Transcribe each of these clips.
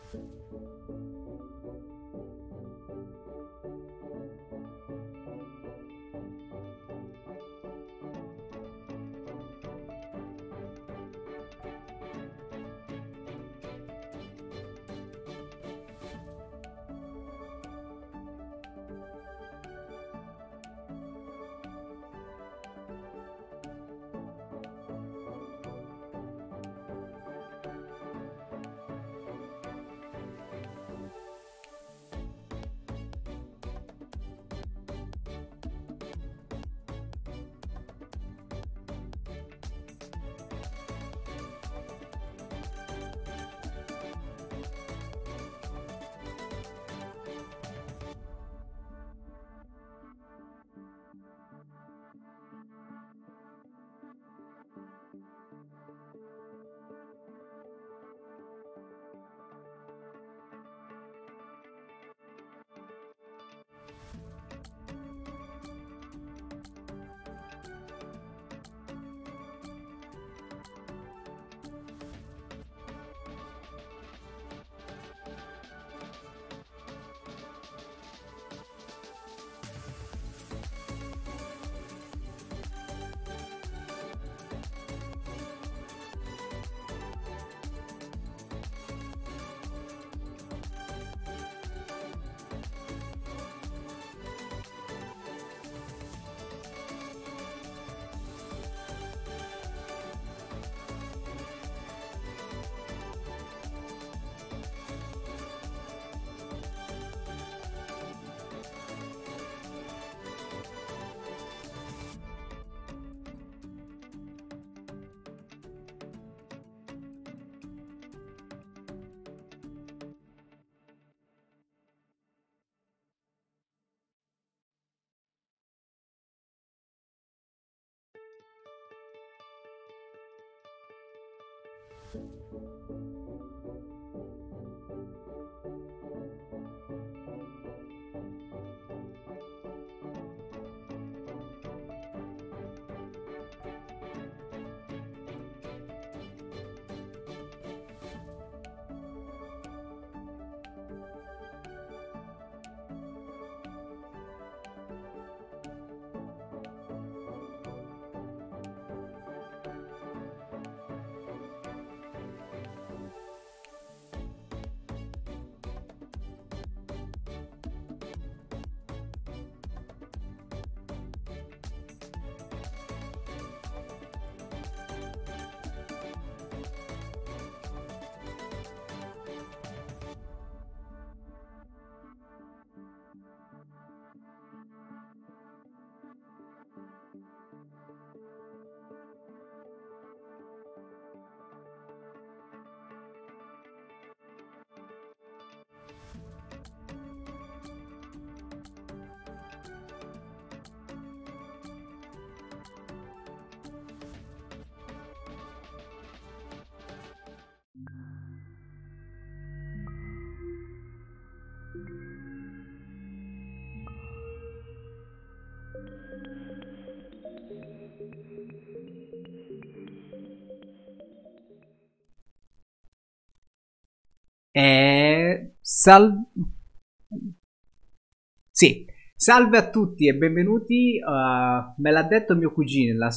Sì, salve a tutti e benvenuti. Me l'ha detto mio cugino, la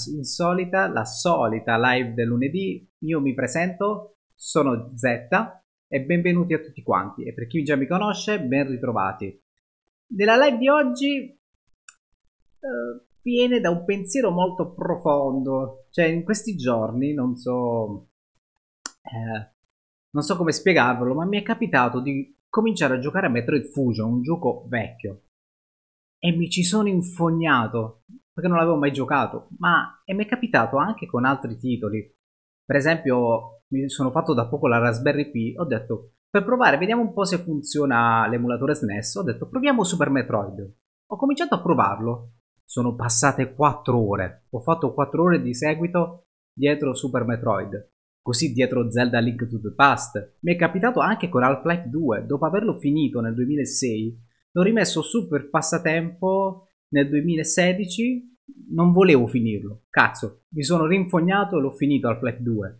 solita live del lunedì. Io mi presento, sono Z e benvenuti a tutti quanti. E per chi già mi conosce, ben ritrovati. Nella live di oggi viene da un pensiero molto profondo. Cioè, in questi giorni, non so come spiegarvelo, ma mi è capitato di cominciare a giocare a Metroid Fusion, un gioco vecchio, e mi ci sono infognato perché non l'avevo mai giocato, e mi è capitato anche con altri titoli. Per esempio, mi sono fatto da poco la Raspberry Pi, ho detto per provare, vediamo un po' se funziona l'emulatore SNES, ho detto proviamo Super Metroid. Ho cominciato a provarlo, sono passate 4 ore, ho fatto 4 ore di seguito dietro Super Metroid. Così dietro Zelda Link to the Past. Mi è capitato anche con Half-Life 2, dopo averlo finito nel 2006, l'ho rimesso su per passatempo nel 2016, non volevo finirlo. Cazzo, mi sono rinfognato e l'ho finito Half-Life 2.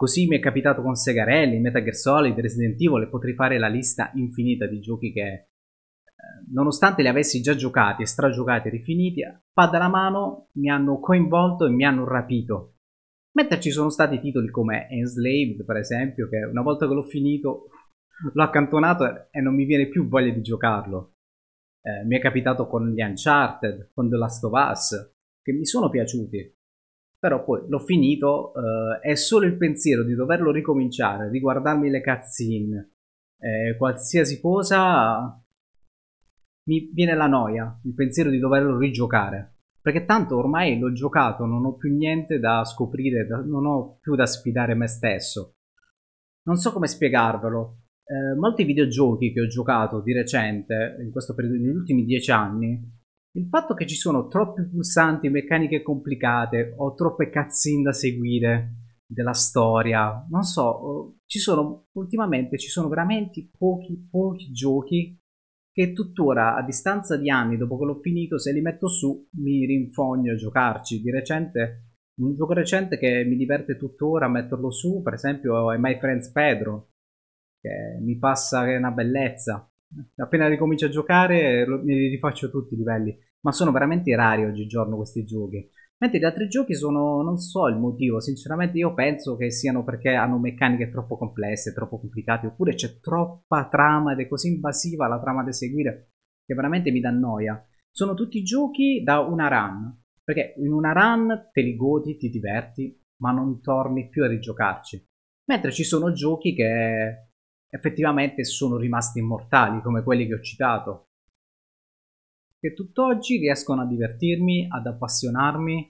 Così mi è capitato con Segarelli, Metal Gear Solid, Resident Evil, e potrei fare la lista infinita di giochi che, nonostante li avessi già giocati e stragiocati e rifiniti, spada alla mano mi hanno coinvolto e mi hanno rapito. Mentre ci sono stati titoli come Enslaved, per esempio, che una volta che l'ho finito l'ho accantonato e non mi viene più voglia di giocarlo. Mi è capitato con gli Uncharted, con The Last of Us, che mi sono piaciuti. Però poi l'ho finito, è solo il pensiero di doverlo ricominciare, riguardarmi le cutscene, qualsiasi cosa, mi viene la noia, il pensiero di doverlo rigiocare. Perché tanto ormai l'ho giocato, non ho più niente da scoprire, non ho più da sfidare me stesso. Non so come spiegarvelo. Molti videogiochi che ho giocato di recente, in questo periodo, negli ultimi 10 anni, il fatto che ci sono troppi pulsanti, meccaniche complicate o troppe cutscene da seguire della storia, non so, ultimamente ci sono veramente pochi giochi che tuttora, a distanza di anni dopo che l'ho finito, se li metto su mi rinfogno a giocarci. Di recente, un gioco recente che mi diverte tuttora a metterlo su, per esempio, è My Friends Pedro, che mi passa che è una bellezza. Appena ricomincio a giocare mi rifaccio tutti i livelli, ma sono veramente rari oggigiorno questi giochi. Mentre gli altri giochi sono, non so il motivo, sinceramente io penso che siano perché hanno meccaniche troppo complesse, troppo complicate, oppure c'è troppa trama ed è così invasiva la trama da seguire che veramente mi dà noia. Sono tutti giochi da una run, perché in una run te li godi, ti diverti, ma non torni più a rigiocarci. Mentre ci sono giochi che effettivamente sono rimasti immortali, come quelli che ho citato, che tutt'oggi riescono a divertirmi, ad appassionarmi.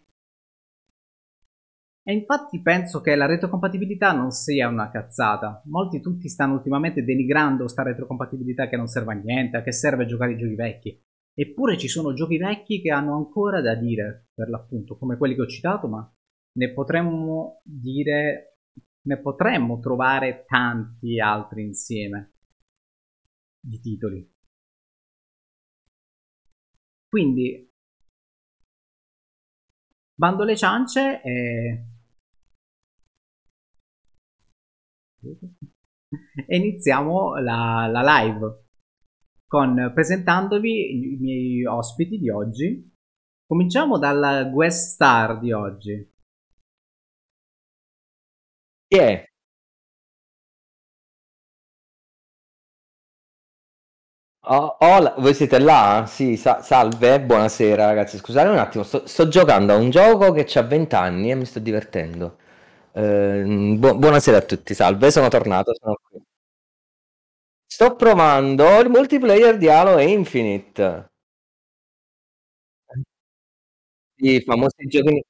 E infatti penso che la retrocompatibilità non sia una cazzata. Molti tutti stanno ultimamente denigrando sta retrocompatibilità che non serve a niente, a che serve giocare i giochi vecchi. Eppure ci sono giochi vecchi che hanno ancora da dire, per l'appunto, come quelli che ho citato, ma ne potremmo dire, ne potremmo trovare tanti altri insieme di titoli. Quindi, bando le ciance e iniziamo la live presentandovi i miei ospiti di oggi. Cominciamo dal guest star di oggi. Chi è? Voi siete là? Sì, salve, buonasera ragazzi. Scusate un attimo, sto giocando a un gioco che ha 20 anni e mi sto divertendo. Buonasera a tutti, salve, sono tornato, sono qui. Sto provando il multiplayer di Halo Infinite. I famosi giochi.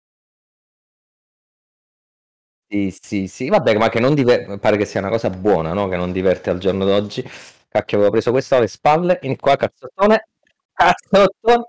Sì, sì, sì, vabbè, ma che non pare che sia una cosa buona, no? Che non diverte al giorno d'oggi. Cacchio, avevo preso questo alle spalle, in qua, cazzottone, cazzottone.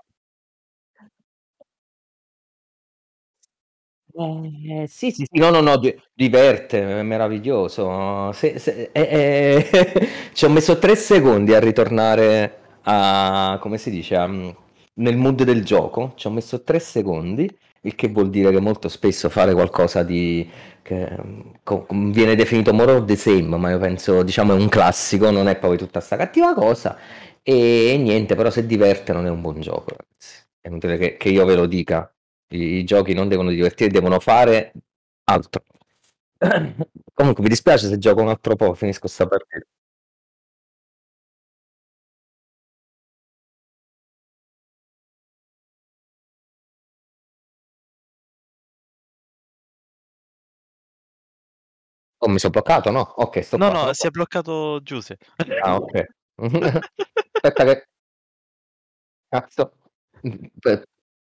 Sì, sì, sì, no, no, no, diverte, è meraviglioso. Ci ho messo 3 secondi a ritornare a, come si dice, nel mood del gioco. Ci ho messo 3 secondi, il che vuol dire che molto spesso fare qualcosa di che viene definito more of the same, ma io penso, diciamo, è un classico, non è poi tutta sta cattiva cosa. E niente, però se diverte non è un buon gioco, ragazzi. È inutile che io ve lo dica. I giochi non devono divertire, devono fare altro. Comunque mi dispiace se gioco un altro po', finisco sta partita. Oh, mi sono bloccato, no? Ok, sto No, qua, no, sono si qua. è bloccato Giuse. Ah, ok. Aspetta che cazzo. Beh,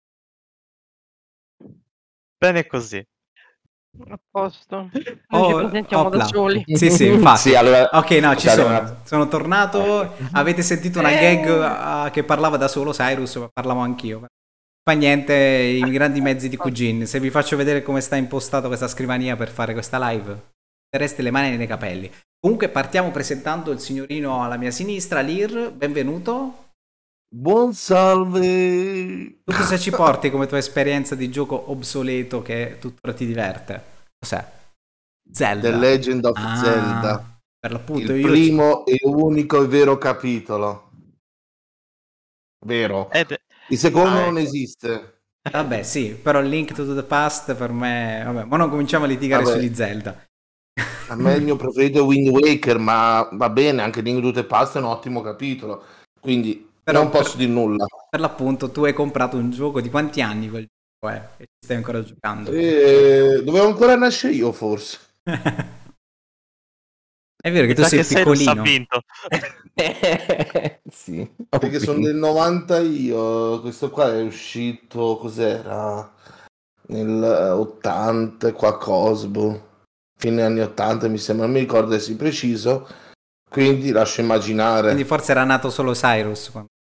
Bene così. A posto. Noi ci Oh, presentiamo da opla. soli. Sì, sì, infatti. Sì, allora Ok, no, ci scusate un sono. attimo. Sono tornato. Avete sentito una gag che parlava da solo Cyrus, ma parlavo anch'io. Fa niente, i grandi mezzi di Cugin. Se vi faccio vedere come sta impostato questa scrivania per fare questa live, terreste le mani nei capelli. Comunque partiamo presentando il signorino alla mia sinistra, Lir, benvenuto. Buon salve! Tu cosa ci porti come tua esperienza di gioco obsoleto che tuttora ti diverte? Cos'è? Zelda. The Legend of Ah, Zelda. per l'appunto Il io primo e unico e vero capitolo. Vero. Il secondo non esiste. Vabbè, sì, però Link to the Past per me... Vabbè, ma non cominciamo a litigare Vabbè. sugli Zelda. A me il mio preferito è Wind Waker, ma va bene, anche Link to the Past è un ottimo capitolo. Quindi Però non posso dire nulla. Per l'appunto tu hai comprato un gioco di quanti anni quel gioco è? E ci stai ancora giocando? Dovevo ancora nascere io, forse. È vero che tu sei piccolino. Sì, Perché sono del 90 io. Questo qua è uscito, cos'era? Nel 80 e qualcosa, boh. Fine anni 80 mi sembra, non mi ricordo adesso preciso. Quindi lascio immaginare. Quindi forse era nato solo Cyrus.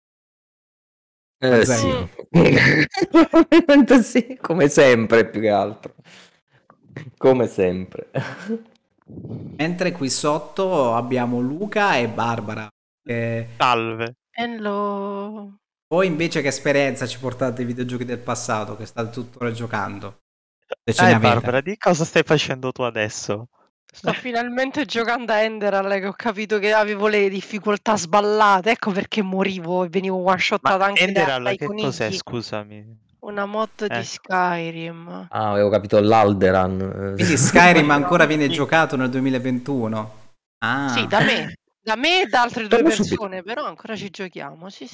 Sì. Probabilmente sì, come sempre più che altro. Come sempre. Mentre qui sotto abbiamo Luca e Barbara. Salve. Hello. Voi invece che esperienza ci portate ai videogiochi del passato che state tuttora giocando? Se ce ne Dai avete. Barbara, di cosa stai facendo tu adesso? Sto finalmente giocando a Enderal, che ho capito che avevo le difficoltà sballate, ecco perché morivo e venivo one-shottato Ma anche Enderal dai che cos'è, conigli. scusami? Una mod di Skyrim. Ah, avevo capito l'Alderan. Quindi Skyrim ancora viene giocato nel 2021? Ah. Sì, da me e da altre due Torno persone, subito. però ancora ci giochiamo. Sì.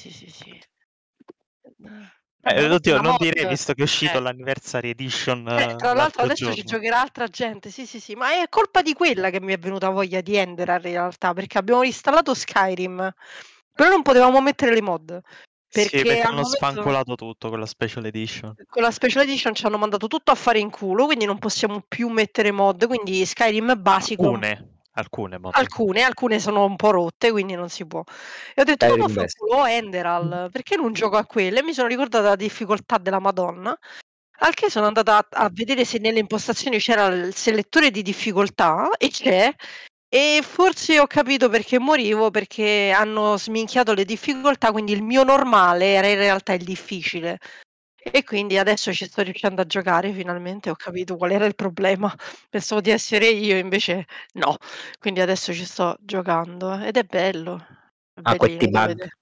Oddio, non Una direi, mod. visto che è uscito l'Anniversary Edition Tra l'altro l'altro adesso ci giorno. giocherà altra gente, sì, ma è colpa di quella che mi è venuta voglia di Enderal in realtà, perché abbiamo installato Skyrim, però non potevamo mettere le mod, Sì, perché al hanno momento spancolato tutto con la Special Edition. con la Special Edition ci hanno mandato tutto a fare in culo, quindi non possiamo più mettere mod, quindi Skyrim basico. Alcune mod. Alcune sono un po' rotte, quindi non si può. E ho detto, ma Skyrim vaffanculo, Enderal, perché non gioco a quelle? E mi sono ricordata la difficoltà della Madonna. Al che sono andata a vedere se nelle impostazioni c'era il selettore di difficoltà, e c'è, e forse ho capito perché morivo, perché hanno sminchiato le difficoltà, quindi il mio normale era in realtà il difficile. E quindi adesso ci sto riuscendo a giocare, finalmente ho capito qual era il problema. Pensavo di essere io, invece no. Quindi adesso ci sto giocando ed è bello. È Ah, questi bellino da bug. vedere.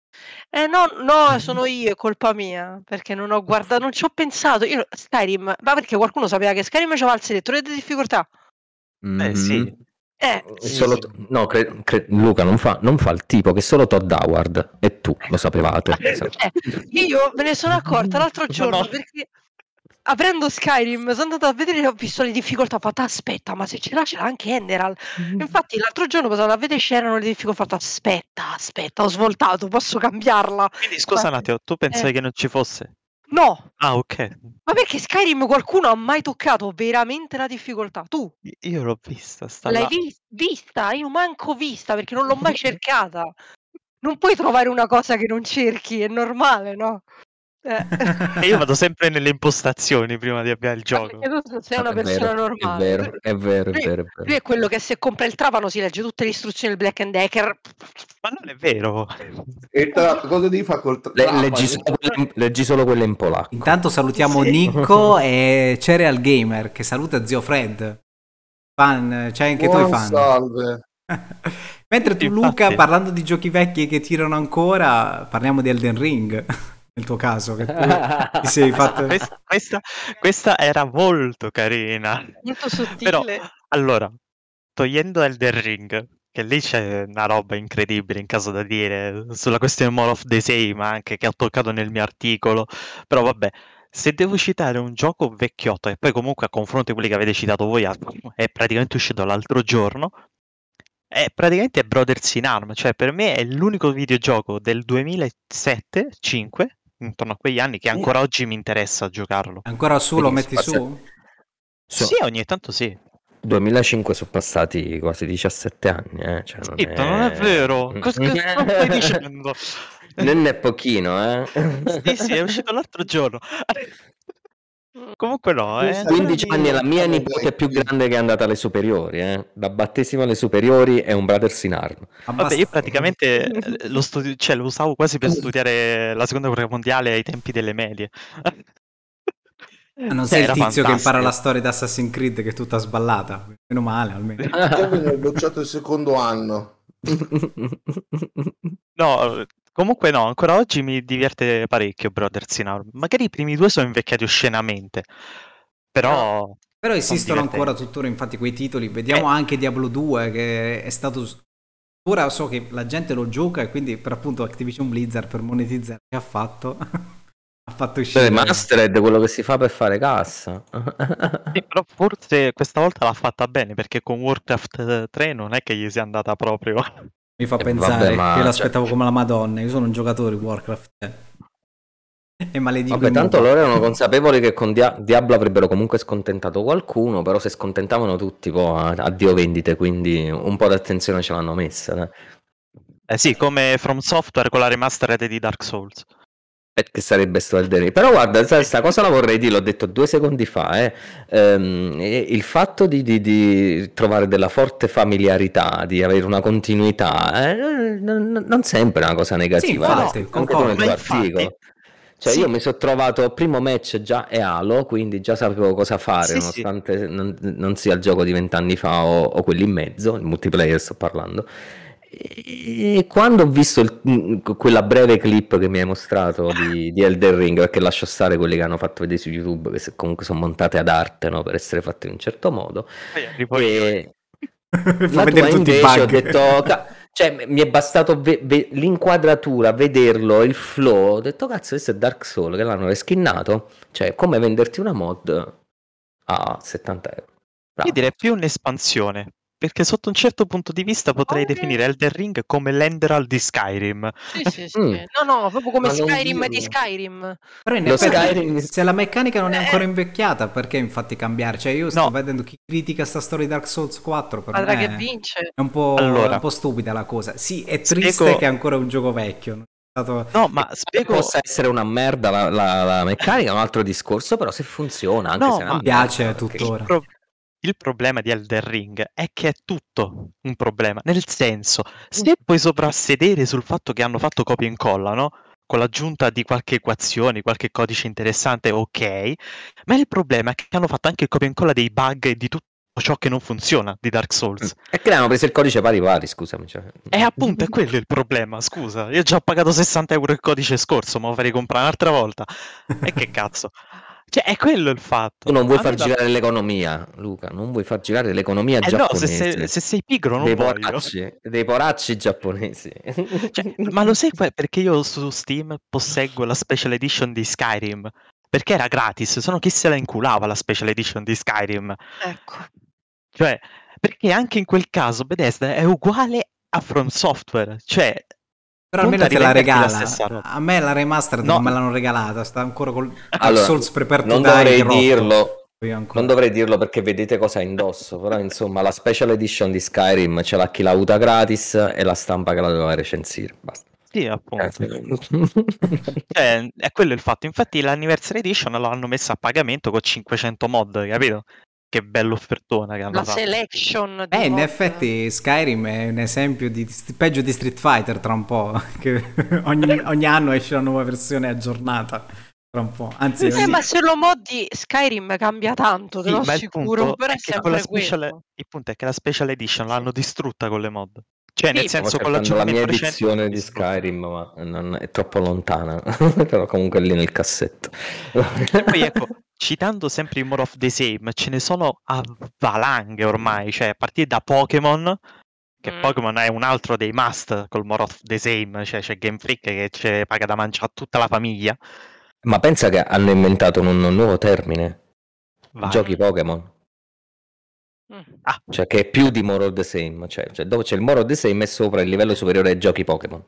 No, sono io, è colpa mia, perché non ho guardato, non ci ho pensato. Io Skyrim, ma perché qualcuno sapeva che Skyrim c'aveva il selettore di difficoltà? Sì. Solo no, Luca non fa il tipo che solo Todd Howard e tu lo sapevate. Io me ne sono accorta l'altro giorno No. perché aprendo Skyrim sono andata a vedere e ho visto le difficoltà, ho fatto aspetta, ma se c'era anche Enderal. Infatti l'altro giorno sono andata a vedere c'erano le difficoltà, ho fatto aspetta, ho svoltato, posso cambiarla. Quindi scusa un attimo, tu pensavi che non ci fosse? No. Ah, ok. Ma perché Skyrim qualcuno ha mai toccato veramente la difficoltà? Tu? Io l'ho vista, sta L'hai là. vista? Io manco vista perché non l'ho mai cercata. Non puoi trovare una cosa che non cerchi, è normale, no? E io vado sempre nelle impostazioni prima di avviare il gioco. Perché tu sei una persona normale. È vero. Lui è quello che se compra il trapano si legge tutte le istruzioni del Black Decker. Ma non è vero. E cosa devi fare col leggi solo quelle in polacco. Intanto salutiamo Nicco e Cereal Gamer che saluta zio Fred. Fan, c'hai anche tu i fan. Salve. Mentre tu, Infatti. Luca, parlando di giochi vecchi che tirano ancora, parliamo di Elden Ring. Nel tuo caso, che tu ti sei fatto. Questa era molto carina. Molto sottile. Però, allora, togliendo Elden Ring, che lì c'è una roba incredibile in caso da dire, sulla questione More of the Same anche, che ho toccato nel mio articolo, però vabbè, se devo citare un gioco vecchiotto, e poi comunque a confronto di quelli che avete citato voi, è praticamente uscito l'altro giorno, è praticamente Brothers in Arms, cioè per me è l'unico videogioco del 2007-5, intorno a quegli anni, che ancora oggi mi interessa giocarlo. Ancora su lo metti su? Sì, ogni tanto sì. 2005 sono passati quasi 17 anni, cioè Non è vero. Cosa stai dicendo? Non è pochino, Sì, è uscito l'altro giorno. Comunque no, 15 anni è la mia nipote più grande che è andata alle superiori, da battesimo alle superiori è un Brothers in Arms. Vabbè, io praticamente lo usavo quasi per studiare la seconda guerra mondiale ai tempi delle medie. Non sei il tizio che impara la storia di Assassin's Creed che è tutta sballata. Meno male, almeno. Kevin è bocciato il secondo anno. No, comunque no, ancora oggi mi diverte parecchio Brothers in Arms. Magari i primi 2 sono invecchiati oscenamente, però Però son esistono ancora divertenti. tuttora infatti quei titoli. Vediamo anche Diablo 2 che è stato... Ora so che la gente lo gioca e quindi per appunto Activision Blizzard per monetizzare che ha fatto ha fatto uscire... Remastered è quello che si fa per fare cassa. Sì, però forse questa volta l'ha fatta bene perché con Warcraft 3 non è che gli sia andata proprio. Mi fa vabbè, pensare ma, che io l'aspettavo cioè, come la Madonna. Io sono un giocatore di Warcraft e maledico vabbè, i tanto MOBA. loro erano consapevoli che con Diablo avrebbero comunque scontentato qualcuno, però se scontentavano tutti, poi addio vendite, quindi un po' d'attenzione ce l'hanno messa. Dai. Eh sì, come From Software con la remastered di Dark Souls. Che sarebbe stato il delirio. Però guarda, questa cosa la vorrei dire, l'ho detto 2 secondi fa. Il fatto di trovare della forte familiarità, di avere una continuità, non sempre è una cosa Sì, negativa. No, l'hai infatti, scritto anche tu nel concordo. ma tuo infatti, articolo. Cioè, sì, io mi sono trovato primo match già e Halo, quindi già sapevo cosa fare, sì, sì. nonostante non sia il gioco di 20 anni fa o quelli in mezzo, il multiplayer sto parlando. E quando ho visto quella breve clip che mi hai mostrato di Elden Ring, perché lascio stare quelli che hanno fatto vedere su YouTube, che comunque sono montate ad arte, no, per essere fatte in un certo modo, Poi arrivo io. e Fa la vedere tua tutti i invece ho bug. detto, cioè mi è bastato l'inquadratura, vederlo, il flow, ho detto cazzo, questo è Dark Souls che l'hanno reskinnato, cioè come venderti una mod a 70 euro. Io Bravo. direi più un'espansione, perché sotto un certo punto di vista potrei definire Elden Ring come l'Enderal di Skyrim. Sì. Mm. No, proprio come Ma non Skyrim di dirlo. Skyrim. Però in Lo effetti, Skyrim se la meccanica non è ancora invecchiata, perché infatti cambiare? Cioè io sto No, vedendo chi critica sta storia di Dark Souls 4, per Squadra che me vince. è un po', è allora, un po' stupida la cosa. Sì, è triste spiego... che è ancora un gioco vecchio. Non è stato... No, ma Che spiego... possa essere una merda la meccanica è un altro discorso, però se funziona, anche No, se è una ma Mi piace merda, perché... tuttora. il problema di Elden Ring è che è tutto un problema, nel senso, se puoi soprassedere sul fatto che hanno fatto copia e incolla, no? Con l'aggiunta di qualche equazione, qualche codice interessante, ok, ma il problema è che hanno fatto anche il copia e incolla dei bug e di tutto ciò che non funziona di Dark Souls. E che hanno preso il codice pari, scusami. Cioè. E appunto è quello il problema, scusa, io già ho pagato 60 euro il codice scorso, ma lo farei comprare un'altra volta. E che cazzo? Cioè, è quello il fatto. Tu non vuoi A far me da- girare l'economia, Luca, non vuoi far girare l'economia no, se giapponese. sei pigro non voglio. Dei poracci giapponesi. Cioè, ma lo sai perché io su Steam posseggo la Special Edition di Skyrim? Perché era gratis, se no chi se la inculava la Special Edition di Skyrim? Ecco. Cioè, perché anche in quel caso Bethesda è uguale a From Software, cioè Però punta almeno a te la rivenderti la regala. stessa roba. A me la remastered No, non me l'hanno regalata, sta ancora col Dark Allora, Souls Prepare to non Die dovrei rotto. dirlo, Io ancora. non dovrei dirlo perché vedete cosa ha indosso, però insomma la Special Edition di Skyrim ce l'ha chi l'ha avuta gratis e la stampa che la doveva recensire. Basta. sì, appunto. Cioè, è quello il fatto. Infatti l'Anniversary Edition l'hanno messa a pagamento con 500 mod, capito? Che bella offertona che hanno La fatto. selection di In mod. effetti Skyrim è un esempio di peggio di Street Fighter tra un po', che ogni anno esce una nuova versione aggiornata tra un po'. Anzi, Ma se lo modi Skyrim cambia tanto, te Sì, lo ma il assicuro, punto però è è che con la sempre special, quello. il punto è che la Special Edition l'hanno distrutta con le mod. Cioè, nel Sì, Stavo senso, con cercando la mia l'aggiornamento recente l'hanno edizione di distrutta. Skyrim, ma è troppo lontana, però comunque è lì nel cassetto. E poi ecco, citando sempre i More of the Same, ce ne sono a valanghe ormai, cioè a partire da Pokémon, che Pokémon è un altro dei must col More of the Same, cioè c'è Game Freak che ci paga da mangiare a tutta la famiglia. Ma pensa che hanno inventato un nuovo termine, Vai. giochi Pokémon. Ah, Cioè che è più di More of the Same, cioè dove c'è il More of the Same è sopra il livello superiore ai giochi Pokémon.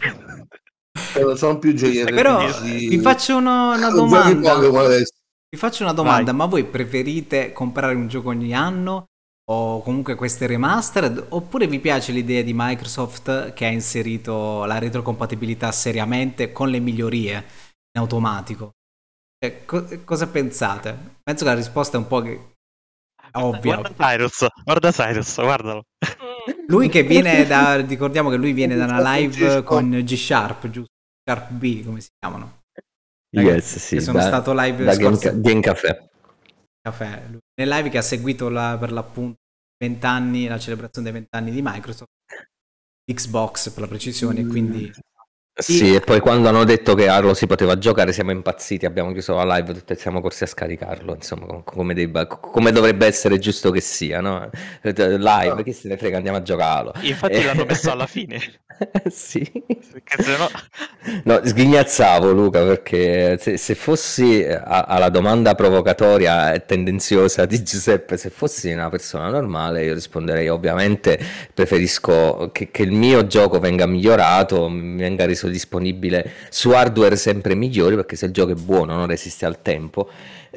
Sono più giochi però RPG. vi faccio una Giochi domanda. Pokémon adesso. Vi faccio una domanda, Vai. ma voi preferite comprare un gioco ogni anno o comunque queste remastered, oppure vi piace l'idea di Microsoft che ha inserito la retrocompatibilità seriamente con le migliorie in automatico? Cioè, cosa pensate? Penso che la risposta è un po' ovvia. Guarda Cyrus, guardalo. Lui che viene da, ricordiamo che lui viene da una live con G Sharp, giusto? Sharp B, come si chiamano? Yes, sì, che sono stato live da scorso Game Café. caffè. Nel live che ha seguito per l'appunto 20 anni, la celebrazione dei 20 anni di Microsoft, Xbox per la precisione, quindi Sì, e poi quando hanno detto che Halo si poteva giocare siamo impazziti, abbiamo chiuso la live tutti e siamo corsi a scaricarlo, insomma, come dovrebbe essere giusto che sia, no? Live, chi se ne frega, andiamo a giocarlo. Infatti l'hanno messo alla fine. Sì. Perché sennò... No, sghignazzavo Luca, perché se fossi alla domanda provocatoria e tendenziosa di Giuseppe, se fossi una persona normale, io risponderei ovviamente preferisco che il mio gioco venga migliorato, mi venga reso disponibile su hardware sempre migliori, perché se il gioco è buono non resiste al tempo.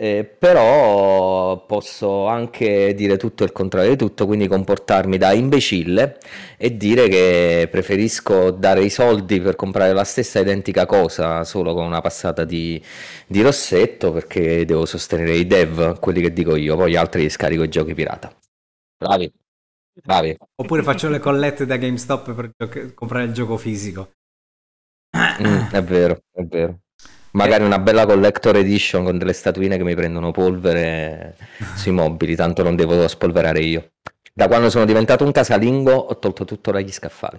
Però posso anche dire tutto il contrario di tutto, quindi comportarmi da imbecille e dire che preferisco dare i soldi per comprare la stessa identica cosa solo con una passata di rossetto, perché devo sostenere i dev, quelli che dico io, poi gli altri scarico i giochi pirata. Bravi, bravi. oppure faccio le collette da GameStop per comprare il gioco fisico. È vero, è vero. Magari una bella collector edition con delle statuine che mi prendono polvere sui mobili, tanto non devo spolverare io. Da quando sono diventato un casalingo ho tolto tutto dagli scaffali.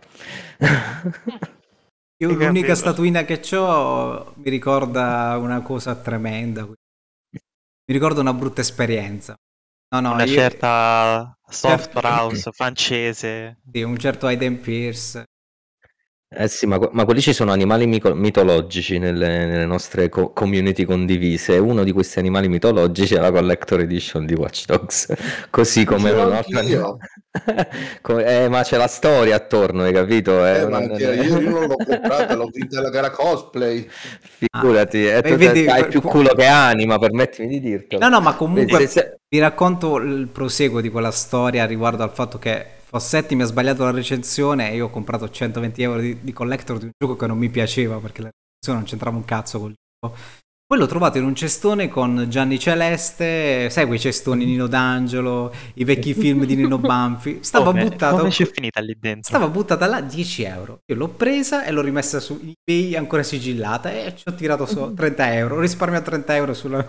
Io Hai l'unica capito? statuina che ho mi ricorda una cosa tremenda. Mi ricorda una brutta esperienza. No, Una io... certa software certo- house francese. Sì, un certo Aiden Pierce. Eh sì, ma quelli ci sono animali mitologici nelle nostre community condivise. Uno di questi animali mitologici è la Collector Edition di Watch Dogs. Così come Ce l'ho un altro anch'io. ma c'è la storia attorno, hai capito? Ma io non l'ho comprata, l'ho vinta alla gara cosplay. Figurati, vedi, hai più culo che anima, permettimi di dirtelo. No, ma comunque Vedi, se- vi racconto il proseguo di quella storia riguardo al fatto che Fossetti mi ha sbagliato la recensione e io ho comprato 120 euro di collector di un gioco che non mi piaceva perché la recensione non c'entrava un cazzo col gioco. Poi l'ho trovato in un cestone con Gianni Celeste, sai quei cestoni Nino D'Angelo, i vecchi film di Nino Banfi. Come c'è finita lì dentro? Stava buttata là 10 euro. Io l'ho presa e l'ho rimessa su eBay ancora sigillata e ci ho tirato su 30 euro. Ho risparmiato 30 euro sulla...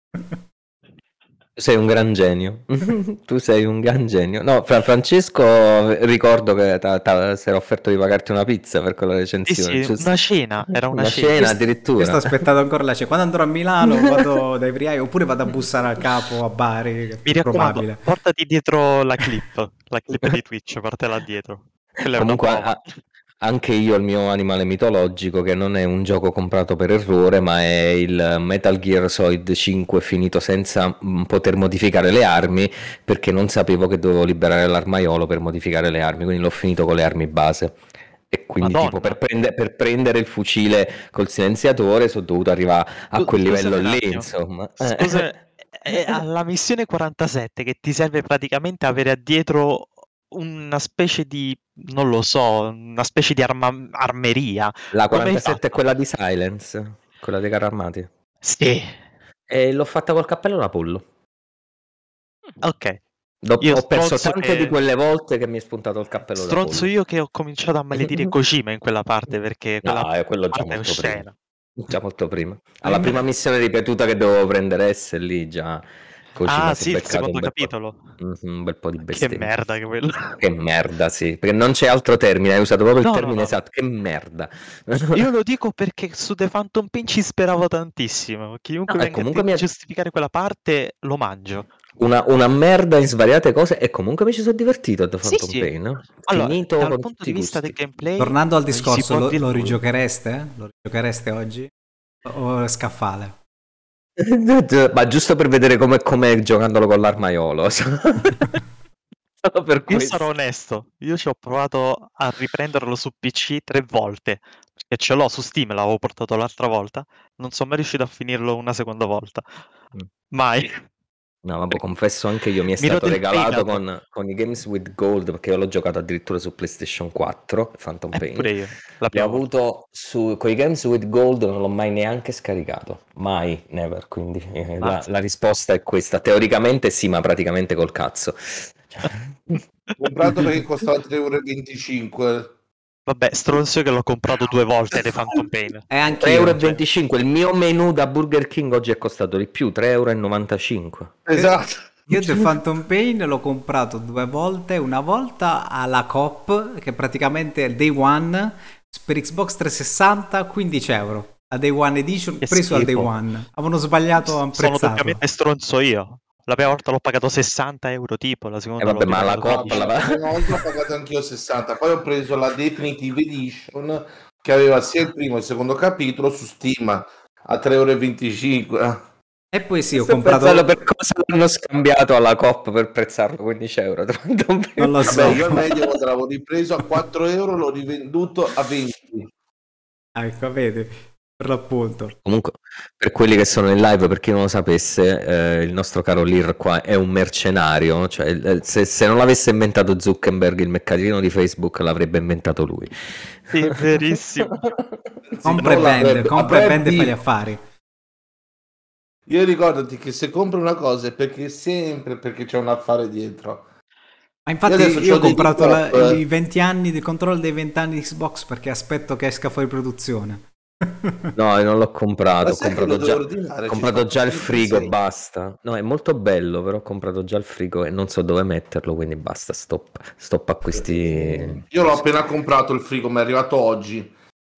Tu sei un gran genio. Tu sei un gran genio. No, Francesco, ricordo che si era offerto di pagarti una pizza per quella recensione. Sì, giusto? una cena, era una cena. Io sto addirittura. aspettando ancora la cena. Quando andrò a Milano vado dai Priai oppure vado a bussare al capo a Bari, che è Mi più raccomando, probabile. portati dietro la clip di Twitch, portala dietro. Quella è una Comunque, prova. anche io il mio animale mitologico, che non è un gioco comprato per errore, ma è il Metal Gear Solid 5 finito senza poter modificare le armi, perché non sapevo che dovevo liberare l'armaiolo per modificare le armi, quindi l'ho finito con le armi base. E quindi Madonna. tipo per prendere il fucile col silenziatore sono dovuto arrivare a quel Scusami livello un lì, attimo. insomma. Scusa, è alla missione 47 che ti serve praticamente avere addietro una specie di, non lo so, una specie di armeria. La Come hai 47 è fatto? quella di Silence, quella dei carri armati. Sì, E l'ho fatta col cappello da pollo. ok. Io Ho perso stronzo tante di che... quelle volte che mi è spuntato il cappello da Stronzo pollo. io che ho cominciato a maledire Kojima in quella parte, perché quella No, è quello già parte è molto prima. oscena. Già molto prima. Alla prima missione ripetuta che dovevo prendere S, lì già Kojima Ah si è sì, il beccato secondo un bel po'. capitolo. Un bel po' di Che bestemmie. merda che quello. Che merda, sì. Perché non c'è altro termine, hai usato proprio il No, termine no. esatto. Che merda. Io lo dico perché su The Phantom Pain ci speravo tantissimo. Chiunque No, e venga comunque a giustificare quella parte lo mangio. una merda in svariate cose e comunque mi ci sono divertito a The Sì, Phantom sì. Pain. Allora, Finito dal con punto tutti di i vista del gusti. gameplay, Tornando al non gli si discorso, può dire lo nulla. rigiochereste? Lo rigiochereste oggi? O scaffale? Ma giusto per vedere com'è giocandolo con l'armaiolo. Solo per Io questo. sarò onesto, io ci ho provato a riprenderlo su PC 3 volte, perché ce l'ho su Steam, l'avevo portato l'altra volta, non sono mai riuscito a finirlo una seconda volta. Mai. No, vabbè, confesso anche io, mi è Miro stato del regalato Pain, con i Games with Gold, perché io l'ho giocato addirittura su PlayStation 4, Phantom Pain. pure io, la L'ho prima volta. avuto con i Games with Gold, non l'ho mai neanche scaricato, mai, never, quindi la risposta è questa. Teoricamente sì, ma praticamente col cazzo. Comprato perché costava 3,25 euro. Vabbè, stronzo che l'ho comprato 2 volte The Phantom Pain. E anche 3,25 €. Il mio menù da Burger King oggi è costato di più, 3,95 €. Esatto. Io The Phantom Pain l'ho comprato 2 volte, una volta alla Coop, che praticamente è il Day One, per Xbox 360, 15 €. La Day One Edition, Che preso al Day schifo. One. Avevano sbagliato a Sono prezzato. doppiamente stronzo io. La prima volta l'ho pagato 60 € tipo, la seconda Vabbè, l'ho ma la pagato Coop 12. la Una volta ho pagato anch'io 60, poi ho preso la Definitive Edition che aveva sia il primo e il secondo capitolo su Steam a 3,25 €. E poi sì, ho Sto comprato... pensando per cosa l'hanno scambiato alla Coop per prezzarlo 15 €. Non lo so. Vabbè, io al medio quando l'avevo ripreso a 4 €, l'ho rivenduto a 20. Ecco, vedi, per l'appunto. Comunque, per quelli che sono in live, per chi non lo sapesse, il nostro caro Lir qua è un mercenario, cioè se non l'avesse inventato Zuckerberg, il mercatino di Facebook l'avrebbe inventato lui. Sì, verissimo. Compra e non vende, l'avrebbe- compra e vende e fa avrebbe- gli affari. Io ricordati che se compri una cosa è perché sempre perché c'è un affare dietro. Ma infatti Io adesso io ho c'ho dei comprato TikTok, i 20 anni del controllo dei 20 anni di Xbox perché aspetto che esca fuori produzione. No, io non l'ho comprato, Ma ho sai che comprato lo già, devo ordinare? ho Ci comprato sta già il tutto frigo, insieme. basta. No, è molto bello, però ho comprato già il frigo e non so dove metterlo, quindi basta, stop a questi... Io l'ho appena comprato il frigo, mi è arrivato oggi.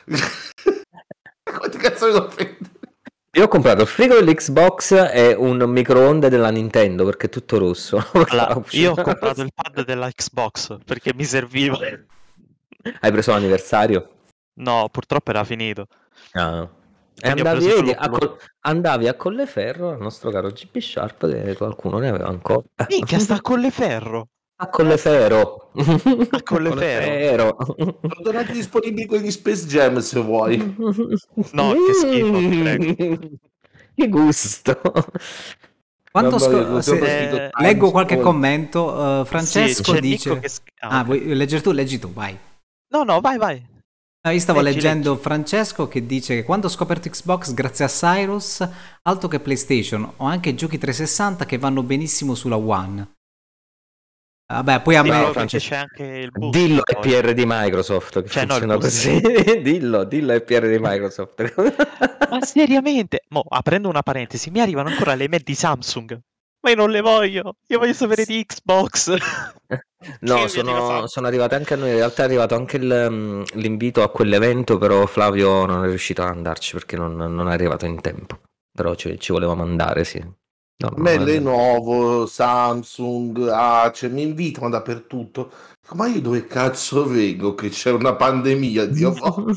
Quante cazzo devo prendere? Io ho comprato il frigo dell'Xbox e un microonde della Nintendo perché è tutto rosso. Allora, io ho comprato il pad della Xbox perché mi serviva. Hai preso l'anniversario? No, purtroppo era finito. Ah. E Quindi ho andavi, preso vedi, solo quello. andavi a Colleferro, al nostro caro GB Sharp, che qualcuno ne aveva ancora. Minchia, sta a Colleferro. A Colleferro. A Colleferro. Sono tornati disponibili quelli Space Jam se vuoi. No, che schifo, ti prego. Che gusto. Quanto Mamma mia, se- ho scritto Times leggo qualche Square. commento. Francesco Sì, c'è dice... Nico che... Ah, ok. vuoi leggi tu, vai. No, vai. No, io stavo Leggi, leggendo leggi. Francesco che dice che quando ho scoperto Xbox grazie a Cyrus, altro che PlayStation, ho anche giochi 360 che vanno benissimo sulla One. Vabbè, poi a Sì, me... proprio Francesco, perché c'è anche il boost. Dillo è poi. PR di Microsoft che Cioè, no, il funziona boost. così. Dillo è PR di Microsoft. Ma seriamente? Mo, aprendo una parentesi, mi arrivano ancora le email di Samsung. Ma io non le voglio. Io voglio sapere di Xbox. No, Che mi arriva Samsung? sono arrivate anche a noi. In realtà è arrivato anche l'invito a quell'evento, però Flavio non è riuscito ad andarci perché non è arrivato in tempo. Però ci voleva mandare, sì. No, A me no, Lenovo, Samsung, Acer mi invitano dappertutto. Dico, ma io dove cazzo vengo che c'è una pandemia, Dio voglia.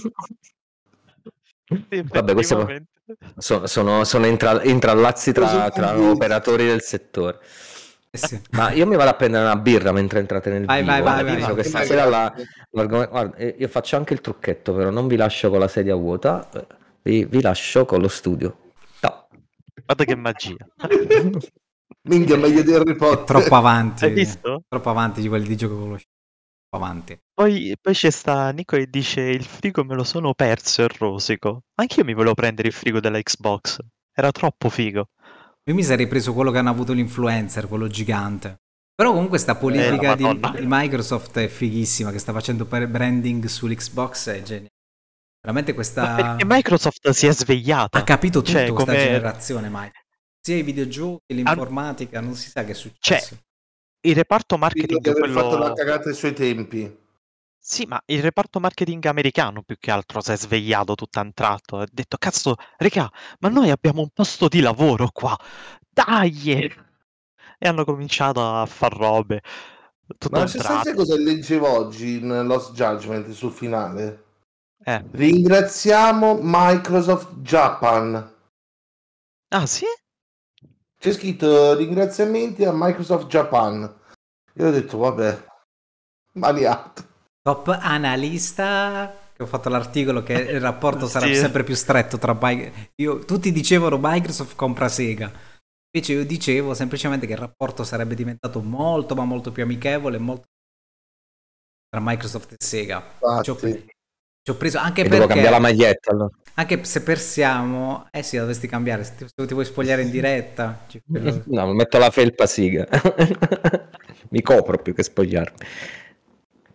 Sì, Vabbè, questi effettivamente. sono intrallazzi tra Sono operatori del settore. sì. Ma io mi vado a prendere una birra mentre entrate nel Vai, vivo. vai, vai, Visto vai. che stasera guarda, io faccio anche il trucchetto, però non vi lascio con la sedia vuota, vi lascio con lo studio. No. Guarda che magia. Minchia, meglio di Harry È Potter. troppo avanti. Hai visto? Troppo avanti di quelli di gioco conosciuto. Troppo avanti. Poi c'è sta Nico che dice il frigo me lo sono perso e rosico. Anch'io mi volevo prendere il frigo della Xbox. Era troppo figo. Io mi sarei preso quello che hanno avuto l'influencer, quello gigante. Però comunque sta politica la di Madonna. Microsoft è fighissima, che sta facendo branding sull'Xbox, è geniale. Veramente Ma questa... perché Microsoft si è svegliata. Ha capito tutto Cioè, questa come- generazione, Mike. Sia i videogiochi, l'informatica, non si sa che è successo. Il reparto Credo marketing, di aver fatto la quello... cagata ai suoi tempi. Sì, ma il reparto marketing americano più che altro si è svegliato tutto a un tratto. Ha detto, cazzo, regà, ma noi abbiamo un posto di lavoro qua. Dai! E hanno cominciato a far robe. Tutto Ma a un se sai tratto. cosa leggevo oggi in Lost Judgment sul finale? Eh. Ringraziamo Microsoft Japan. Ah, sì? C'è scritto ringraziamenti a Microsoft Japan. Io ho detto, vabbè, maniato. Top analista, che ho fatto l'articolo che il rapporto sarà Sì. sempre più stretto tra tutti dicevano Microsoft compra Sega. Invece io dicevo semplicemente che il rapporto sarebbe diventato molto ma molto più amichevole tra Microsoft e Sega. Ci ho preso anche E devo perché cambiare la maglietta allora. anche se persiamo, sì, la dovresti cambiare. Se ti vuoi spogliare in diretta, No, mi metto la felpa siga. Mi copro più che spogliarmi.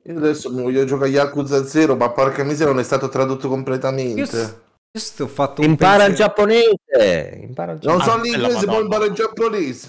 Io adesso mi voglio giocare Yakuza 0, ma porca miseria non è stato tradotto Io, completamente. ho fatto un Impara il pensiero. giapponese. Impara il Non giapponese. so bella l'inglese, poi Madonna. imparo il giapponese.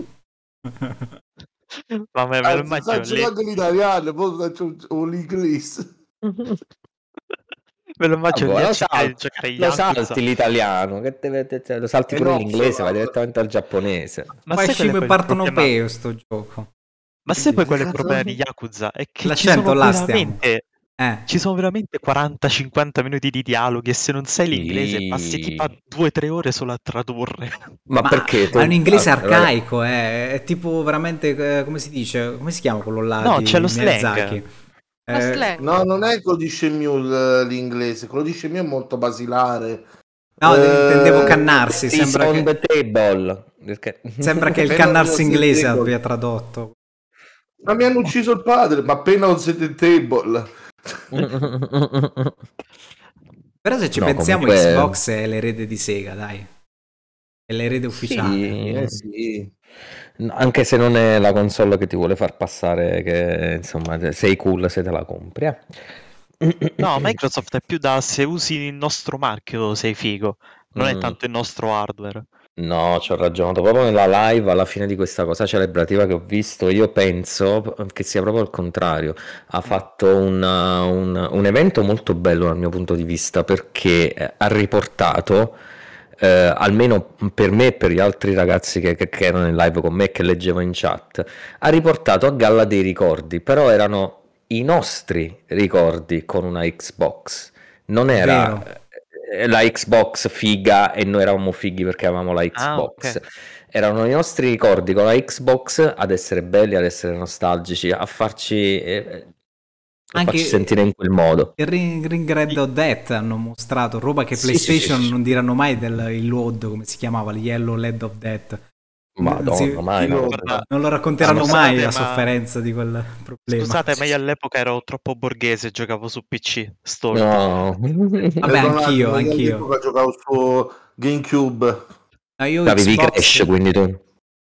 Ma me lo Anzi, immagino faccio lì. anche l'italiano, poi faccio l'inglese. Me lo immagino lì Lo, a cercare di giocare lo Yakuza. salti l'italiano, lo salti pure no, l'inglese, vai guarda. direttamente al giapponese. Ma Poi sai qual è scimo poi e il partono problema? peo sto gioco. Ma sai poi qual è il Cazzo. problema di Yakuza? È che L'accento là stiamo. ci sono veramente 40-50 minuti di dialoghi e se non sai l'inglese passi tipo a 2-3 ore solo a tradurre. Ma perché Ma è un inglese raga, arcaico, è tipo veramente, come si dice? Come si chiama quello là No, di c'è lo Miyazaki? Lo slang. No, non è quello di Shenmue l'inglese, quello di Shenmue è molto basilare. No, intendevo cannarsi, Is sembra on the che, table. sembra che il Appena cannarsi on the inglese table. abbia tradotto. Ma mi hanno ucciso il padre, ma appena on the table. Però se ci No, pensiamo, comunque- Xbox è l'erede di Sega, dai. È l'erede ufficiale. Sì. No, anche se non è la console che ti vuole far passare che insomma sei cool se te la compri. No, Microsoft è più da se usi il nostro marchio sei figo, non è tanto il nostro hardware. No, ci ho ragionato proprio nella live alla fine di questa cosa celebrativa che ho visto. Io penso che sia proprio il contrario. Ha fatto un evento molto bello dal mio punto di vista perché ha riportato, almeno per me e per gli altri ragazzi che erano in live con me e che leggevo in chat, ha riportato a galla dei ricordi, però erano i nostri ricordi con una Xbox. Non era la Xbox figa e noi eravamo fighi perché avevamo la Xbox. ok. Erano i nostri ricordi con la Xbox ad essere belli, ad essere nostalgici, a farci Anche sentire in quel modo. il Ring Red of Death hanno mostrato roba che Sì, sì, PlayStation sì, sì. non diranno mai il LOD, come si chiamava, il Yellow LED of Death. Madonna, mai no. Guarda, Non lo racconteranno Scusate, mai la ma- sofferenza di quel problema. Scusate, ma io all'epoca ero troppo borghese, giocavo su PC. Stolto. No. Vabbè, anch'io. All'epoca giocavo su GameCube. No, io Avevi Xbox, Crash, quindi tu.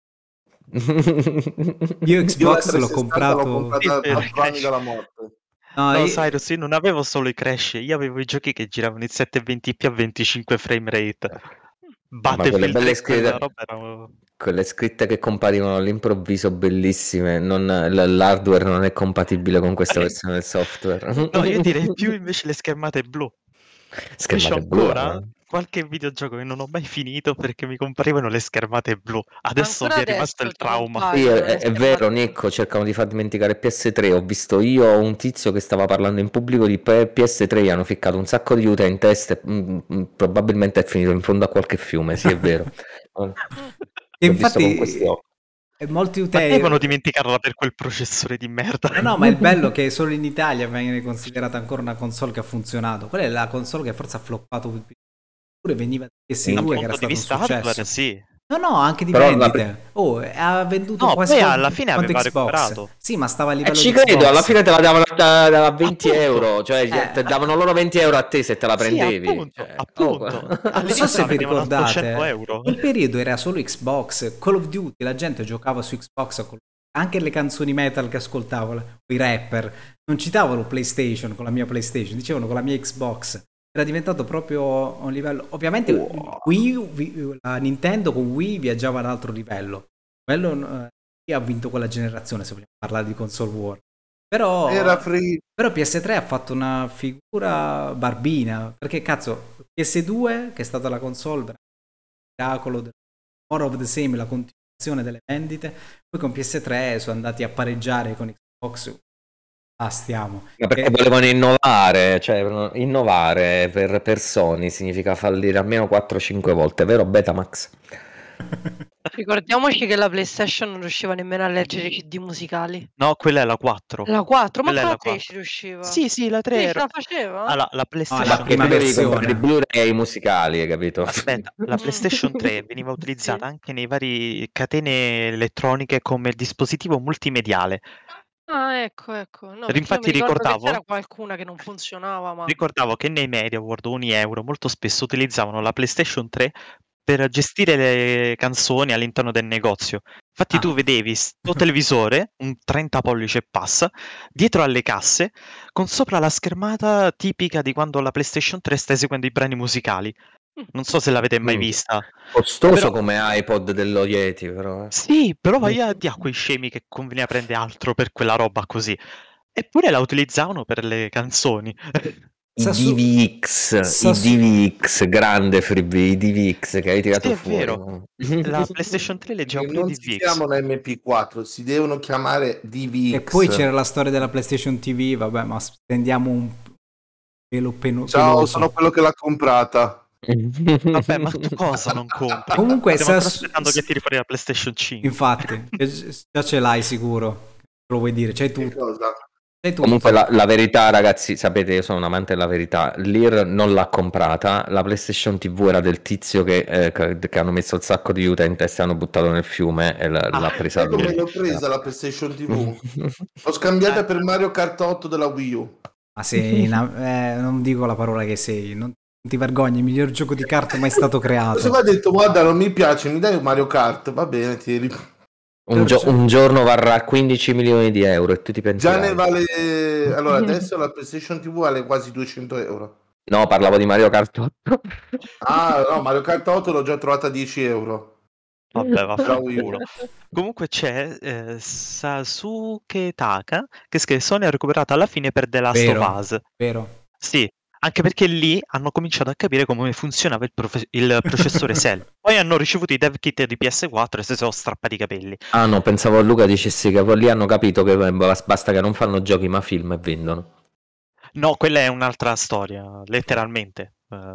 io Io Xbox la l'ho 360 comprato. l'ho comprata Sì, 4 anni dalla morte. No, No, io- Cyrus, io non avevo solo i crash, io avevo i giochi che giravano in 720p a 25 frame rate. Battlefield belle 3, quella schede- roba era... Quelle scritte che comparivano all'improvviso, bellissime. L'hardware non è compatibile con questa versione del software. No, io direi più invece le schermate blu. Io c'ho Schermate blu. ancora qualche videogioco che non ho mai finito perché mi comparivano le schermate blu. Adesso Ancora mi è rimasto il adesso ti trauma. compaiono Sì, le è schermate vero, blu. Nico, cercano di far dimenticare PS3. Ho visto io un tizio che stava parlando in pubblico di PS3, gli hanno ficcato un sacco di UTA in testa e probabilmente è finito in fondo a qualche fiume, sì, è vero. E L'ho visto con infatti questi occhi. molti Ma utenti devono dimenticarla per quel processore di merda. No, ma il bello è che solo in Italia viene considerata ancora una console che ha funzionato. Quella è la console che forse ha floppato più. Pure veniva da Dal PS2 che era punto di stato un vista successo. hardware, sì. No, anche di Però vendite. Ha venduto No, quasi poi quanto alla fine aveva Xbox. recuperato. Sì, ma stava a livello Ci di Xbox. credo, alla fine te la davano da 20 Appunto. euro, cioè te davano loro 20 euro a te se te la Sì, prendevi. appunto, Cioè, appunto. oh. Non so All'inizio se la vi vendevano a 800 ricordate, euro. quel periodo era solo Xbox, Call of Duty, la gente giocava su Xbox, anche le canzoni metal che ascoltavo, i rapper, non citavano PlayStation con la mia PlayStation, dicevano con la mia Xbox. Era diventato proprio un livello. Ovviamente la Nintendo con Wii viaggiava ad altro livello. Quello ha vinto quella generazione, se vogliamo parlare di console war. Però Era free. Però PS3 ha fatto una figura barbina, perché cazzo, PS2, che è stata la console, il miracolo del more of the same, la continuazione delle vendite, poi con PS3 sono andati a pareggiare con Xbox. Stiamo. Ma perché volevano innovare, cioè innovare per Sony significa fallire almeno 4-5 volte, vero Betamax? Ricordiamoci che la PlayStation non riusciva nemmeno a leggere i CD musicali. No, quella è la 4. La 4, ma Quella è la la 3 4. ci riusciva. Sì, la 3 3 ce era... la faceva? Allora, la la PlayStation prima Perché tu devi versione. comprare i Blu-ray musicali, hai capito? Aspetta, la PlayStation 3 veniva utilizzata anche nei vari catene elettroniche come dispositivo multimediale. Ah, ecco. No, perché io Infatti mi ricordo che ricordavo, c'era qualcuna che non funzionava, ma... ricordavo che nei Media World o Unieuro molto spesso utilizzavano la PlayStation 3 per gestire le canzoni all'interno del negozio. Infatti tu vedevi sto televisore, un 30 pollici e passa, dietro alle casse, con sopra la schermata tipica di quando la PlayStation 3 sta eseguendo i brani musicali. Non so se l'avete mai vista. Costoso Però- come iPod dello Yeti, però. Sì, però vai a di a quei scemi che conveniva prendere altro per quella roba così. Eppure la utilizzavano per le canzoni. I Sa su- DVX, sa i su- DVX, grande Freebie, i DVX che hai tirato Sì, è fuori. vero. no? La PlayStation 3 leggeva Che pure non si DVX. chiamano MP4, si devono chiamare DVX. E poi c'era la storia della PlayStation TV, vabbè, ma stendiamo un pelo Ciao, peloso. sono quello che l'ha comprata. Vabbè, ma tu cosa non compri? Comunque, Stiamo ancora sa- aspettando che tiri fuori la PlayStation 5. Infatti, già ce l'hai sicuro. Lo vuoi dire? C'hai Che tutto. cosa? C'hai tutto. Comunque la verità, ragazzi, sapete, io sono un amante della verità. L'IR non l'ha comprata, la PlayStation TV era del tizio che hanno messo il sacco di utenti e si hanno buttato nel fiume e l'ha presa Sai come lui. l'ho presa la PlayStation TV? L'ho scambiata per Mario Kart 8 della Wii U. Ma sei non dico la parola che sei, non ti vergogni, il miglior gioco di carte mai stato Se creato. mi ha detto, guarda, non mi piace, mi dai un Mario Kart? Va bene, tieni. Un giorno varrà 15 milioni di euro e tu ti pensi... Già ne vale... Allora, adesso la PlayStation TV vale quasi 200 euro. No, parlavo di Mario Kart 8. Ah, no, Mario Kart 8 l'ho già trovata a 10 euro. Vabbè, Bravo vaffanculo. io. Comunque c'è Sasuke Taka che scrive Sony ha recuperato alla fine per The Last Vero. of Us. Vero? Sì, anche perché lì hanno cominciato a capire come funzionava il processore Cell. Poi hanno ricevuto i dev kit di PS4 e si sono strappati i capelli. Ah no, pensavo a Luca dicessi che lì hanno capito che basta che non fanno giochi ma film e vendono. No, quella è un'altra storia, letteralmente.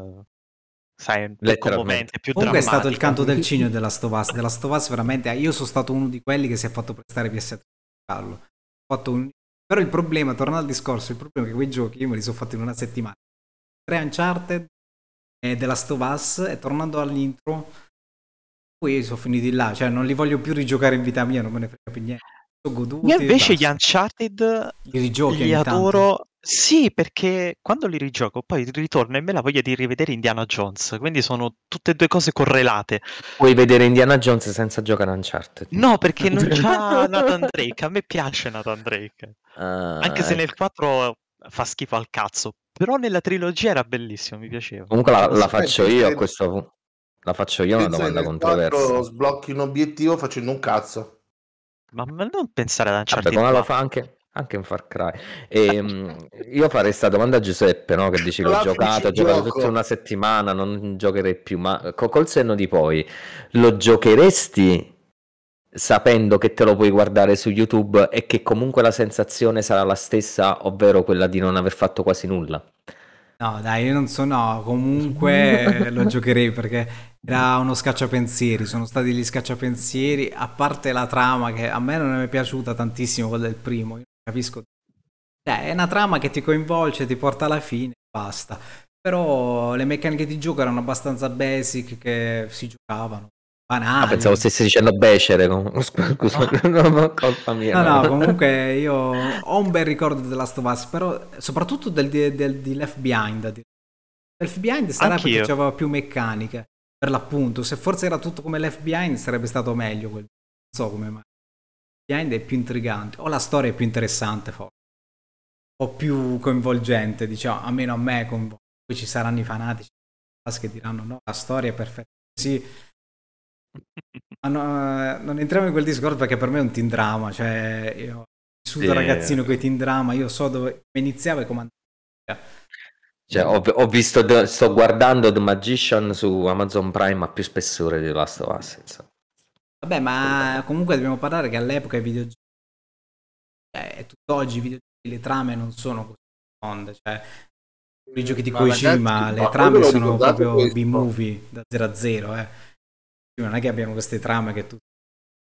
Sai, più Letteralmente. commovente, più Comunque è stato il drammatica. canto del cigno della Stovaz. Della Stovaz veramente, io sono stato uno di quelli che si è fatto prestare PS3 per giocarlo. Ho fatto Però il problema, tornando al discorso, il problema è che quei giochi io me li sono fatti in una settimana. 3 Uncharted e della Stovaz e tornando all'intro poi sono finiti là, cioè non li voglio più rigiocare in vita mia, non me ne frega più niente. Sono goduti Io e invece gli basta. Uncharted Li rigiochi li ogni tanto. adoro. Sì, perché quando li rigioco poi ritorno e me la voglia di rivedere Indiana Jones, quindi sono tutte e due cose correlate. Puoi vedere Indiana Jones senza giocare a Uncharted. No, perché non c'ha Nathan Drake, a me piace Nathan Drake. Anche se nel ecco. 4 fa schifo al cazzo, però nella trilogia era bellissimo, mi piaceva. Comunque la Aspetta, faccio io a pensa- questo punto. La faccio io una Pensa che domanda nel 4 controversa. sblocchi un obiettivo facendo un cazzo. Ma non pensare ad Vabbè, Uncharted come lo 4. fa anche in Far Cry. Io farei sta domanda a Giuseppe, no? Che dici l'ho La giocato, ho finisci il giocato gioco. tutta una settimana, non giocherei più, ma col senno di poi, lo giocheresti sapendo che te lo puoi guardare su YouTube e che comunque la sensazione sarà la stessa, ovvero quella di non aver fatto quasi nulla? No, dai, io non so, no, comunque lo giocherei perché era uno scacciapensieri, sono stati gli scacciapensieri, a parte la trama che a me non è piaciuta tantissimo quella del primo, io capisco. È una trama che ti coinvolge, ti porta alla fine, basta. Però le meccaniche di gioco erano abbastanza basic che si giocavano, banali. Pensavo stessi dicendo becere, scusa, no, colpa mia. No, comunque io ho un bel ricordo di The Last of Us, però soprattutto di Left Behind. Left Behind sarà Anch'io. perché c'aveva più meccaniche, per l'appunto. Se forse era tutto come Left Behind sarebbe stato meglio. Non so come mai. Left Behind è più intrigante, o la storia è più interessante forse, o più coinvolgente, diciamo, almeno a me coinvolge. Poi ci saranno i fanatici che diranno no, la storia è perfetta. Sì. Ma non entriamo in quel discorso perché per me è un teen drama, cioè io ho vissuto Sì. ragazzino con i teen drama, io so dove iniziava e come andava. Cioè, ho visto, sto guardando The Magician su Amazon Prime, ha più spessore di The Last of Us. Insomma. Vabbè, ma comunque dobbiamo parlare che all'epoca i videogiochi, e tutt'oggi i videogiochi, le trame non sono così profonde, cioè i giochi di Ma Kojima, ragazzi, le ma trame voi ve lo sono ricordate proprio questo? B-movie da 0 a 0, non è che abbiamo queste trame che tutte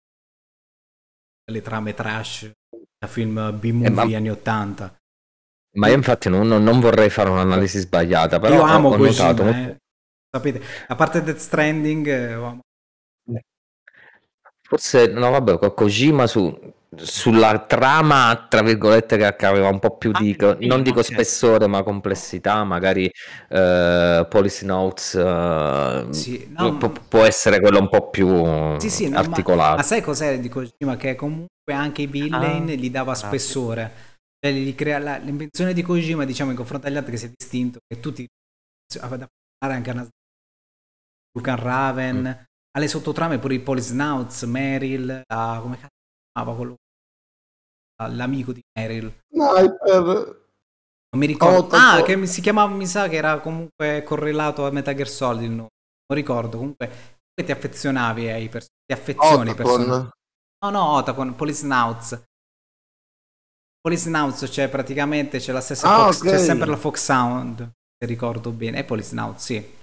le trame trash da film B-movie anni 80. Ma io infatti non vorrei fare un'analisi sbagliata, però Io amo ho Kojima, notato sapete, a parte Death Stranding, forse no vabbè, Kojima su sulla trama, tra virgolette, che aveva un po' più di, sì, non dico ok. spessore, ma complessità, magari Policy Notes Sì, no, può essere quello un po' più sì, no, ma articolato. sai cos'è di Kojima? Che comunque anche i villain Ah, gli dava sì. spessore. Cioè, l'invenzione di Kojima, diciamo, in confronto agli altri che si è distinto, che tutti avevano da fare anche una Vulcan Raven, alle sottotrame pure i Policenauts, Meryl, come cazzo si chiamava quello? L'amico di Meryl. Sniper. Non mi ricordo. Otaco. Che si chiamava, mi sa che era comunque correlato a Metal Gear Solid il nome. Non ricordo. Comunque ti affezionavi ai personaggi. Ti affezioni ai personaggi. Otacon. No, Otacon, Policenauts. Policenauts, cioè praticamente c'è la stessa Ah, Fox, c'è sempre la ok. Fox Sound, se ricordo bene. È Policenauts, sì.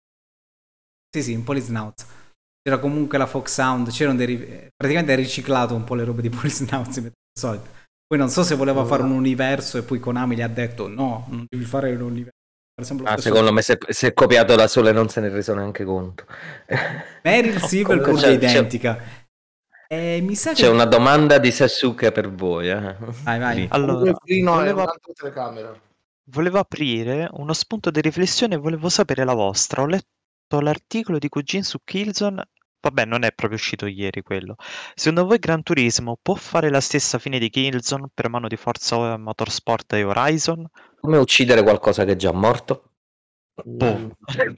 Sì, in Policenauts. C'era comunque la Fox Sound, c'erano praticamente è riciclato un po' le robe di Policenauts in Metal Gear Solid. Poi non so se voleva fare un universo e poi Konami gli ha detto no, non devi fare un universo. Per esempio, lo stesso Secondo me si è copiato da solo e non se ne è reso neanche conto. Meryl sì, per Comunque curva identica. Mi sa c'è che... una domanda di Sasuke per voi. Vai. Lì. Allora, Comunque, no, è volevo, un'altra telecamera. volevo aprire uno spunto di riflessione e volevo sapere la vostra. Ho letto l'articolo di Cugin su Killzone. Vabbè, non è proprio uscito ieri quello. Secondo voi Gran Turismo può fare la stessa fine di Killzone per mano di Forza Motorsport e Horizon? Come uccidere qualcosa che è già morto? Boh.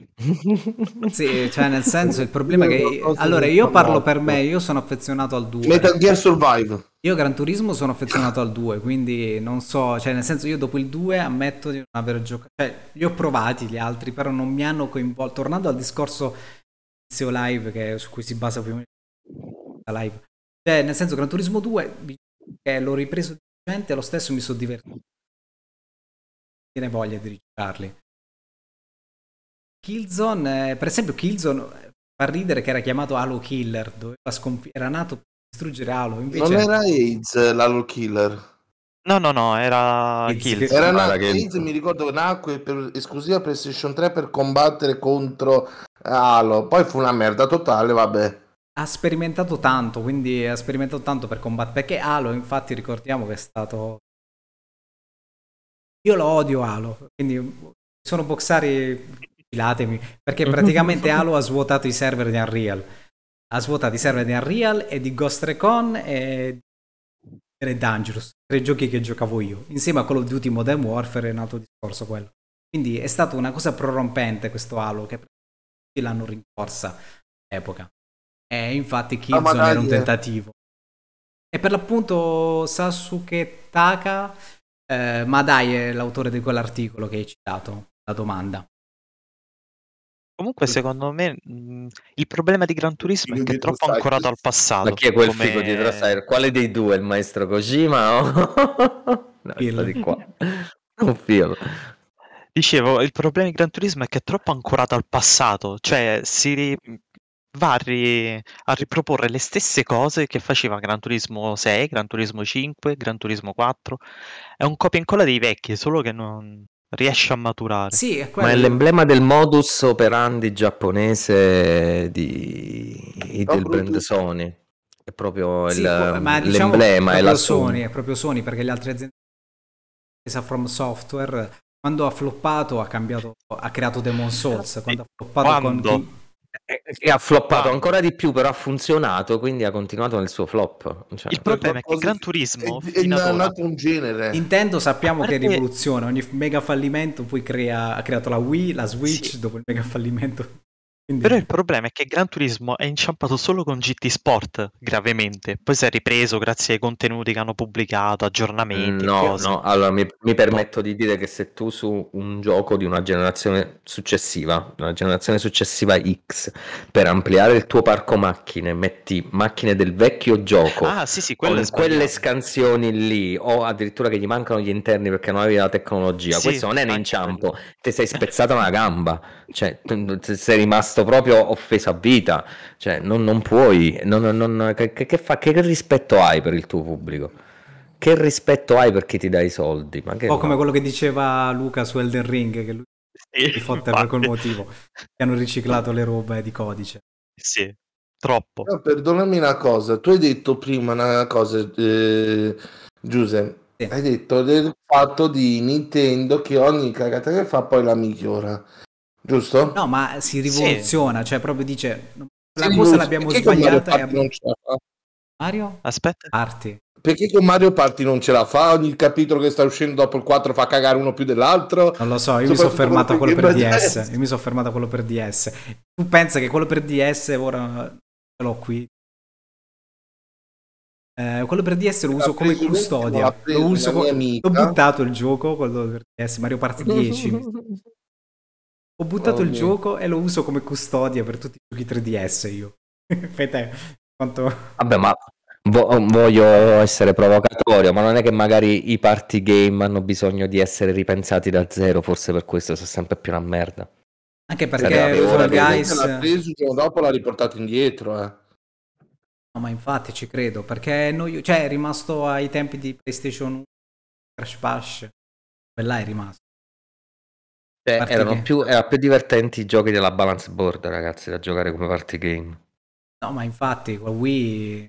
Sì, cioè nel senso il problema è che... Qualcosa Allora, che io fa parlo per morto. me, io sono affezionato al 2. Metal Gear Survive. Io Gran Turismo sono affezionato al 2, quindi non so, cioè nel senso io dopo il 2 ammetto di non aver giocato, cioè li ho provati gli altri, però non mi hanno coinvolto. Tornando al discorso inizio live su cui si basa più o meno la live, cioè nel senso Gran Turismo 2 che l'ho ripreso di recente, lo stesso mi sono divertito, tiene voglia di rigiocarli. Killzone, per esempio Killzone fa ridere che era chiamato Halo Killer, era nato per distruggere Halo, invece... Non era AIDS l'Halo Killer. No, era AIDS, Killzone. Era Guarda che- AIDS, mi ricordo che nacque per esclusiva PlayStation 3 per combattere contro Halo. Poi fu una merda totale, vabbè. Ha sperimentato tanto, quindi ha sperimentato tanto per combattere. Perché Halo, infatti, ricordiamo che è stato. Io lo odio Halo, quindi sono boxari, filatemi. Perché praticamente Halo ha svuotato i server di Unreal. Ha svuotato i server di Unreal e di Ghost Recon e Red Dangerous, 3 giochi che giocavo io. Insieme a Call of Duty Modern Warfare è nato il discorso quello. Quindi è stata una cosa prorompente questo Halo che l'hanno rincorsa all'epoca. E infatti Killzone era un tentativo. E per l'appunto Sasuke Taka, Madai è l'autore di quell'articolo che hai citato, la domanda. Comunque, secondo me, il problema di Gran Turismo è che è troppo ancorato al passato. Ma chi è quel come- figo dietro Cyber? Quale dei due? Il maestro Kojima? No, Phil. sta di qua. Un filo. Dicevo, il problema di Gran Turismo è che è troppo ancorato al passato, cioè va a riproporre le stesse cose che faceva Gran Turismo 6, Gran Turismo 5, Gran Turismo 4. È un copia e incolla dei vecchi, solo che non riesce a maturare. Sì, è Ma è quello. l'emblema del modus operandi giapponese del brand Sony. È proprio Sì, ma diciamo l'emblema, è proprio la Sony, è proprio Sony, perché le altre aziende From Software quando ha floppato ha creato Demon Souls, quando ha floppato Quando? E ha floppato Quando? ancora di più, però ha funzionato, quindi ha continuato nel suo flop. Cioè, Il problema è che Gran Turismo è fino ad ora... nato un genere. Nintendo sappiamo che è parte- rivoluzione, ogni mega fallimento poi ha creato la Wii, la Switch Sì. dopo il mega fallimento. Quindi... Però il problema è che Gran Turismo è inciampato solo con GT Sport, gravemente. Poi si è ripreso grazie ai contenuti che hanno pubblicato, aggiornamenti e cose. No, allora mi permetto di dire che se tu su un gioco di una generazione successiva X, per ampliare il tuo parco macchine, metti macchine del vecchio gioco Ah, sì, quello è con sbagliato. quelle scansioni lì, o addirittura che gli mancano gli interni perché non avevi la tecnologia, Sì, questo non è un anche inciampo, ti sei spezzata una gamba, cioè sei rimasto proprio offeso a vita, cioè non puoi, che rispetto hai per il tuo pubblico? Che rispetto hai per chi ti dà i soldi? Ma che Un po' come quello che diceva Luca su Elden Ring, che lui Sì, si fotte per quel motivo, che hanno riciclato le robe di codice. Sì. Troppo. No, perdonami una cosa, tu hai detto prima una cosa, Giuseppe, Sì. hai detto del fatto di Nintendo che ogni cagata che fa poi la migliora, giusto? No, ma si rivoluziona, cioè proprio dice la cosa l'abbiamo Perché con Mario sbagliata Party non ce la fa? Mario Aspetta. Party. Perché con Mario Party non ce la fa? Ogni capitolo che sta uscendo dopo il 4 fa cagare uno più dell'altro. Non lo so, io mi sono fermato a quello per Game Boy DS. Io mi sono fermato a quello per DS. Tu pensa che quello per DS ora ce l'ho qui. Quello per DS lo uso come custodia. Lo uso L'ho buttato il gioco, quello per DS, Mario Party 10. Ho buttato il gioco e lo uso come custodia per tutti i giochi 3DS io. Fai te quanto... Vabbè, ma voglio essere provocatorio, ma non è che magari i party game hanno bisogno di essere ripensati da zero, forse per questo sono sempre più una merda. Anche perché Fall Guys... l'ha preso, il giorno dopo l'ha riportato indietro, No, ma infatti ci credo, perché cioè, è rimasto ai tempi di PlayStation 1, Crash Bash, quella è rimasto. Cioè, erano più divertenti i giochi della balance board, ragazzi, da giocare come party game. No, ma infatti, con Wii...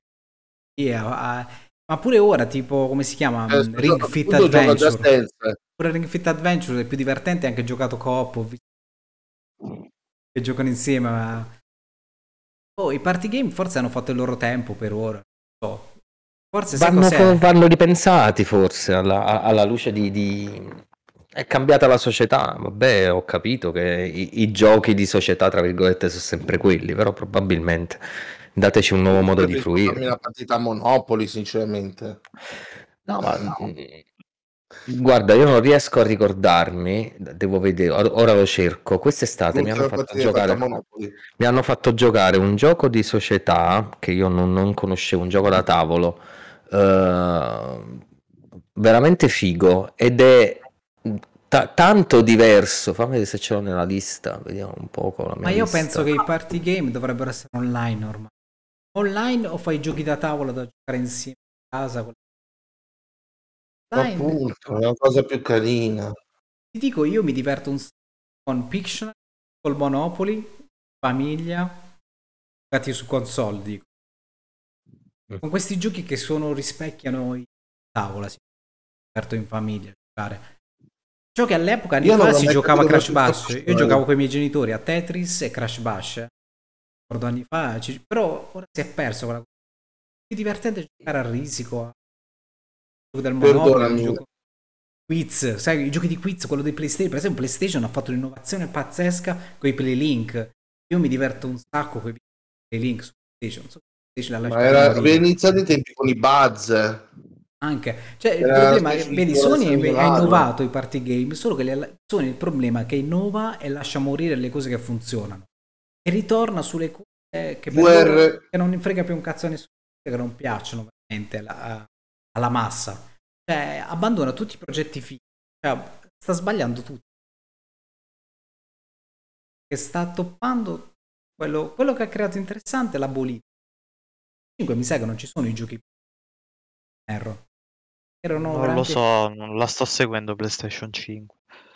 ma pure ora, tipo, come si chiama? Ring Fit Adventure. Pure Ring Fit Adventure è più divertente, anche giocato co-op, che giocano insieme, ma... Oh, i party game forse hanno fatto il loro tempo per ora. So. Forse vanno ripensati, forse, alla luce di... È cambiata la società, vabbè, ho capito che i giochi di società, tra virgolette, sono sempre quelli, però probabilmente dateci un nuovo modo di fruire. La partita Monopoli, sinceramente. No, ma... Guarda, io non riesco a ricordarmi, devo vedere, ora lo cerco. Quest'estate mi hanno fatto giocare un gioco di società che io non conoscevo, un gioco da tavolo veramente figo ed è tanto diverso. Fammi vedere se ce l'ho nella lista, vediamo un po' con la mia lista. Penso che i party game dovrebbero essere online ormai. Online o fai giochi da tavolo da giocare insieme a casa? Appunto, è una cosa più carina. Ti dico, io mi diverto con Pictionary, col Monopoly, famiglia, giocati su console, dico. Con questi giochi che rispecchiano i tavola, si diverto in famiglia a giocare. Ciò che all'epoca anni fa si giocava a Crash Bash. Io giocavo con i miei genitori a Tetris e Crash Bash. Ricordo anni fa, però ora si è perso quella cosa. È divertente giocare a risico, a gioco del Monopoly, gioco quiz, sai, i giochi di quiz, quello dei PlayStation, per esempio PlayStation ha fatto un'innovazione pazzesca con i Playlink. Io mi diverto un sacco con i Playlink su PlayStation. Aveva iniziato i tempi con i Buzz. Anche, cioè il problema è, vedi, Sony ha innovato i party game, solo che Sony il problema è che innova e lascia morire le cose che funzionano e ritorna sulle cose che, che non frega più un cazzo a nessuno, che non piacciono veramente alla massa. Cioè, abbandona tutti i progetti fighi, cioè, sta sbagliando tutto. Che sta toppando quello che ha creato interessante è la politica. 5 mi sa che non ci sono i giochi erro. Erano non veramente... lo so, non la sto seguendo PlayStation 5.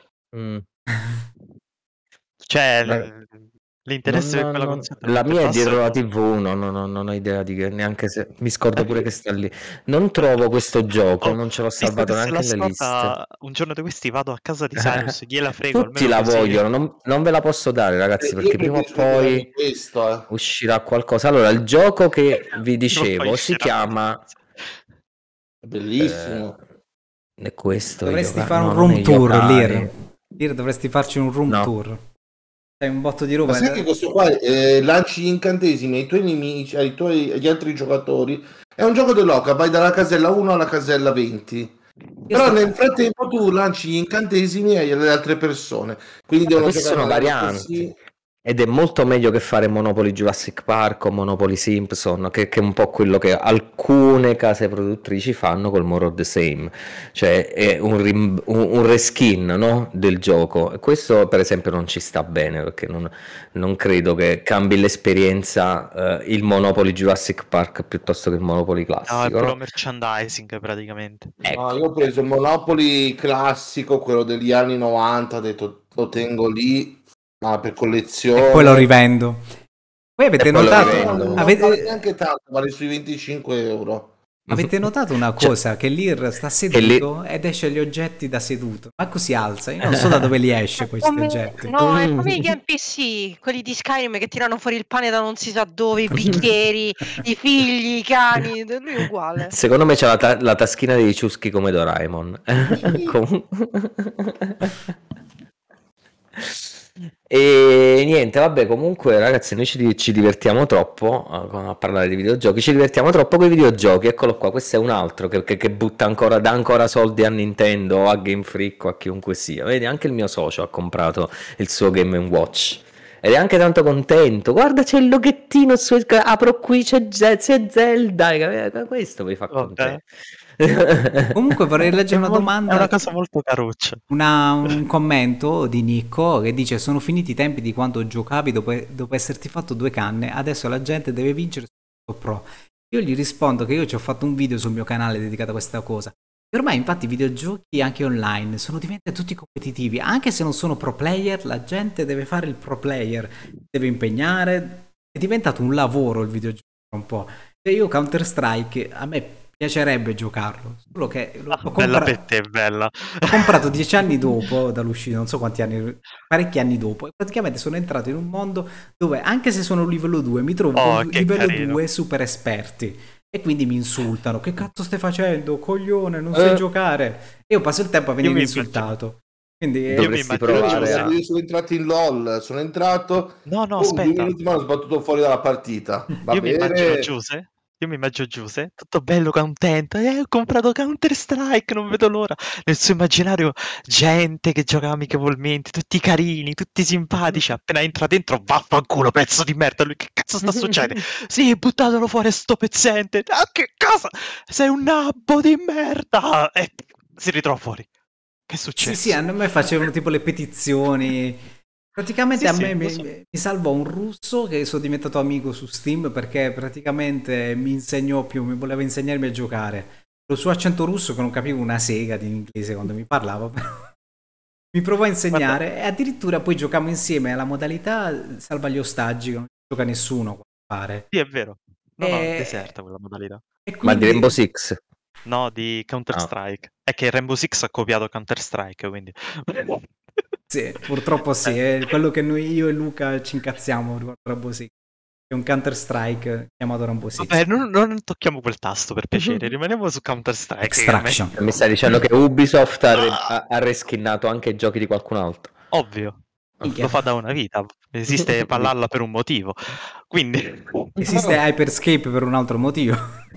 Cioè, l'interesse per quella console la mia è dietro la TV, non ho idea di che, neanche se mi scordo pure che sta lì. Non trovo questo gioco, non ce l'ho salvato neanche nelle liste. Un giorno di questi vado a casa di Cyrus, gliela frego. Tutti la vogliono, non ve la posso dare, ragazzi, perché prima o poi uscirà qualcosa. Allora, il gioco che vi dicevo si chiama... Bellissimo. È questo. Dovresti fare un room tour, Lir, dovresti farci un room tour. Sei un botto di roba. Ma sai che questo qua lanci gli incantesimi ai tuoi nemici, agli altri giocatori. È un gioco dell'oca, vai dalla casella 1 alla casella 20. Però nel frattempo tu lanci gli incantesimi alle altre persone. Quindi devono queste sono varianti. Ed è molto meglio che fare Monopoly Jurassic Park o Monopoly Simpson, che è un po' quello che alcune case produttrici fanno col More of the Same, cioè è un reskin, no, del gioco. Questo per esempio non ci sta bene, perché non credo che cambi l'esperienza il Monopoly Jurassic Park piuttosto che il Monopoly classico. No, è puro merchandising praticamente. Ecco. No, io ho preso il Monopoly classico, quello degli anni 90, ho detto lo tengo lì per collezione e poi lo rivendo. Poi avete È quello che notato, vendo. Non vale neanche tanto, vale sui 25 euro. avete notato una Cioè, cosa? Che l'IR sta che lì- seduto ed esce gli oggetti da seduto. Ma così alza. Io non so da dove li esce questi oggetti. No, è come gli NPC, quelli di Skyrim che tirano fuori il pane da non si sa dove, i bicchieri, i figli, i cani, lui è uguale. Secondo me c'è la taschina dei ciuschi come Doraemon. E niente, vabbè, comunque ragazzi, noi ci divertiamo troppo a parlare di videogiochi, ci divertiamo troppo con i videogiochi. Eccolo qua, questo è un altro che butta ancora, dà ancora soldi a Nintendo o a Game Freak o a chiunque sia. Vedi, anche il mio socio ha comprato il suo Game & Watch ed è anche tanto contento. Guarda, c'è il loghettino, apro qui, c'è Zelda, questo mi fa contento. Comunque vorrei leggere una È domanda. una cosa molto caruccia. Un commento di Nicco che dice: sono finiti i tempi di quando giocavi dopo esserti fatto 2 canne, adesso la gente deve vincere su Pro. Io gli rispondo che io ci ho fatto un video sul mio canale dedicato a questa cosa. E ormai infatti i videogiochi anche online sono diventati tutti competitivi, anche se non sono pro player, la gente deve fare il pro player, deve impegnare, è diventato un lavoro il videogioco un po'. Cioè io Counter Strike a me piacerebbe giocarlo, solo che Bella per te, bella. l'ho comprato 10 anni dopo dall'uscita, non so quanti anni, parecchi anni dopo, e praticamente sono entrato in un mondo dove anche se sono livello 2 mi trovo con che livello carino. 2 super esperti e quindi mi insultano: che cazzo stai facendo, coglione, non sai giocare. E io passo il tempo a venire mi insultato. Quindi Dovresti immagino- provare Io sono entrato in LOL, sono entrato, No, 2 aspetta. minuti mi hanno sbattuto fuori dalla partita. Va Io mi immagino bene. Giuse. Io mi immagino Giuse, tutto bello, contento. Ho comprato Counter Strike, non vedo l'ora. Nel suo immaginario, gente che gioca amichevolmente, tutti carini, tutti simpatici. Appena entra dentro, vaffanculo, pezzo di merda. Lui, che cazzo sta succedendo? Sì, buttatelo fuori, sto pezzente. Ah, che cosa? Sei un nabbo di merda. E si ritrova fuori. Che è successo? sì, a me facevano tipo le petizioni. Praticamente Sì, a sì, me lo so. mi salvò un russo che sono diventato amico su Steam perché praticamente mi voleva insegnarmi a giocare. Lo suo accento russo che non capivo una sega di inglese quando mi parlava, però mi provò a insegnare e addirittura poi giocammo insieme alla modalità salva gli ostaggi, che non gioca nessuno, a quanto pare. Sì, è vero. No, no, è E- deserta quella modalità. E ma di quindi Rainbow Six. No, di Counter Strike. È che Rainbow Six ha copiato Counter Strike, quindi... sì, purtroppo sì, è quello che io e Luca ci incazziamo riguardo Rainbow Six. È un Counter Strike chiamato Rainbow Six. Vabbè, non tocchiamo quel tasto per piacere, rimaniamo su Counter Strike. Extraction. Mi stai dicendo che Ubisoft ha reskinnato anche i giochi di qualcun altro? Ovvio, Minchia. lo fa da una vita. Esiste Valhalla per un motivo. Quindi... Esiste Hyperscape per un altro motivo.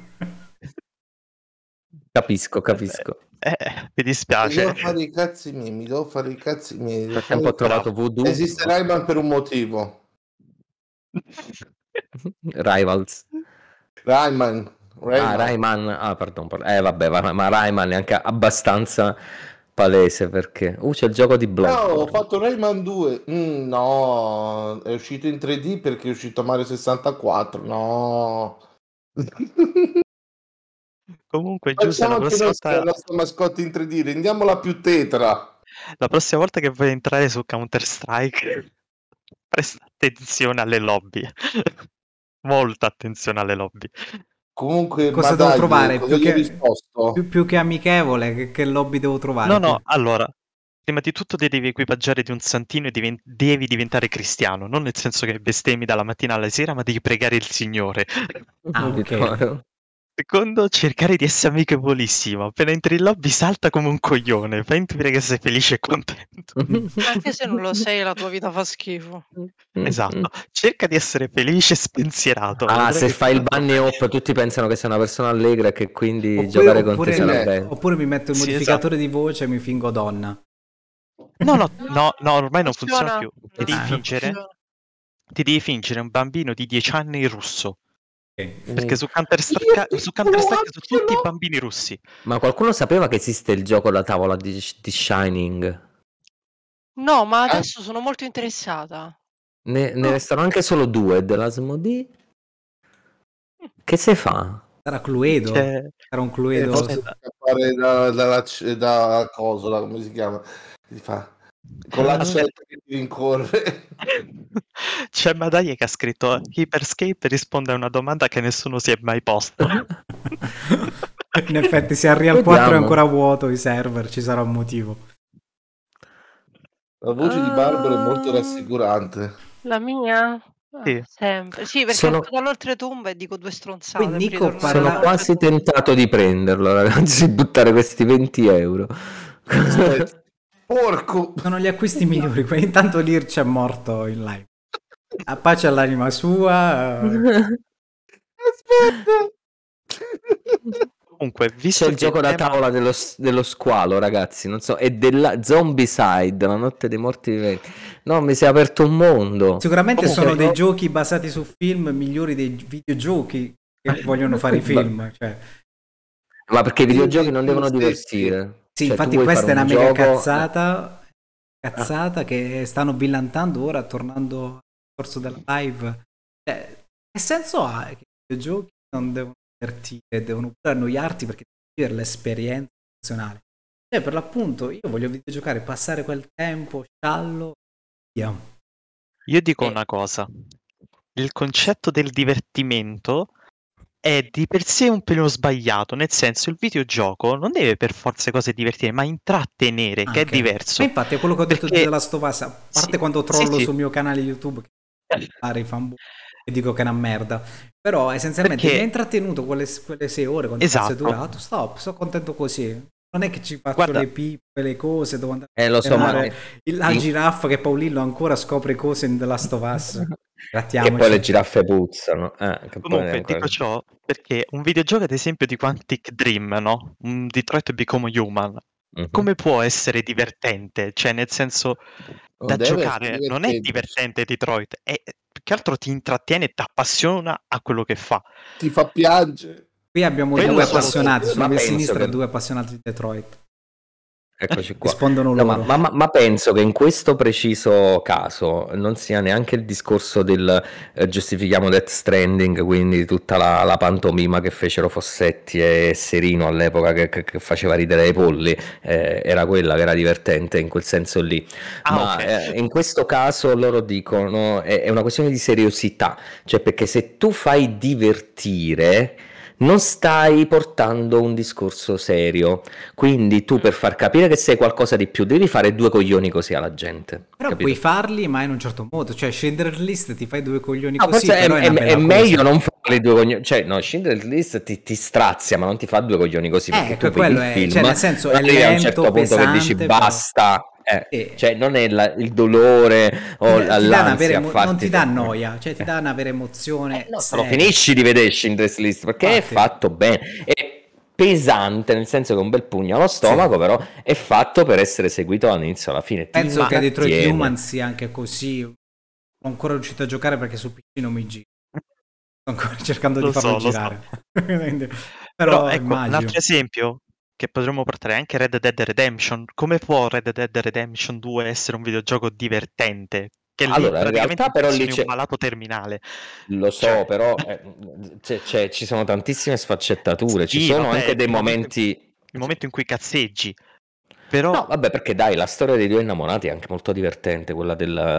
Capisco. mi dispiace. Devo fare i cazzi miei, mi devo fare i cazzi miei. Nel frattempo ho trovato Voodoo. Esiste Rayman per un motivo. Rivals. Rayman. Rayman. Pardon. Vabbè, ma Rayman è anche abbastanza palese perché... c'è il gioco di No, Bloodborne. ho fatto Rayman 2. No, è uscito in 3D perché è uscito Mario 64. No. Comunque, Giuseppe, Facciamo anche la nostra mascotte in 3D, rendiamola più tetra. La prossima volta che vuoi entrare su Counter Strike, presta attenzione alle lobby. Molta attenzione alle lobby. Comunque, Cosa ma devo dai, trovare? cosa gli hai risposto? Più che amichevole, che lobby devo trovare? No, allora, prima di tutto ti devi equipaggiare di un santino e devi diventare cristiano, non nel senso che bestemmi dalla mattina alla sera, ma devi pregare il Signore. Ah, ok. Secondo, cercare di essere amichevolissimo. Appena entri in lobby, salta come un coglione. Fai intuire che sei felice e contento. Anche se non lo sei, la tua vita fa schifo. Esatto. Cerca di essere felice e spensierato. Vedrai Se che fai il tutto bunny bene. hop tutti pensano che sei una persona allegra e che quindi giocare con te sarà bello. Oppure mi metto il Sì, modificatore di voce e mi fingo donna. No, ormai non funziona più. Ti devi non fingere. Ti devi fingere un bambino di 10 anni russo. Ok. Perché su Counter Strike sono tutti bambini russi. Ma qualcuno sapeva che esiste il gioco da tavola di Shining? No, ma adesso sono molto interessata. Ne restano anche solo 2 dell'Asmodee. Che se fa? Sarà Cluedo? Cioè, Sarà un Cluedo? Forse scappare da cosa, come si chiama? Si fa con l'accetta che ti rincorre. C'è Madai che ha scritto Hyperscape risponde a una domanda che nessuno si è mai posto. In effetti se Unreal 4 è Vediamo. ancora vuoto i server ci sarà un motivo. La voce di Barbara è molto rassicurante. La mia? Sì. Sempre. Sì, perché Sono- esco dall'oltretomba e dico due stronzate. Quindi, Nico, per ritornare Sono Parla- quasi dall'oltretomba. tentato di prenderlo, ragazzi, di buttare questi 20 euro. Aspetta. Porco! Sono gli acquisti migliori. Intanto Lirch è morto in live. A pace all'anima sua. Aspetta! Comunque, C'è visto il che gioco da tema- tavola dello squalo, ragazzi, non so, è della Zombicide, la notte dei morti viventi. No, mi si è aperto un mondo. Sicuramente Comunque, sono dei no. giochi basati su film migliori dei videogiochi che vogliono fare i film. Cioè. Ma perché i Io videogiochi dei non devono film stessi. divertire. Sì, Cioè, tu infatti vuoi questa è fare una un mega gioco, cazzata che stanno villantando ora, tornando al corso della live. Che senso ha che i videogiochi non devono divertire, devono pure annoiarti perché devi vivere l'esperienza emozionale. Cioè, per l'appunto, io voglio videogiocare, passare quel tempo, sciallo, via. io dico una cosa. Il concetto del divertimento è di per sé un pelino sbagliato, nel senso il videogioco non deve per forza cose divertire, ma intrattenere, che è Anche. diverso. Ma infatti è quello che ho detto Perché- della Stovassa, a parte Sì, quando trollo sì. sul mio canale YouTube che fare i fanboy e dico che è una merda, però essenzialmente Perché- mi ha intrattenuto quelle 6 ore quando Esatto. è durato, stop, sono contento così, non è che ci faccio Guarda- le pippe, le cose, devo andare lo so, ma a la giraffa che Paolillo ancora scopre cose in The Last of Us. che Grattiamoci. poi le giraffe puzzano. Che poi Comunque ancora- dico ciò perché un videogioco ad esempio di Quantic Dream, no? Un Detroit Become Human, Mhm. come può essere divertente? Cioè nel senso Non da deve giocare essere non è divertente. divertente Detroit, è più che altro ti intrattiene e ti appassiona a quello che fa. Ti fa piangere. Qui abbiamo Quello due solo- appassionati, ma sulla mia penso sinistra che- due appassionati di Detroit. Eccoci qua. Rispondono No, loro. ma penso che in questo preciso caso non sia neanche il discorso del giustifichiamo Death Stranding, quindi tutta la pantomima che fecero Fossetti e Serino all'epoca che faceva ridere i polli, era quella che era divertente in quel senso lì. Ma ok. in questo caso loro dicono è una questione di seriosità, cioè perché se tu fai divertire non stai portando un discorso serio, quindi tu per far capire che sei qualcosa di più devi fare due coglioni così alla gente. Però capito? puoi farli, ma in un certo modo. Cioè, Schindler's List ti fai due coglioni No, così, forse però è una bella è meglio cosa. non fare due coglioni, cioè no, Schindler's List ti strazia, ma non ti fa due coglioni così, perché tu vedi quello il è, film, cioè, nel senso, non è arrivi a un lento, certo punto che dici pesante, però- basta, Sì. cioè non è il dolore o Ti dà una l'ansia vera a farti non ti dà dormire. noia, cioè ti dà una vera emozione. No, se lo seria. finisci di vedere Schindler's List perché è Infatti. fatto bene, è pesante nel senso che è un bel pugno allo stomaco, però è fatto per essere seguito dall'inizio alla fine. Ti Penso che Detroit intrattiene. Human sia anche così. Non ho ancora riuscito a giocare perché su PC non mi gira. Sto ancora cercando Lo di farlo so, lo so. girare. Quindi- Però Però ecco, un immagino. altro esempio che potremmo portare è anche Red Dead Redemption. Come può Red Dead Redemption 2 essere un videogioco divertente? Che lì Allora, in praticamente realtà però lì funzioni c'è... un malato terminale. Lo so, Cioè- però ci sono tantissime sfaccettature, ci Sì, sono vabbè, anche dei il momenti... Il momento in cui cazzeggi. Però No, vabbè, perché dai, la storia dei due innamorati è anche molto divertente, quella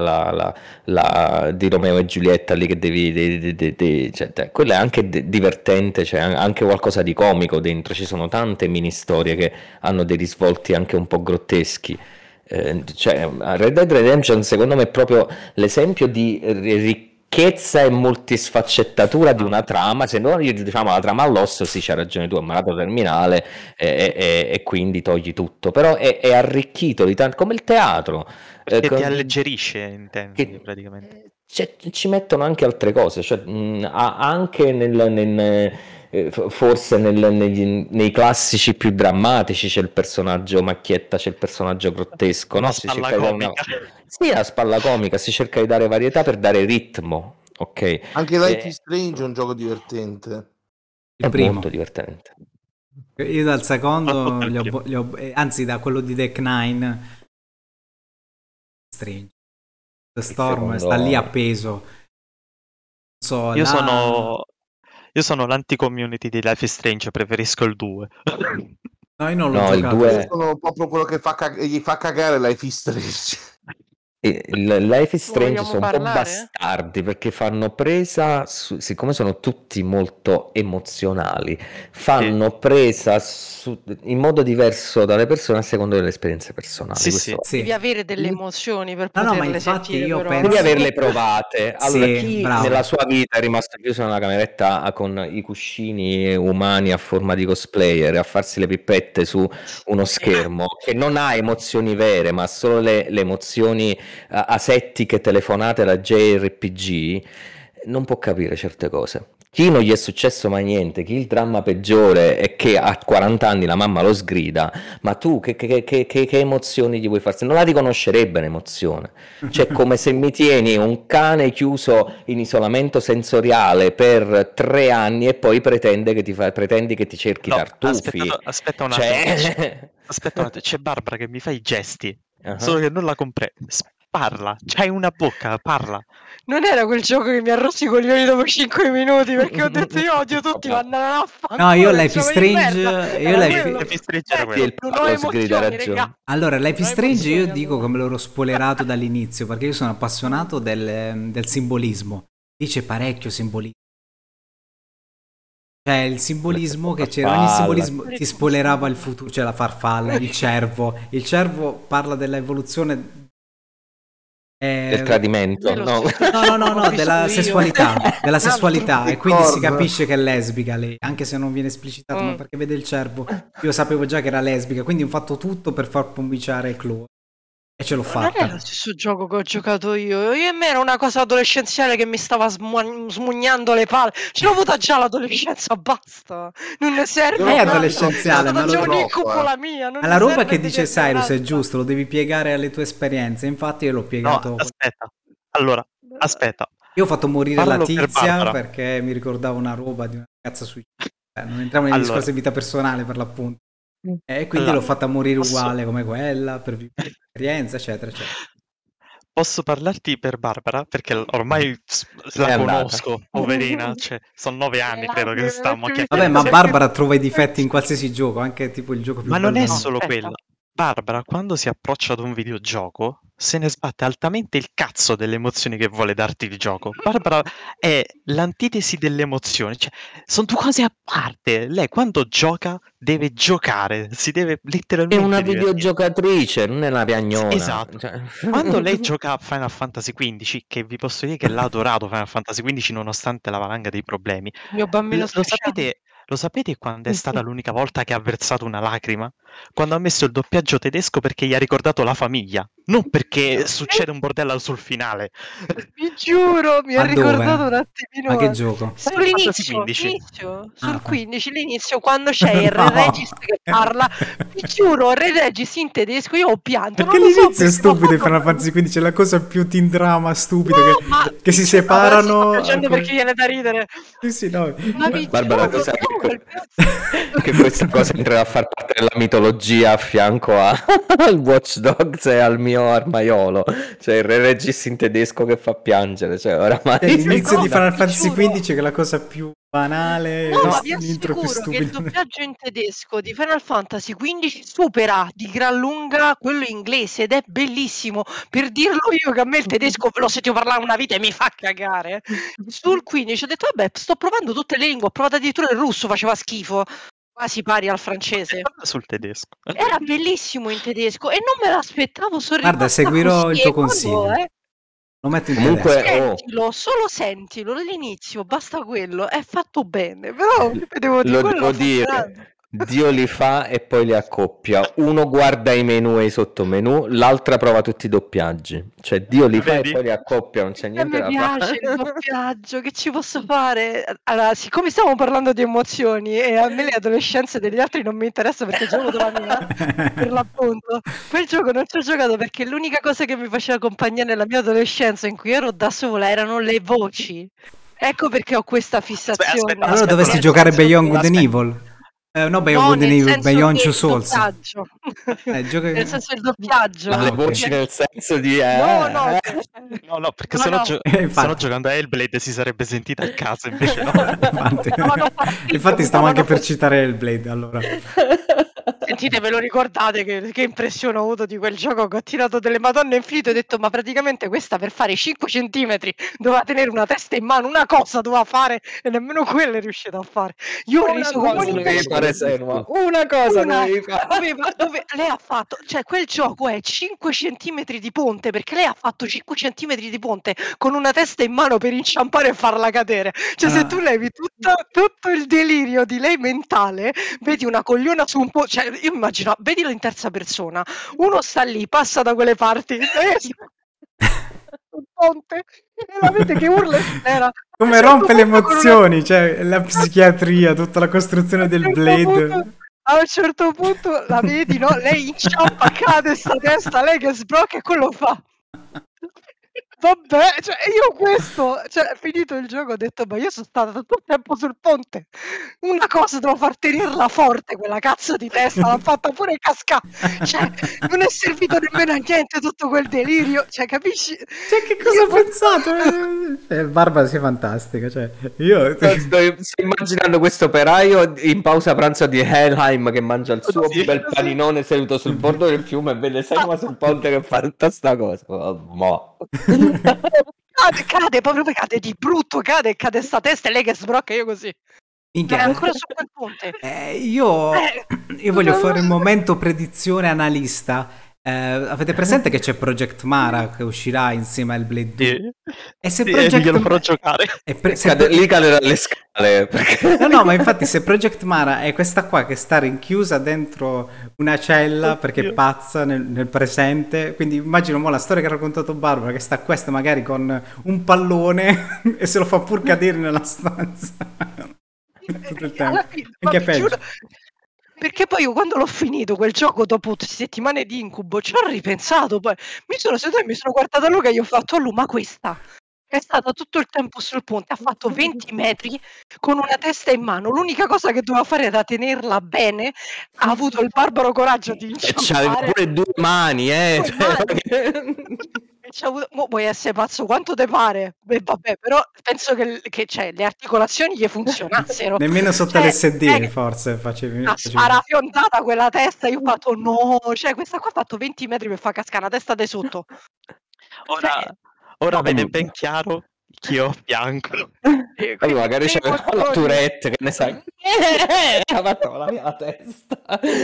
di Romeo e Giulietta lì che cioè, quella è anche divertente, c'è anche qualcosa di comico dentro, ci sono tante mini storie che hanno dei risvolti anche un po' grotteschi. Cioè, Red Dead Redemption secondo me è proprio l'esempio di ricchezza e multisfaccettatura di una trama. Se noi diciamo la trama all'osso, sì, c'ha ragione tu, è malato terminale e quindi togli tutto, però è arricchito di tanto, come il teatro, che ti con- alleggerisce, intendi, che- praticamente. ci mettono anche altre cose, cioè, anche forse nei classici più drammatici c'è il personaggio macchietta, c'è il personaggio grottesco, no? La Si spalla cerca di dare comica. Sì, la spalla comica, si cerca di dare varietà per dare ritmo, ok? Anche Life is Strange è un gioco divertente. Il È primo. molto divertente. Io dal secondo, Soprattutto il anzi da quello di Deck Nine, Strange. The Storm secondo- sta lì appeso. Non so, Io là- sono l'anti-community di Life is Strange, preferisco il 2. No, io non l'ho No, il giocato. 2 Io sono proprio quello che gli fa cagare Life is Strange. Life is Strange vogliamo sono un po' parlare? bastardi perché fanno presa, siccome sono tutti molto emozionali, fanno presa in modo diverso dalle persone a seconda delle esperienze personali. Sì, questo sì. Devi va. avere delle emozioni per No, no, ma poterle infatti sentire, io però. penso- Devi averle provate. Allora, Sì, chi bravo. nella sua vita è rimasto chiuso nella cameretta con i cuscini umani a forma di cosplayer a farsi le pippette su uno schermo, che non ha emozioni vere, ma solo le emozioni asettiche telefonate da JRPG, non può capire certe cose. Chi non gli è successo mai niente, chi il dramma peggiore è che a 40 anni la mamma lo sgrida, ma tu che emozioni gli vuoi far? Non la riconoscerebbe un'emozione. Cioè, come se mi tieni un cane chiuso in isolamento sensoriale per 3 anni e poi pretendi che ti cerchi No, tartufi. aspetta un attimo. Cioè... Aspetta un attimo, c'è Barbara che mi fa i gesti, Uh-huh. solo che non la parla, c'hai una bocca, parla. Non era quel gioco che mi ha rotto i coglioni dopo 5 minuti perché ho detto io odio tutti, Vabbè. mandano a fanculo. No, io che Life is gioco di Strange, merda. io Era Life- quello. Life is Strange era Sì, quello. il Non ho Paolo sgrida, emozioni, ragione. raga. Allora, Life is Non ho Strange io emozioni, dico allora. come l'ho spoilerato dall'inizio, perché io sono appassionato del simbolismo. Dice parecchio simbolismo. Cioè, il simbolismo che c'era, ogni Farfalla. simbolismo ti spoilerava il futuro, cioè la farfalla, il cervo. Il cervo parla dell'evoluzione Del tradimento, Quello no? stesso No, gioco no, l'ho della visto io. sessualità, della sessualità, e quindi si Ricordo. capisce che è lesbica lei, anche se non viene esplicitato, ma perché vede il cervo. Io sapevo già che era lesbica, quindi ho fatto tutto per far pomiciare Chloe. E ce l'ho Non è fatta. lo stesso gioco che ho giocato io. Io e me era una cosa adolescenziale che mi stava smugnando le palle. Ce l'ho avuta già l'adolescenza, basta. Non ne serve. Io È non adolescenziale, ma Faccio lo- un incubo troppo, la mia. Non Ma la ne roba serve che di dice niente, Cyrus è basta. giusto, lo devi piegare alle tue esperienze. Infatti io l'ho No, piegato. aspetta. Allora, aspetta. Io ho fatto morire la Fallo per tizia Barbara. perché mi ricordava una roba di una ragazza sui... non entriamo nei Allora. discorsi di vita personale per l'appunto. E quindi Allora, l'ho fatta morire posso- uguale come quella, per vivere l'esperienza, eccetera, eccetera. Posso parlarti per Barbara? Perché ormai la È andata. conosco, poverina. Cioè, sono 9 anni, credo che stiamo a Vabbè, chiacchierare. ma Barbara trova i difetti in qualsiasi gioco, anche tipo il gioco più Ma non bello è del mondo. solo aspetta. quella. Barbara, quando si approccia ad un videogioco, se ne sbatte altamente il cazzo delle emozioni che vuole darti il gioco. Barbara è l'antitesi delle emozioni, cioè, sono due cose a parte. Lei quando gioca deve giocare, si deve È letteralmente una divertire. videogiocatrice, non è una piagnona. Esatto. Cioè... Quando lei gioca a Final Fantasy XV, che vi posso dire che l'ha adorato Final Fantasy XV nonostante la valanga dei problemi, Il mio bambino lo sapete quando è stata l'unica volta che ha versato una lacrima? Quando ha messo il doppiaggio tedesco perché gli ha ricordato la famiglia, non perché succede un bordello sul finale. Vi giuro, mi ha Ma dove? ricordato un attimino. Ma che gioco? Sull'inizio, 15. l'inizio, sul Ah. 15, l'inizio, quando c'è il Re No. Regis che parla, vi giuro, Re Regis in tedesco, io ho pianto. Perché non lo so l'inizio è perché l'ho stupido in fatto- Final Fantasy XV, c'è la cosa più teen drama stupido No, che, ma- che si No, separano. sto piangendo perché viene da ridere. Sì, sì, no. Ma vi Barbara, giuro, tu sai no, che- quel pezzo- che questa cosa entrerà a far parte della mitologia a fianco al Watch Dogs e al mio armaiolo, cioè il Re Regis in tedesco che fa piangere, cioè oramai È l'inizio No, di Final ti Fantasy giuro. XV che è la cosa più banale, No, ma vi l'intro più assicuro che il stupido. doppiaggio in tedesco di Final Fantasy XV supera di gran lunga quello inglese ed è bellissimo. Per dirlo io che a me il tedesco ve lo sentivo parlare una vita e mi fa cagare. Sul 15 ho detto vabbè, sto provando tutte le lingue, ho provato addirittura il russo, faceva schifo, quasi pari al francese. Parla sul tedesco. Era bellissimo in tedesco e non me l'aspettavo, sono Guarda, rimasta seguirò così, il tuo e quando, consiglio. Lo metto in Comunque, tedesco. Sentilo, solo sentilo all'inizio, basta quello, è fatto bene, però vedevo di lo quello devo dire, affascinante. Dio li fa e poi li accoppia. Uno guarda i menu e i sottomenu, l'altra prova tutti i doppiaggi. Cioè Dio li fa Vedi? e poi li accoppia, non c'è A niente me da piace il fare. doppiaggio, che ci posso fare? Allora, siccome stiamo parlando di emozioni e a me le adolescenze degli altri non mi interessa perché gioco della mia, per l'appunto, quel gioco non ci ho giocato perché l'unica cosa che mi faceva compagnia nella mia adolescenza in cui ero da sola erano le voci. Ecco perché ho questa fissazione. aspetta, Allora dovresti aspetta, giocare aspetta, Beyond Good and aspetta. Evil. No, Beyond No, Good and nel Evil, senso Beyond che Two il Souls. doppiaggio. Gioca... Nel senso il doppiaggio. Ma Ah, le ok. voci nel senso di... No, no, No, perché No, se no, no. Infatti. se no giocando a Hellblade si sarebbe sentita a casa, invece no. Infatti, Stavano fastidio, infatti stavo anche stavano per citare Hellblade, allora. Sentite, ve lo ricordate che impressione ho avuto di quel gioco che ho tirato delle madonne infinite e ho detto ma praticamente questa per fare 5 centimetri doveva tenere una testa in mano, una cosa doveva fare e nemmeno quella è riuscita a fare. Io ho riso come un Una cosa dovevi fare. lei ha fatto, cioè quel gioco è 5 centimetri di ponte perché lei ha fatto 5 centimetri di ponte con una testa in mano per inciampare e farla cadere. Cioè se tu levi tutto il delirio di lei mentale, vedi una cogliona su un po', cioè io immagino, vedilo in terza persona, uno sta lì, passa da quelle parti sul ponte e la vede che urla e spera. Come rompe le emozioni, cioè la psichiatria, tutta la costruzione del Blade. A un certo punto la vedi, no? Lei inciampa, cade sta testa, lei che sbrocca e quello fa. Vabbè, cioè io questo, cioè finito il gioco ho detto ma io sono stata tutto il tempo sul ponte, una cosa devo far tenerla forte quella cazzo di testa, l'ha fatta pure cascare, cioè non è servito nemmeno a niente tutto quel delirio, cioè capisci? Cioè che cosa ho pensato? Barbara sei fantastica, cioè io sto immaginando questo operaio in pausa pranzo di Helheim che mangia il suo bel paninone seduto sul bordo del fiume e vede Senua sul ponte che fa tutta sta cosa. Cade proprio, cade di brutto, cade sta testa e lei che sbrocca, io così. È ancora su quel ponte. Io voglio fare un momento predizione analista. Avete presente che c'è Project Mara che uscirà insieme al Blade 2? E se Project glielo farò giocare. Lì cade dalle scale. Perché... No, ma infatti se Project Mara è questa qua che sta rinchiusa dentro una cella perché è pazza nel presente, quindi immagino mo la storia che ha raccontato Barbara, che sta questa magari con un pallone e se lo fa pur cadere nella stanza tutto il tempo. Anche peggio. Perché poi io quando l'ho finito quel gioco dopo settimane di incubo ci ho ripensato, poi mi sono seduto e mi sono guardato a Luca e gli ho fatto a lui, ma questa è stata tutto il tempo sul ponte, ha fatto 20 metri con una testa in mano, l'unica cosa che doveva fare era tenerla bene, ha avuto il barbaro coraggio di c'aveva pure 2 mani, vuoi essere pazzo quanto te pare? Beh, vabbè, però penso che cioè, le articolazioni gli funzionassero. Nemmeno sotto l'SD forse facevi. Una sparafiondata quella testa, io ho fatto no, cioè questa qua ha fatto 20 metri per far cascare una testa di sotto. Ora vede ben chiaro chi io fianco. Magari c'è la Tourette, che ne sai. Ha fatto la mia testa.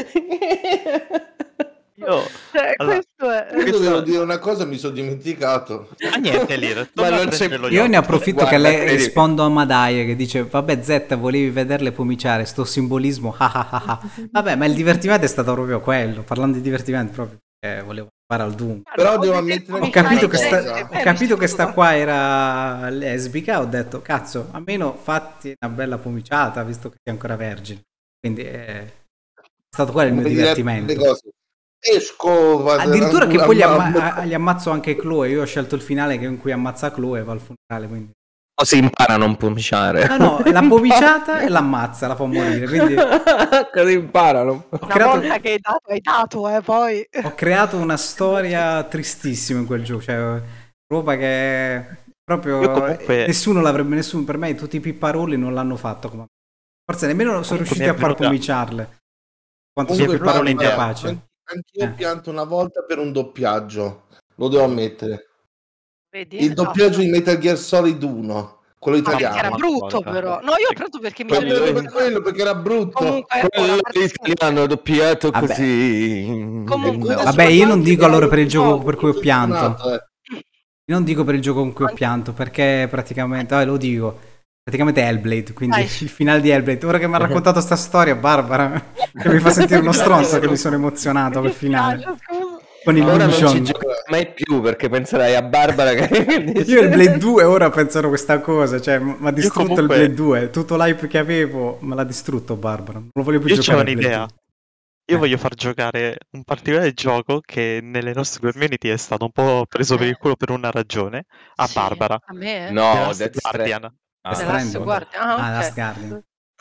Questo è. Io devo dire una cosa, mi sono dimenticato. Niente lì. Io ne approfitto che lei rispondo a Madaie che dice vabbè Zetta volevi vederle pomiciare, sto simbolismo vabbè, ma il divertimento è stato proprio quello, parlando di divertimento proprio volevo fare al Doom. Però devo ammettere, ho capito che sta qua era lesbica, ho detto cazzo almeno fatti una bella pomiciata visto che sei ancora vergine, quindi è stato quello il mio divertimento. Esco, addirittura che poi gli ammazzo anche Chloe. Io ho scelto il finale in cui ammazza Chloe e va al funerale, quindi o si impara a non pomiciare. no, l'ha pomiciata e l'ammazza, la fa morire, quindi così imparano. Volta che hai dato poi ho creato una storia tristissima in quel gioco, cioè roba che proprio comunque... nessuno per me tutti i pipparolli non l'hanno fatto come... forse nemmeno sono riusciti a far pomiciarle quanto sono pipparolli incapaci. Anch'io ho pianto una volta per un doppiaggio, lo devo ammettere. Vedi? Il doppiaggio di Metal Gear Solid 1, quello italiano. Era brutto però. No, io ho preso perché mi quello perché era brutto. Comunque, quello italiano doppiato così. Comunque, vabbè, io non dico allora per il gioco per cui ho pianto. Io non dico per il gioco con cui ho pianto perché praticamente, lo dico. Praticamente Hellblade, quindi il finale di Hellblade. Ora che mi ha raccontato sta storia Barbara, che mi fa sentire uno stronzo che mi sono emozionato per il finale. Con il ora non ci gioco mai più perché penserai a Barbara che... Io il Blade 2 ora pensano questa cosa, cioè mi ha distrutto il Blade 2, tutto l'hype che avevo me l'ha distrutto Barbara, non lo voglio più giocare. Io c'ho un'idea. Io voglio far giocare un particolare gioco che nelle nostre community è stato un po' preso per il culo per una ragione, a Barbara. A me? No, Death Guardian. Last Guardian.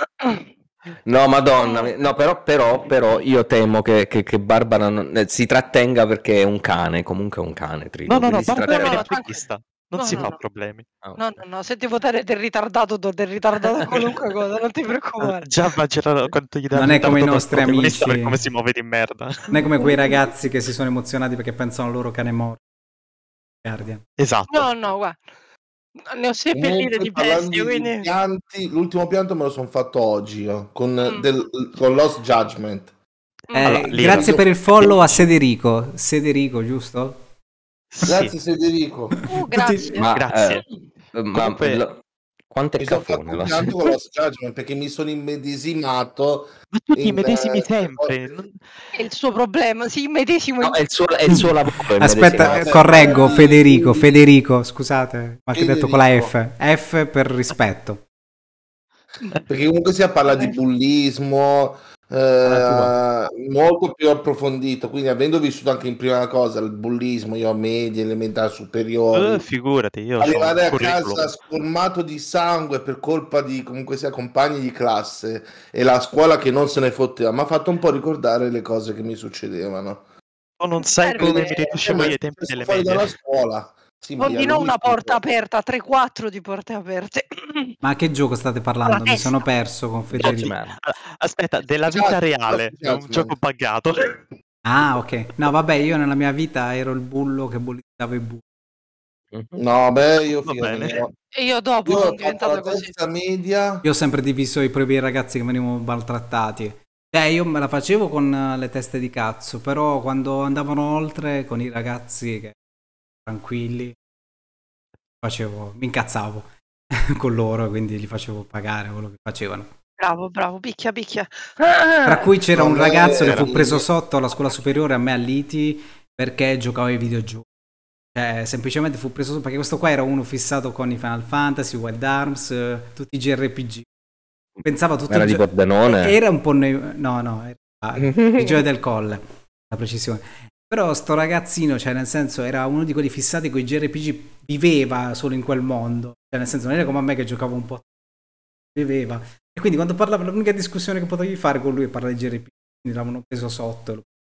No, madonna, no, però io temo che Barbara si trattenga perché è un cane, comunque è un cane. No, Barbara è pista. Non No, si no, fa no. problemi. No, se devo dare del ritardato, do del ritardato a qualunque cosa, non ti preoccupare. Già immagino quanto gli dà Non è come i ritardato al nostri protagonista per amici. come si muove di merda. Non è come quei ragazzi che si sono emozionati perché pensano al loro cane morto. Guardian. Esatto. No, guarda. Ne ho seppellite Comunque, di parlando bestie, di quindi... pianti, l'ultimo pianto me lo sono fatto oggi con Mm. Lost Judgment. Allora, lì Grazie era- per il follow a Sederico. Sederico, giusto? Sì, Grazie Federico. Grazie. Ma, grazie. ma Comunque- quanto è Mi sono fatto cafone? un lo- pianto con Lost Judgment perché mi sono immedesimato Ma tu ti in, medesimi queste sempre. cose. non- È il suo problema, sì, medesimo No, in... è il suo lavoro. è Aspetta, medesimato. correggo, sì. Federico, scusate, ma che ho detto con la F. F per rispetto. Perché comunque si parla di bullismo molto più approfondito, quindi avendo vissuto anche in prima cosa il bullismo, io a medie, elementari, superiori, Figurati, io ho arrivare un a curriculum. casa sformato di sangue per colpa di comunque sia compagni di classe e la scuola che non se ne fotteva, mi ha fatto un po' ricordare le cose che mi succedevano. Tu non sai come mi Ma riducevo è io ai tempi successo delle fuori medie. dalla scuola. Sì, ma Non gli di no alunni una porta sono- aperta, 3-4 di porte aperte. Ma che gioco state parlando? Alla Mi sono testa. perso con Federico. Judgment. Aspetta, della vita Judgment, reale, è un Judgment. gioco buggato. Ah, ok. No, vabbè, io nella mia vita ero il bullo che bullizzava i bulli. Mhm. No, beh, io Va figa bene. mia. E io dopo Io ho sono fatto diventata la così. terza media. Io ho sempre diviso i propri ragazzi che venivano maltrattati. Io me la facevo con le teste di cazzo, però quando andavano oltre con i ragazzi che tranquilli, mi incazzavo con loro, quindi li facevo pagare quello che facevano. Bravo, picchia. Tra cui c'era un Non ragazzo che era- fu preso sotto alla scuola superiore a me a Liti perché giocava ai videogiochi. Cioè, semplicemente fu preso sotto perché questo qua era uno fissato con i Final Fantasy, Wild Arms, tutti i JRPG. Pensava tutto Era di Pordenone. Era un po' no, era i Gioia del Colle, la precisione. Però sto ragazzino, cioè nel senso, era uno di quelli fissati con i JRPG, viveva solo in quel mondo. Cioè nel senso, non era come a me che giocavo un po', viveva. E quindi quando parlava, l'unica discussione che potevi fare con lui è parlare di JRPG, quindi l'avevano preso sotto.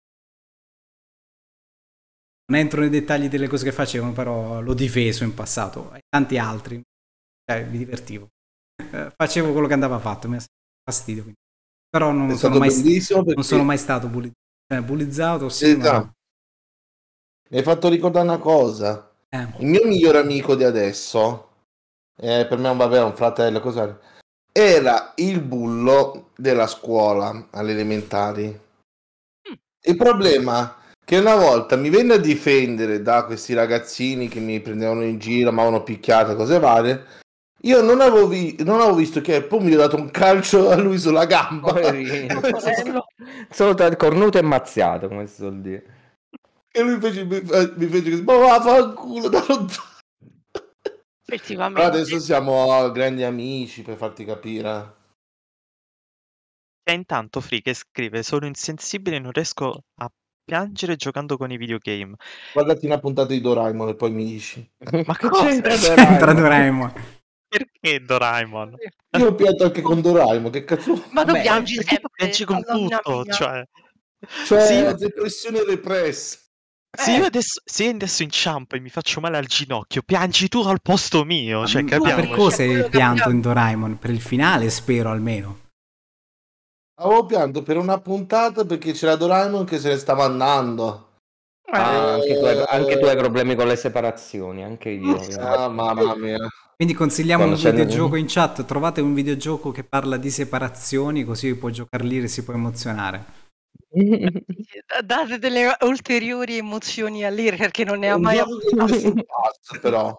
Non entro nei dettagli delle cose che facevano, però l'ho difeso in passato e tanti altri. Cioè, mi divertivo. Facevo quello che andava fatto, mi ha fastidio. Quindi. Però È non sono, stato mai bellissimo perché non sono mai stato bullizzato, sì, ma... esatto. Mi hai fatto ricordare una cosa. Il mio migliore amico di adesso, per me vabbè, è un fratello, cosa era il bullo della scuola alle elementari. Il problema è che una volta mi venne a difendere da questi ragazzini che mi prendevano in giro, mi avevano picchiato, cose varie. Io non avevo visto che poi mi ho dato un calcio a lui sulla gamba. Solo tra cornuto e mazziato, come si suol dire. E lui invece mi fece che ma vaffanculo da lontano. Effettivamente. Però adesso siamo grandi amici, per farti capire. E intanto Free che scrive: sono insensibile e non riesco a piangere giocando con i videogame. Guardati una puntata di Doraemon e poi mi dici. Ma cosa? Tra Doraemon. Perché Doraemon? Io ho pianto anche con Doraemon, che cazzo? Ma tu Vabbè, piangi Perché tu sempre. piangi con Madonna tutto, mia. cioè... Cioè, Sì. depressione repressa. Se io adesso inciampo e mi faccio male al ginocchio, piangi tu al posto mio, cioè Tu capiamo. per cosa quello hai che pianto abbiamo. in Doraemon? Per il finale, spero almeno. Avevo pianto per una puntata perché c'era Doraemon che se ne stava andando. Anche tu hai problemi con le separazioni, anche io. Ah, mamma mia. Quindi consigliamo Quando un c'è- videogioco in chat. Trovate un videogioco che parla di separazioni, così può giocare lì e si può emozionare. Date delle ulteriori emozioni all'Ir perché non ne ha Un mai gioco che avuto. c'è sul pass, però.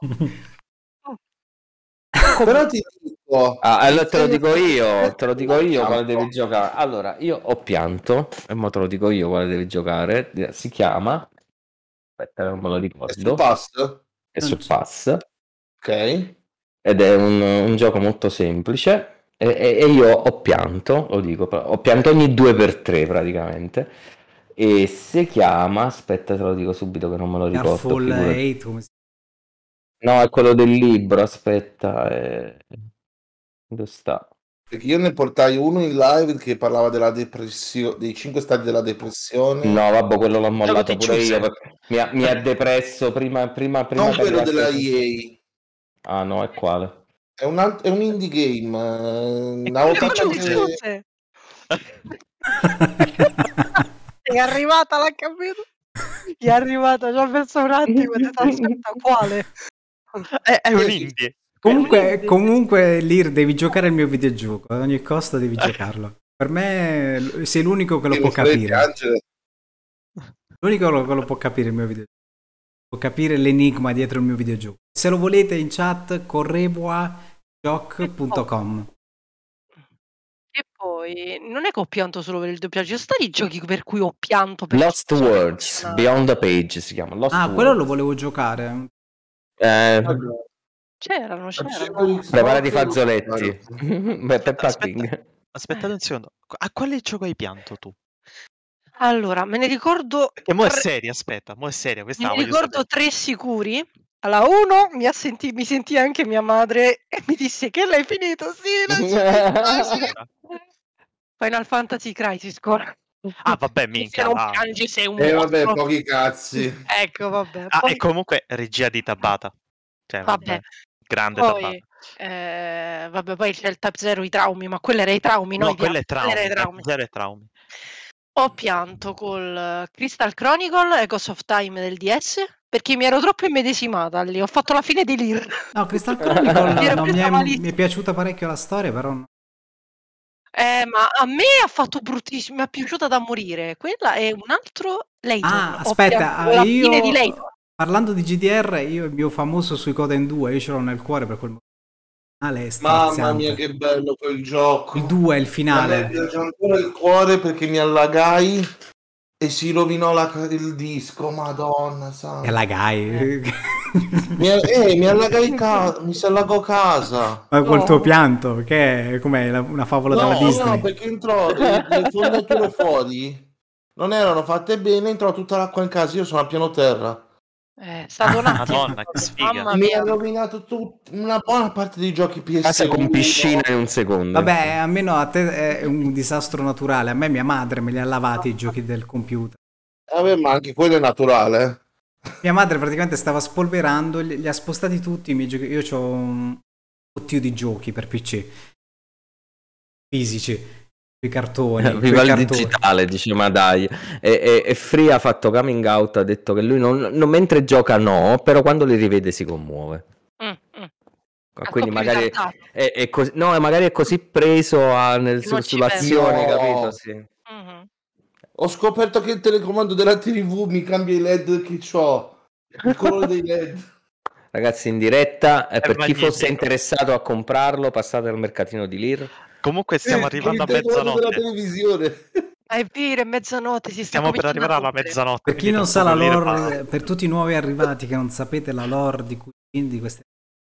Però ti dico... allora te lo dico io quale devi giocare. Allora, io ho pianto, e mo te lo dico io quale devi giocare. Si chiama, aspetta, non me lo È sul ricordo. pass? È sul pass. Ok. Ed è un gioco molto semplice. E io ho pianto, lo dico, ho pianto ogni 2x3 praticamente. E si chiama, aspetta, te lo dico subito che non me lo ricordo. Careful figurati. 8, come si No, è quello del libro, aspetta. Dove sta? Perché io ne portai uno in live che parlava della depressione, dei 5 stadi della depressione. No, vabbè, quello l'ho mollato Gioco di pure io. Giuseppe. Mi ha depresso prima Non che quello arrivasse della il- EA. Ah no, è quale? È un indie game. E Una quello volta di che- Cose. È arrivata, l'ha capito? Gli è arrivata, ci ho messo un attimo, ho detto, aspetta, quale? È un Sì. indie. Comunque, Lir, devi giocare il mio videogioco. Ad ogni costo devi giocarlo. Per me sei l'unico che lo può mi farei capire. piangere. L'unico che lo può capire il mio videogioco. Può capire l'enigma dietro il mio videogioco. Se lo volete in chat, correvoajoc.com. E poi, non è che ho pianto solo per il doppiaggio, ci sono stati giochi per cui ho pianto per Lost Words, Beyond the Page si chiama. Lost Ah, quello lo Words. volevo giocare. C'erano. Preparati i fazzoletti. Peppa Aspetta. Pig. Aspettate un secondo. A quale gioco hai pianto tu? Allora, me ne ricordo Che mo è tre- seria, aspetta, mo è seria. Questa me la ne voglio ricordo sapere. 3 sicuri. Allora, uno mi sentì anche mia madre e mi disse che l'hai finito. Sì, l'ho finito. Final Fantasy Crisis Core. Ah, vabbè, Se minchia. non va. piangi sei un Vabbè, mostro. pochi cazzi. Ecco, vabbè. Ah, Poi, e comunque regia di Tabata. Cioè, vabbè. grande Tabata. Poi, poi c'è il Type 0, i traumi, ma quello era i traumi, No, noi quello è quello era i traumi. traumi. Zero è traumi. Ho pianto col Crystal Chronicle e Ghost of Time del DS perché mi ero troppo immedesimata lì. Ho fatto la fine di Lear. No, Crystal Chronicle Mi ero no, presa mi malissimo. è piaciuta parecchio la storia, però no. Ma a me ha fatto bruttissimo, mi è piaciuta da morire. Quella è un altro Layton. Ah, Ho aspetta, pianto con la fine di io Layton. parlando di GDR, io il mio famoso Suicoden 2, io ce l'ho nel cuore per quel finale è Mamma straziante. mia, che bello quel gioco. Il 2 è il A me finale. piace ancora il cuore perché mi allagai e si rovinò il disco. Madonna, E santa. la Gai. Mi allagai mi si allagò casa. Ma col No. tuo pianto, che è com'è una favola della No, Disney. no, perché entrò le fondature fuori non erano fatte bene, entrò tutta l'acqua in casa, io sono a piano terra. È stato un attimo. Madonna, che sfiga. Mamma Mi mia. ha rovinato una buona parte dei giochi PS1. Casa con piscina in un secondo. Vabbè, almeno a te è un disastro naturale. A me mia madre me li ha lavati i giochi del computer. Vabbè, ma anche quello è naturale. Mia madre praticamente stava spolverando, li ha spostati tutti i miei giochi. Io ho un bottino di giochi per PC fisici, i cartoni, Viva quei il cartoni. digitale, dice ma dai. E Free ha fatto coming out, ha detto che lui non mentre gioca no, però quando li rivede si commuove. Quindi magari è così, no, magari è così preso sull'azione, No. capito? Sì. Mhm. Ho scoperto che il telecomando della TV mi cambia i LED che ho. Il colore dei LED. Ragazzi, in diretta, per chi magnifico. fosse interessato a comprarlo, passate al mercatino di Lear. Comunque stiamo arrivando a Il telecomando della mezzanotte. televisione. È vero, è mezzanotte, si sta Stiamo per cominciando arrivare a alla rompere. mezzanotte. Per chi quindi non tra sa la poco Lear lore, fa- per tutti i nuovi arrivati che non sapete la lore di di queste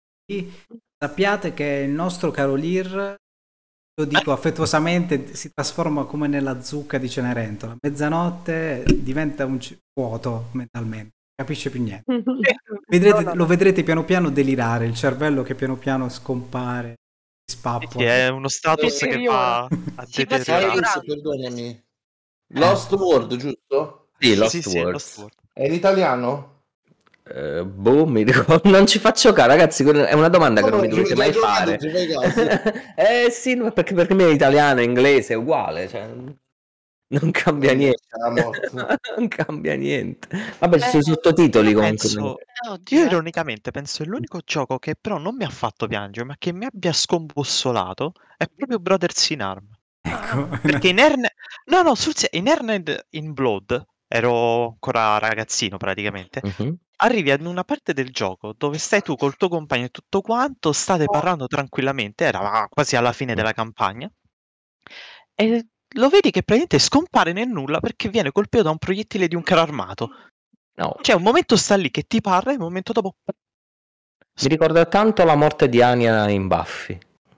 sappiate che il nostro caro Lear, lo dico affettuosamente, si trasforma come nella zucca di Cenerentola. Mezzanotte diventa un vuoto mentalmente, capisce più niente. Lo vedrete piano piano delirare, il cervello che piano piano scompare, si spappola. Sì, è uno status che va a Si fa deteriorare. deteriorare. Perdonami. Lost World, giusto? Sì, Lost Sì, Words. Lost World. È in italiano? Boh, mi dico, non ci faccio caso, ragazzi, è una domanda che non mi dovete mai fare. Sì, no, perché per me è italiano, inglese, è uguale, cioè, non cambia niente. Non cambia niente. Vabbè, ci sono i sottotitoli comunque. Io ironicamente penso che l'unico gioco che però non mi ha fatto piangere, ma che mi abbia scombussolato, è proprio Brothers in Arms. Ecco. Perché in Earned in Blood, ero ancora ragazzino praticamente, arrivi ad una parte del gioco dove stai tu col tuo compagno e tutto quanto, state parlando tranquillamente, era quasi alla fine della campagna, e lo vedi che praticamente scompare nel nulla perché viene colpito da un proiettile di un carro armato. No. Cioè un momento sta lì che ti parla e un momento dopo... Mi ricorda tanto la morte di Anya in Buffy.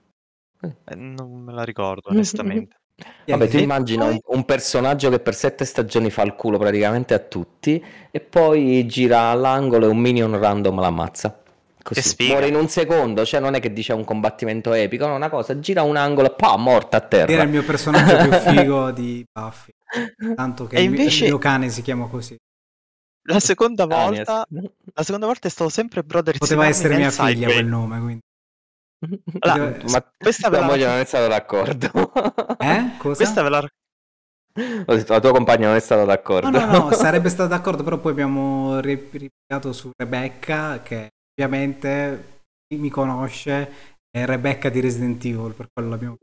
Non me la ricordo onestamente. Vabbè, tu immagina un personaggio che per 7 stagioni fa il culo praticamente a tutti e poi gira all'angolo e un minion random l'ammazza. Così muore in un secondo, cioè non è che dice un combattimento epico, no, una cosa, gira un angolo e poi morta a terra. Era il mio personaggio più figo di Buffy, tanto che E invece... il mio cane si chiama così. La seconda Anies. volta è stato sempre Brother Poteva essere nel mia figlia Sideway. quel nome, quindi. Allora, Ma questa ve tua la moglie non è stata d'accordo. Cosa? Questa ve la Ho detto, la tua compagna non è stata d'accordo. No, sarebbe stato d'accordo, però poi abbiamo ripiegato su Rebecca, che ovviamente chi mi conosce è Rebecca di Resident Evil, per quello l'abbiamo...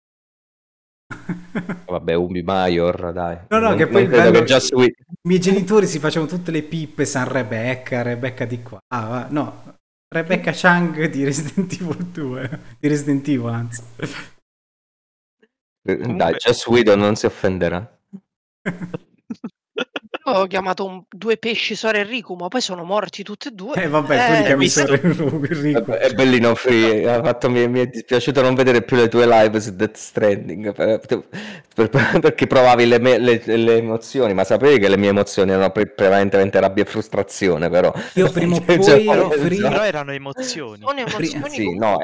Vabbè, Ubi Maior, dai. No, che poi il credo bello... che Just Wait. I miei genitori si facevano tutte le pippe, San Rebecca di qua. No, Rebecca Chang di Resident Evil 2, di Resident Evil, anzi. Dai, Just Widow non si offenderà. Ho chiamato 2 pesci Sora e Riku, ma poi sono morti tutti e 2. Vabbè, tu li chiami visto? Sora e Riku. È bellino Free, mi è dispiaciuto non vedere più le tue live su Death Stranding perché provavi le emozioni, ma sapevi che le mie emozioni erano prevalentemente rabbia e frustrazione, però Io prima o Cioè, poi però erano emozioni. Sono emozioni sì, no,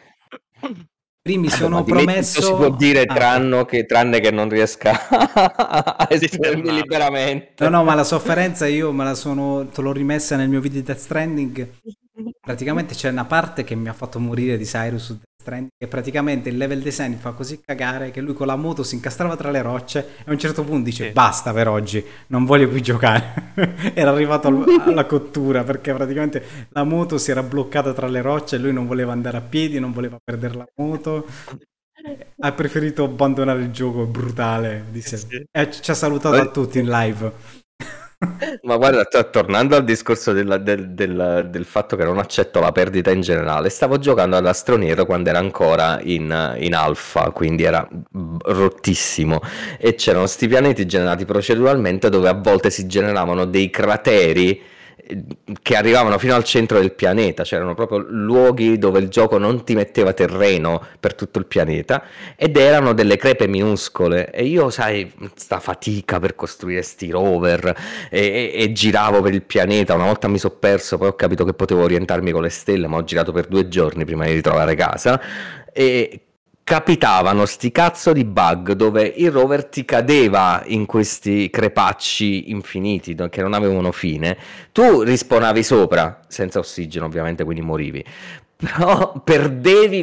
mi sono ma di me tutto promesso... si può dire tranne che non riesca a esprimermi Esternato. liberamente. No, ma la sofferenza io te l'ho rimessa nel mio video di Death Stranding. Praticamente c'è una parte che mi ha fatto morire di Cyrus su Death Stranding, e praticamente il level design fa così cagare che lui con la moto si incastrava tra le rocce e a un certo punto dice basta per oggi, non voglio più giocare. Era arrivato alla cottura perché praticamente la moto si era bloccata tra le rocce e lui non voleva andare a piedi, non voleva perdere la moto. Ha preferito abbandonare il gioco, brutale. Disse. Sì. Ci ha salutato a tutti in live. Ma guarda, tornando al discorso del fatto che non accetto la perdita in generale, stavo giocando ad Astroniero quando era ancora in alfa, quindi era rottissimo, e c'erano sti pianeti generati proceduralmente dove a volte si generavano dei crateri che arrivavano fino al centro del pianeta, c'erano proprio luoghi dove il gioco non ti metteva terreno per tutto il pianeta ed erano delle crepe minuscole, e io, sai, sta fatica per costruire sti rover e giravo per il pianeta. Una volta mi sono perso, poi ho capito che potevo orientarmi con le stelle, ma ho girato per 2 giorni prima di ritrovare casa, e capitavano sti cazzo di bug dove il rover ti cadeva in questi crepacci infiniti che non avevano fine. Tu risponavi sopra senza ossigeno, ovviamente, quindi morivi, però perdevi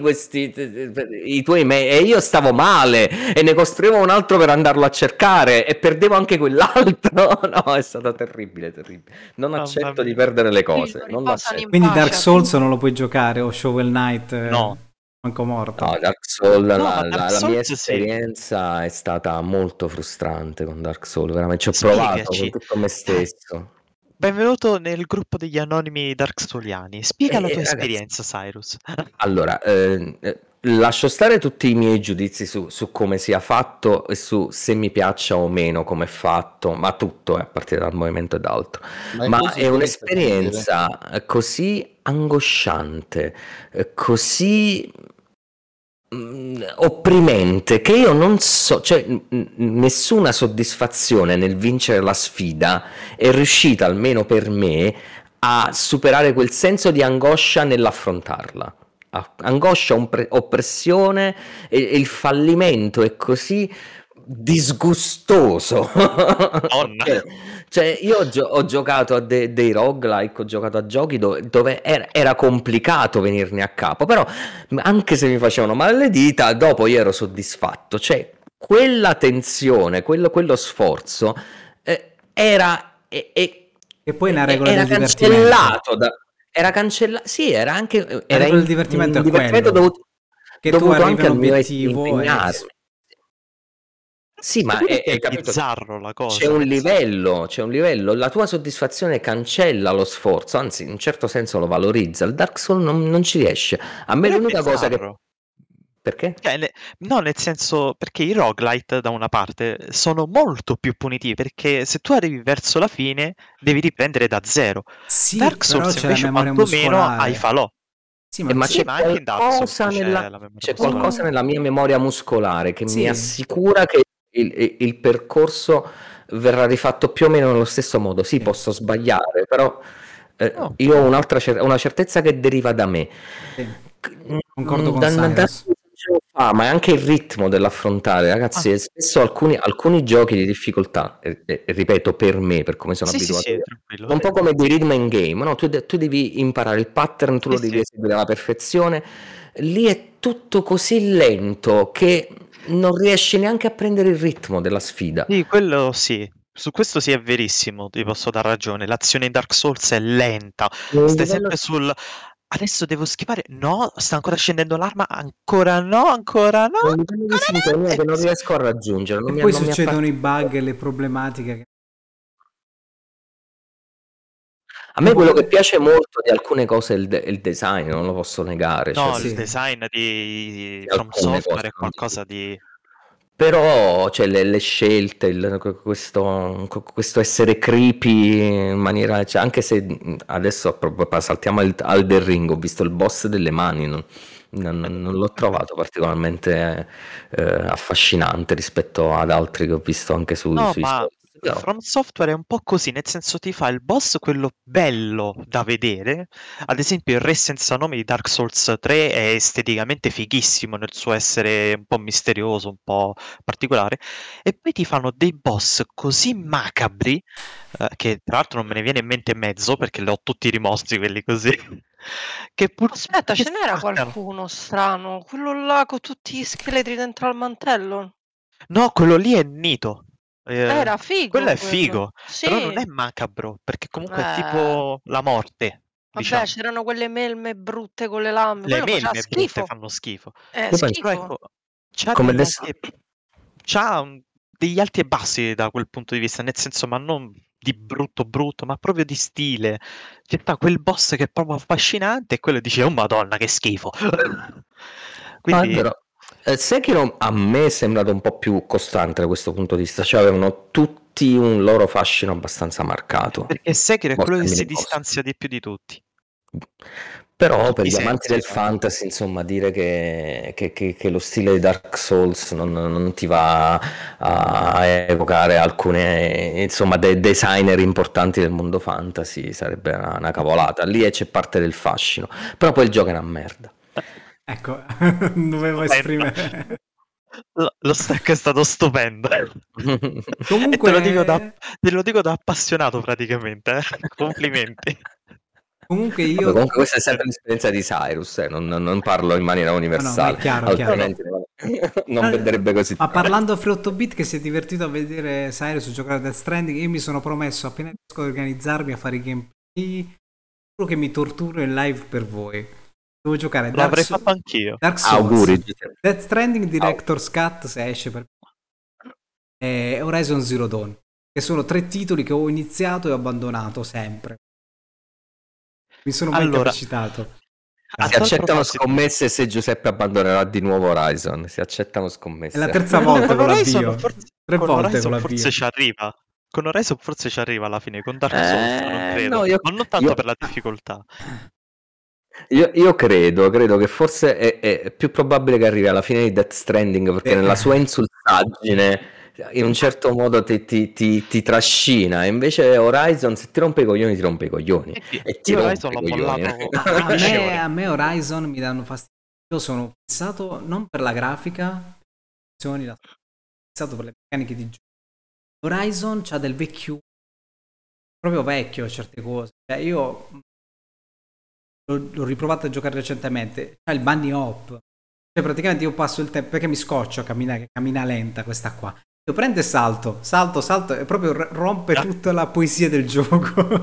i tuoi e io stavo male e ne costruivo un altro per andarlo a cercare e perdevo anche quell'altro. No, è stato terribile. Non accetto di perdere le cose, non lo accetto. Quindi Dark Souls non lo puoi giocare, o Shovel Knight? No. Manco morto. No, Dark Souls, Dark la mia Souls esperienza è stata molto frustrante con Dark Souls, veramente ci ho Spiegaci. provato con tutto me stesso. Benvenuto nel gruppo degli anonimi Dark Souliani. Spiega la tua ragazzi, esperienza, Cyrus. Allora, lascio stare tutti i miei giudizi su come sia fatto e su se mi piaccia o meno come è fatto, ma tutto a partire dal movimento ed altro. Ma è un'esperienza così angosciante, così opprimente, che io non so, cioè nessuna soddisfazione nel vincere la sfida è riuscita, almeno per me, a superare quel senso di angoscia nell'affrontarla. Angoscia, oppressione, e il fallimento è così disgustoso. Cioè io ho giocato a dei roguelike, ho giocato a giochi dove era complicato venirne a capo, però anche se mi facevano male le dita, dopo io ero soddisfatto. Cioè quella tensione, quello sforzo era e poi una regola del cancellato era cancellato, sì, era anche il divertimento, un divertimento dovuto anche al mio impegnarmi. Sì, ma è bizzarro la cosa. C'è un livello, la tua soddisfazione cancella lo sforzo, anzi in un certo senso lo valorizza. Il Dark Souls non ci riesce. A me l'unica cosa che... Perché? No, nel senso, perché i roguelite da una parte sono molto più punitivi, perché se tu arrivi verso la fine devi riprendere da zero. Sì, Dark Souls c'è invece quantomeno hai falò. Sì, ma c'è anche in Dark Souls c'è qualcosa nella mia memoria muscolare che mi assicura che il percorso verrà rifatto più o meno nello stesso modo. Sì, posso sbagliare, però io ho una certezza che deriva da me. Concordo con Cyrus. Ho Ma è anche il ritmo dell'affrontare, ragazzi. Spesso alcuni giochi di difficoltà, ripeto, per me, per come sono Sì, abituato io, tranquillo. sono un po' come dei rhythm and game, no? Tu devi imparare il pattern, tu lo devi eseguire alla perfezione. Lì è tutto così lento che non riesci neanche a prendere il ritmo della sfida. Sì, quello sì. Su questo sì è verissimo, ti posso dar ragione. L'azione in Dark Souls è lenta. Stai sempre sul... Adesso devo schivare. No, sta ancora scendendo l'arma. Ancora no, ancora no. Un livello di sintonia che non riesco a raggiungere. E poi succedono i bug e le problematiche. A me quello che piace molto di alcune cose è il design, non lo posso negare. No, cioè, il design di alcune From Software cose, è qualcosa di... Però cioè, le scelte, questo essere creepy in maniera, cioè, anche se adesso saltiamo al Del Ring, ho visto il boss delle mani, non l'ho trovato particolarmente affascinante rispetto ad altri che ho visto anche sui social. From Software è un po' così, nel senso ti fa il boss quello bello da vedere, ad esempio il re senza nome di Dark Souls 3 è esteticamente fighissimo nel suo essere un po' misterioso, un po' particolare, e poi ti fanno dei boss così macabri, che tra l'altro non me ne viene in mente mezzo perché li ho tutti rimossi quelli così. Aspetta, ce n'era qualcuno strano, quello là con tutti gli scheletri dentro al mantello? No, quello lì è Nito. Era figo. Quello è figo, sì. però non è macabro, perché comunque è tipo la morte. Vabbè, diciamo. C'erano quelle melme brutte con le lame. Le melme brutte fanno schifo. Schifo. Ecco, c'ha degli alti e bassi da quel punto di vista, nel senso, ma non di brutto, ma proprio di stile. C'è quel boss che è proprio affascinante e quello dice, oh madonna, che schifo. Quindi... Sekiro a me è sembrato un po' più costante da questo punto di vista, cioè avevano tutti un loro fascino abbastanza marcato. Perché Sekiro è quello che si distanzia di più di tutti. Però per gli amanti del fantasy, insomma, dire che lo stile di Dark Souls non ti va a evocare alcune, insomma, dei designer importanti del mondo fantasy sarebbe una cavolata. Lì c'è parte del fascino, però poi il gioco è una merda. Ecco, dovevo esprimere. Lo stack è stato stupendo. Comunque... te lo dico da appassionato praticamente. Complimenti. Comunque questa è sempre l'esperienza di Cyrus, non parlo in maniera universale. No, è chiaro, altrimenti non venderebbe così. Ma parlando free 8-bit, che si è divertito a vedere Cyrus giocare a Death Stranding, io mi sono promesso appena riesco ad organizzarmi a fare i gameplay, quello che mi torturo in live per voi. Devo giocare L'avrei fatto anch'io. Dark Souls, auguri. Death Stranding Director's Cut, se esce, e Horizon Zero Dawn, che sono 3 titoli che ho iniziato e abbandonato sempre. Mi sono mai capacitato. Si accettano scommesse se Giuseppe abbandonerà di nuovo Horizon. Si accettano scommesse. È la terza volta con l'avvio. 3 volte con l'avvio. Forse ci arriva. Con Horizon forse ci arriva alla fine. Con Dark Souls non credo. Ma non tanto per la difficoltà. Io credo che forse è più probabile che arrivi alla fine di Death Stranding, perché nella sua insultaggine in un certo modo ti trascina, invece Horizon se ti rompe i coglioni ti rompe i coglioni e ti Horizon l'ho mollato a me Horizon mi danno fastidio. Io sono pensato non per la grafica, sono pensato per le meccaniche di gioco. Horizon c'ha del vecchio, proprio vecchio certe cose, cioè io l'ho riprovato a giocare recentemente, c'ha il bunny hop, cioè praticamente io passo il tempo, perché mi scoccio a camminare, cammina lenta questa qua. Io prendo e salto e proprio rompe tutta la poesia del gioco.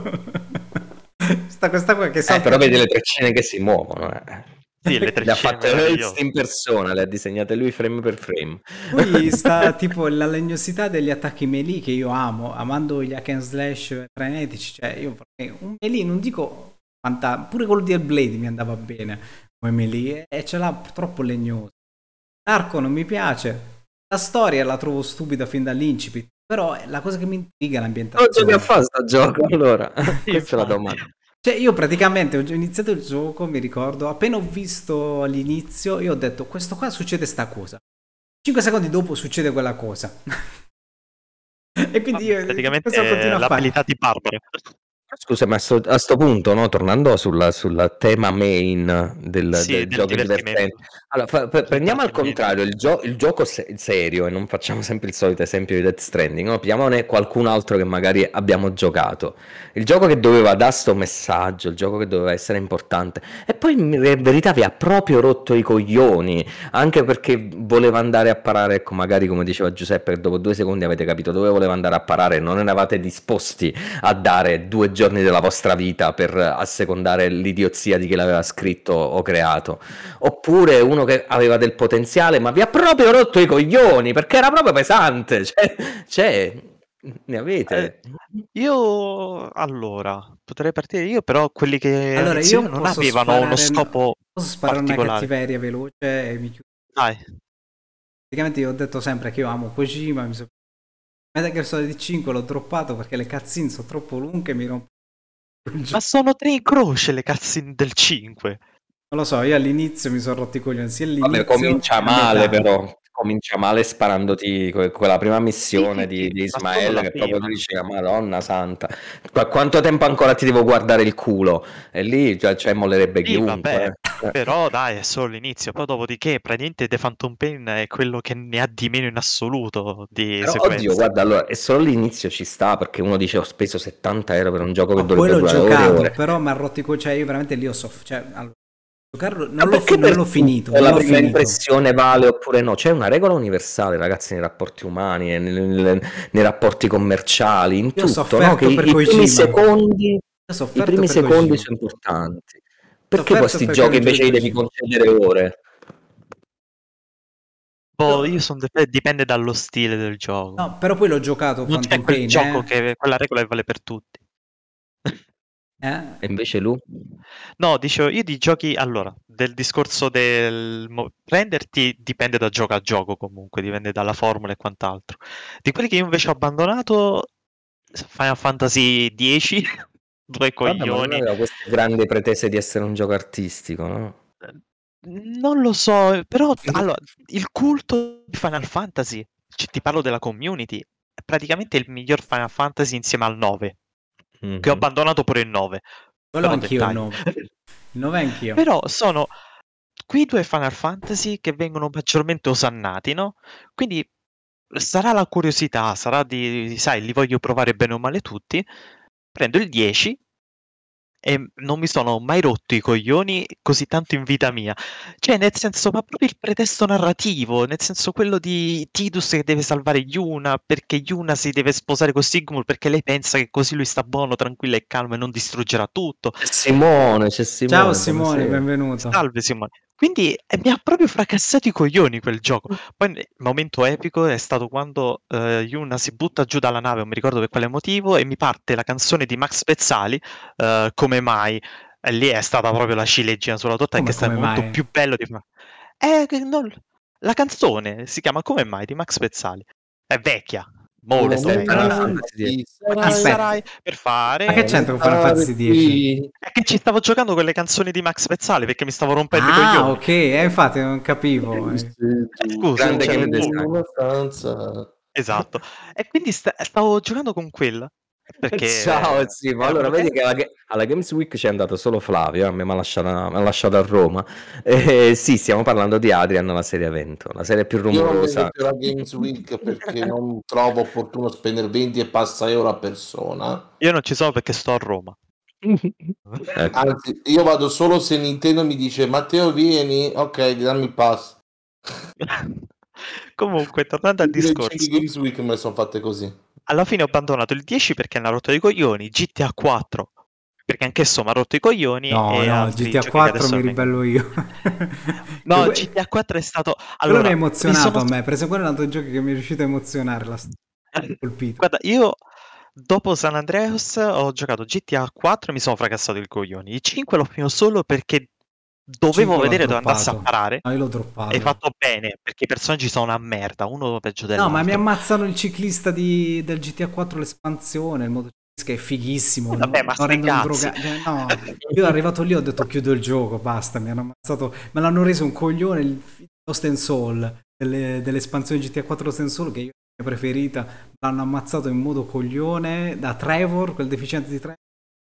Questa qua che salta. Però vedi le treccine che si muovono. Sì, le ha fatte in persona, le ha disegnate lui frame per frame. Poi sta tipo la legnosità degli attacchi melee che io amo, amando gli hack and slash frenetici. Cioè io un melee non dico pure quello di Hellblade mi andava bene come melee e ce l'ha troppo legnoso. L'arco non mi piace. La storia la trovo stupida fin dall'incipit, però la cosa che mi intriga è l'ambientazione. Cosa giochi a fare sto gioco allora? Questa è la domanda. Cioè io praticamente ho iniziato il gioco, mi ricordo, appena ho visto all'inizio, io ho detto questo qua succede sta cosa. 5 secondi dopo succede quella cosa. E quindi io praticamente l'abilità di Barbara. Scusa, ma a sto punto, no, tornando sul tema main Sì, del del gioco divertimento. divertente, allora, prendiamo al Intrattenimento. contrario il gioco serio e non facciamo sempre il solito esempio di Death Stranding, no? Pigliamone qualcun altro che magari abbiamo giocato, il gioco che doveva dare sto messaggio, il gioco che doveva essere importante, e poi in verità vi ha proprio rotto i coglioni, anche perché voleva andare a parare, ecco, magari come diceva Giuseppe, che dopo 2 secondi avete capito dove voleva andare a parare, non eravate disposti a dare 2 giorni della vostra vita per assecondare l'idiozia di chi l'aveva scritto o creato, oppure uno che aveva del potenziale ma vi ha proprio rotto i coglioni perché era proprio pesante, cioè ne avete? Io allora potrei partire io, però quelli che ho Allora, iniziato io non posso avevano uno sparare, scopo posso sparare una particolare. cattiveria veloce e mi chiudo. Dai, Praticamente io ho detto sempre che io amo Kojima, Metal Gear Solid 5 l'ho droppato perché le cutscene sono troppo lunghe e mi rompo il gioco. ma sono 3 in croce le cutscene del 5. Non lo so, io all'inizio mi sono rotti i coglioni sia all'inizio Vabbè, comincia che a male metà. però, comincia male sparandoti quella prima missione Sì, di ma solo Ismael la che proprio prima. tu dici, Madonna santa, quanto tempo ancora ti devo guardare il culo? E lì cioè, mollerebbe Sì, vabbè, chiunque. però dai, è solo l'inizio. Poi dopodiché, praticamente The Phantom Pain è quello che ne ha di meno in assoluto di Però, oddio, sequenze. guarda, allora, è solo l'inizio ci sta, perché uno dice ho speso 70 € per un gioco che No, poi dovrebbe l'ho durare ore e giocato, ore. però mi ha rotti i coglioni, cioè io veramente lì ho cioè, allora, giocarlo Ma non perché per l'ho finito, tutto non la l'ho prima finito. impressione vale oppure no? C'è una regola universale, ragazzi, nei rapporti umani, nei rapporti commerciali, in Io ho tutto, no? Che sofferto per i primi Kojima. secondi, Io ho i sofferto primi per secondi Kojima. sono importanti. Ho Perché sofferto questi perché giochi non giochi invece li devi Kojima. concedere ore? Boh, Io- io sono dipende dallo stile del gioco. No, però poi l'ho giocato Non c'è Phantom quel Pain, gioco che quella regola che vale per tutti. E invece lui? No, dicevo, io di giochi, allora, del discorso del prenderti dipende da gioco a gioco comunque, dipende dalla formula e quant'altro. Di quelli che io invece ho abbandonato, Final Fantasy X, due Vabbè, ma non coglioni. aveva queste grandi pretese di essere un gioco artistico, no? Non lo so, però allora, il culto di Final Fantasy, ti parlo della community, è praticamente il miglior Final Fantasy insieme al 9, che ho Mhm. abbandonato pure il 9. Quello Però anch'io il dettagli. 9. Il 9 anch'io. Però sono quei due Final Fantasy che vengono maggiormente osannati, no? Quindi sarà la curiosità, sarà di, sai, li voglio provare bene o male tutti. Prendo il 10 e non mi sono mai rotto i coglioni così tanto in vita mia. Cioè, nel senso, ma proprio il pretesto narrativo, nel senso quello di Tidus che deve salvare Yuna perché Yuna si deve sposare con Sigmund perché lei pensa che così lui sta buono, tranquillo e calmo e non distruggerà tutto. C'è Simone, Ciao Simone, buonasera. benvenuto. Salve Simone. Quindi mi ha proprio fracassato i coglioni quel gioco. Poi il momento epico è stato quando Yuna si butta giù dalla nave, non mi ricordo per quale motivo, e mi parte la canzone di Max Pezzali, Come mai? E lì è stata proprio la ciliegina sulla torta, Come, che è stato il come momento mai? più bello di la canzone si chiama Come mai di Max Pezzali. È vecchia, molto Aspetta, vecchia. no, no. Fantasy X. Ma chi Aspetta. sarai per fare? Ma che c'entra con Final Fantasy X? È che ci stavo giocando con le canzoni di Max Pezzali perché mi stavo rompendo i Ah, coglioni. ok, infatti non capivo. Scusa, Grande cioè, game tu- design. Una stanza. Esatto. E quindi stavo giocando con quella. Perché Ciao, sì, ma era allora quello vedi che alla Games Week c'è andato solo Flavio, a me mi ha lasciato a Roma. Sì, stiamo parlando di Adrian, la serie evento, la serie più Io non mi rumorosa. metto la Games Week perché non trovo opportuno spendere 20 e passa euro a persona. Io non ci sono perché sto a Roma. Ecco. Anzi, io vado solo se Nintendo mi dice Matteo vieni, ok, dammi il pass. Comunque, tornando al Le 5 discorso, Games Week me le sono fatte così. alla fine ho abbandonato il 10 perché mi ha rotto i coglioni, GTA 4 perché anch'esso mi ha rotto i coglioni No, e no, altri GTA giochi che 4 adesso mi non ribello io. No, Que- GTA 4 è stato... Quello Allora, mi ha mi emozionato sono- a me, per esempio quello è un altro gioco che mi è riuscito a emozionare, colpito. Guarda, io dopo San Andreas ho giocato GTA 4 e mi sono fracassato il coglioni. Il 5 l'ho finito solo perché dovevo 5 l'ho vedere dove andasse a droppato. parare. No, io l'ho droppato. Hai fatto bene, perché i personaggi sono una merda, uno peggio No, dell'altro. ma mi ammazzano il ciclista del GTA 4 l'espansione, il motociclista che è fighissimo. Vabbè, ma lo sti rendono cazzi. no, io arrivato lì ho detto chiudo il gioco, basta, mi hanno ammazzato, me l'hanno reso un coglione Lost and Soul dell'espansione GTA 4 Lost and Soul che io la mia preferita, l'hanno ammazzato in modo coglione da Trevor, quel deficiente di Trevor.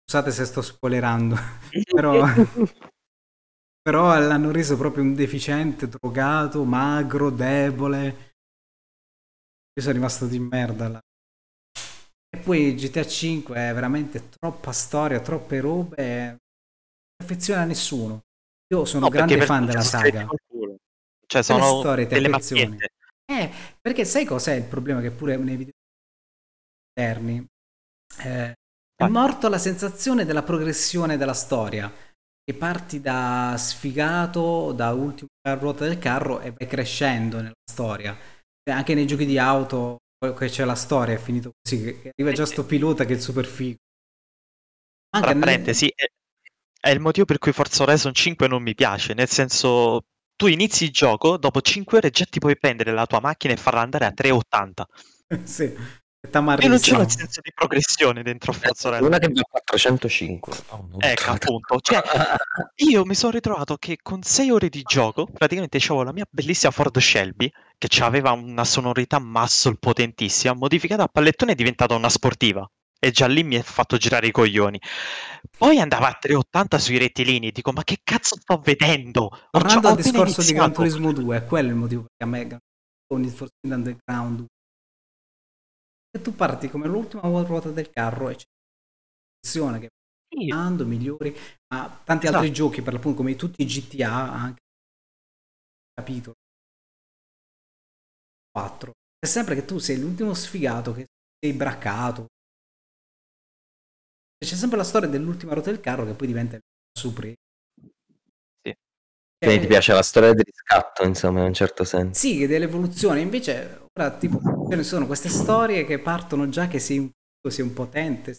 scusate se sto spoilerando, però l'hanno reso proprio un deficiente, drogato, magro, debole. Io sono rimasto di merda là. E poi GTA 5 è veramente troppa storia, troppe robe, non affeziona a nessuno. Io sono un grande fan della saga. Cioè, Tutte le sono storie ti delle affezioni. macchiette. Perché sai cos'è il problema che pure nei video interni è Vai. morto la sensazione della progressione della storia, che parti da sfigato, da ultima ruota del carro e vai crescendo nella storia. Anche nei giochi di auto che c'è la storia è finito così, che arriva già sto pilota che è il super figo. Tra parentesi, è il motivo per cui Forza Horizon 5 non mi piace, nel senso, tu inizi il gioco, dopo 5 ore già ti puoi prendere la tua macchina e farla andare a 380. Sì, E non c'è un senso di progressione dentro Forza Horizon. Una che va a 405. Ecco, appunto. Cioè, io mi sono ritrovato che con 6 ore di gioco, praticamente c'avevo la mia bellissima Ford Shelby, che aveva una sonorità muscle potentissima, modificata a pallettone è diventata una sportiva. E già lì mi ha fatto girare i coglioni. Poi andava a 380 sui rettilini. Dico, ma che cazzo sto vedendo? Tornando Ho al appena discorso di Gran iniziato. Turismo 2, quello è il motivo perché a me con Need for Speed Underground, e tu parti come l'ultima ruota del carro e c'è un'opzione che Sì, andando migliori, ma tanti Esatto. altri giochi per l'appunto come tutti i GTA, anche capitolo 4, è sempre che tu sei l'ultimo sfigato, che sei braccato. C'è sempre la storia dell'ultima ruota del carro che poi diventa il supremo. Sì. Quindi ti piace la storia del riscatto, insomma, in un certo senso. Sì, dell'evoluzione. Invece ora tipo ce ne sono queste storie che partono già che sei un potente.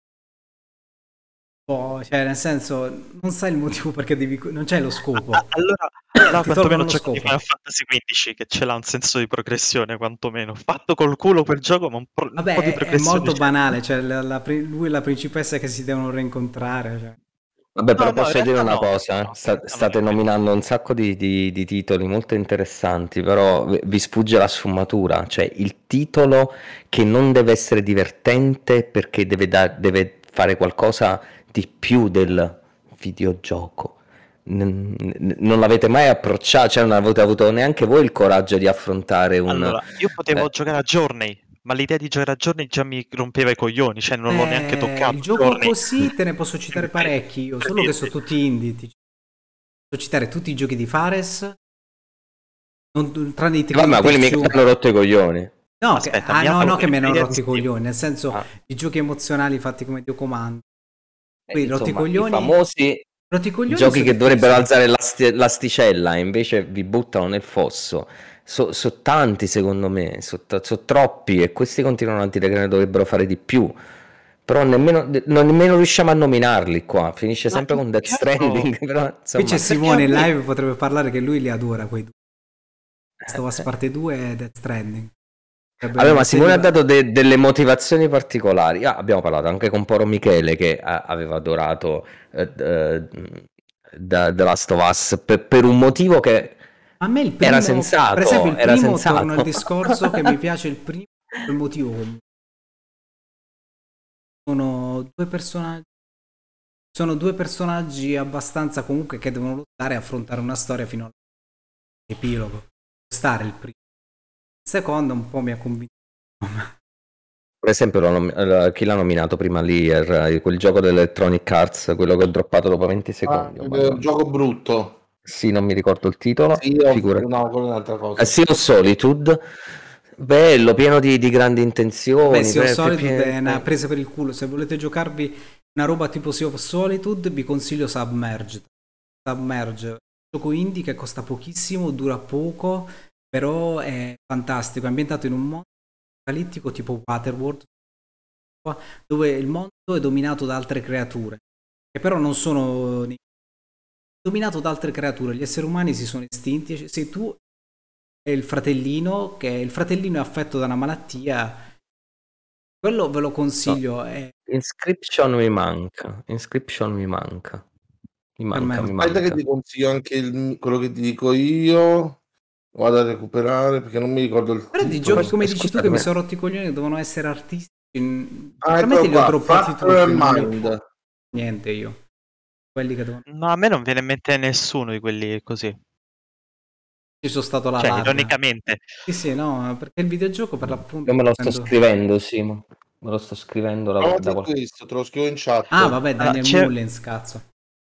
Cioè, nel senso, non sai il motivo perché non c'è lo scopo. Allora Ti quantomeno tolgono lo gioco di scopo. Final Fantasy XV che ce l'ha un senso di progressione, quantomeno. Fatto col culo quel gioco, ma un po' di Vabbè, è progressione molto c'è. banale, cioè lui e la principessa che si devono rincontrare. Cioè. Vabbè, però No, posso in dire realtà una no. cosa, No, state non è nominando un sacco di titoli molto interessanti, però vi sfugge la sfumatura, cioè il titolo che non deve essere divertente perché deve fare qualcosa di più del videogioco. Non l'avete mai approcciato, cioè non avete avuto neanche voi il coraggio di affrontare Allora, io potevo giocare a Journey, ma l'idea di giocare a Journey già mi rompeva i coglioni, cioè non l'ho neanche toccato. Il gioco Journey. così te ne posso citare parecchi io, solo che sono tutti indie. Posso citare tutti i giochi di Fares, tranne i Vabbè, ma quelli mi hanno rotto i coglioni. No, Aspetta, no, che mi hanno idea rotti i coglioni, nel senso i giochi emozionali fatti come Dio comanda. Poi rotti i coglioni. I famosi giochi che dovrebbero alzare l'asticella e invece vi buttano nel fosso. So tanti secondo me, so troppi e questi continuano a dire che ne dovrebbero fare di più. Però non nemmeno riusciamo a nominarli qua, finisce sempre con Death Stranding. Però, insomma... Qui c'è Simone in live, potrebbe parlare che lui li adora quei due. Last of Us Parte 2 e Death Stranding. Allora, ma Simone ha dato delle motivazioni particolari. Abbiamo parlato anche con Poro Michele che aveva adorato The Last of Us per un motivo che a me il primo, era sensato. Per esempio, il primo torno al discorso che mi piace il primo per il motivo. Sono due personaggi abbastanza comunque che devono lottare e affrontare una storia fino all'epilogo. Stare il primo. Il secondo un po' mi ha convinto. Per esempio, chi l'ha nominato prima lì? Quel gioco dell'Electronic Arts, quello che ho droppato dopo 20 secondi. Il gioco brutto. Sì, non mi ricordo il titolo. No, quello è un'altra cosa. Sea of Solitude. Bello, pieno di grandi intenzioni. Beh, Sea of Solitude è una presa per il culo. Se volete giocarvi una roba tipo Sea of Solitude, vi consiglio Submerge. Gioco indie che costa pochissimo, dura poco, però è fantastico. È ambientato in un mondo apocalittico tipo Waterworld, dove il mondo è dominato da altre creature, che però non sono dominato da altre creature. Gli esseri umani si sono estinti. Sei tu e il fratellino, che il fratellino è affetto da una malattia. Quello ve lo consiglio. No. Inscription mi manca. Mi manca. Aspetta che ti consiglio anche quello che ti dico io. Vado a recuperare perché non mi ricordo il però di giochi come dici tu che mi sono rotti i coglioni, devono essere artisti. Veramente li ho droppati tutti. niente io. Quelli che devono... No, a me non viene in mente nessuno di quelli così. Ci sono stato la Cioè, larga. ironicamente. Sì, no, perché il videogioco per l'appunto... Io me lo sto prendo- scrivendo, Simo. Me lo sto scrivendo da Provate qualche... questo, te lo scrivo in chat. Ah, vabbè, Allora, Daniel c'è- Mullins, cazzo.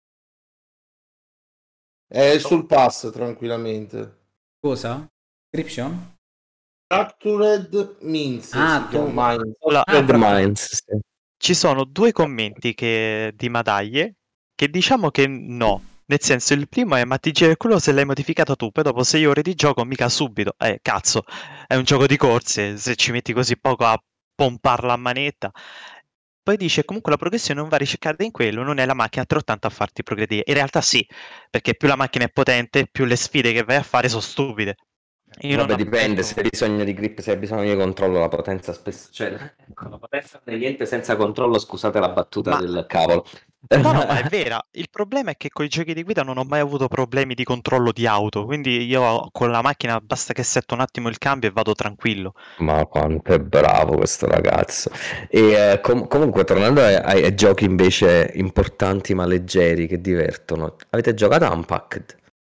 È sul pass, tranquillamente. Cosa? Description? Fractured Minds Ah, si chiama. Minds. Allora, Red fra- Minds, sì. ci sono due commenti di Madaglie che diciamo che no. Nel senso, il primo è: ma ti gira il culo se l'hai modificato tu, poi dopo 6 ore di gioco mica subito. Cazzo, è un gioco di corse, se ci metti così poco a pomparla a manetta. Poi dice: comunque la progressione non va ricercata in quello, non è la macchina 380 a farti progredire. In realtà sì, perché più la macchina è potente, più le sfide che vai a fare sono stupide. Io non Vabbè, dipende, aspetto- se hai bisogno di grip, se hai bisogno di controllo, la potenza spesso... Cioè, con la potenza non è niente senza controllo, scusate la battuta Ma- del cavolo. No, no, ma è vera. Il problema è che con i giochi di guida non ho mai avuto problemi di controllo di auto, quindi io con la macchina basta che setto un attimo il cambio e vado tranquillo. Ma quanto è bravo questo ragazzo. E comunque, tornando ai giochi invece importanti ma leggeri che divertono, avete giocato a Unpacked?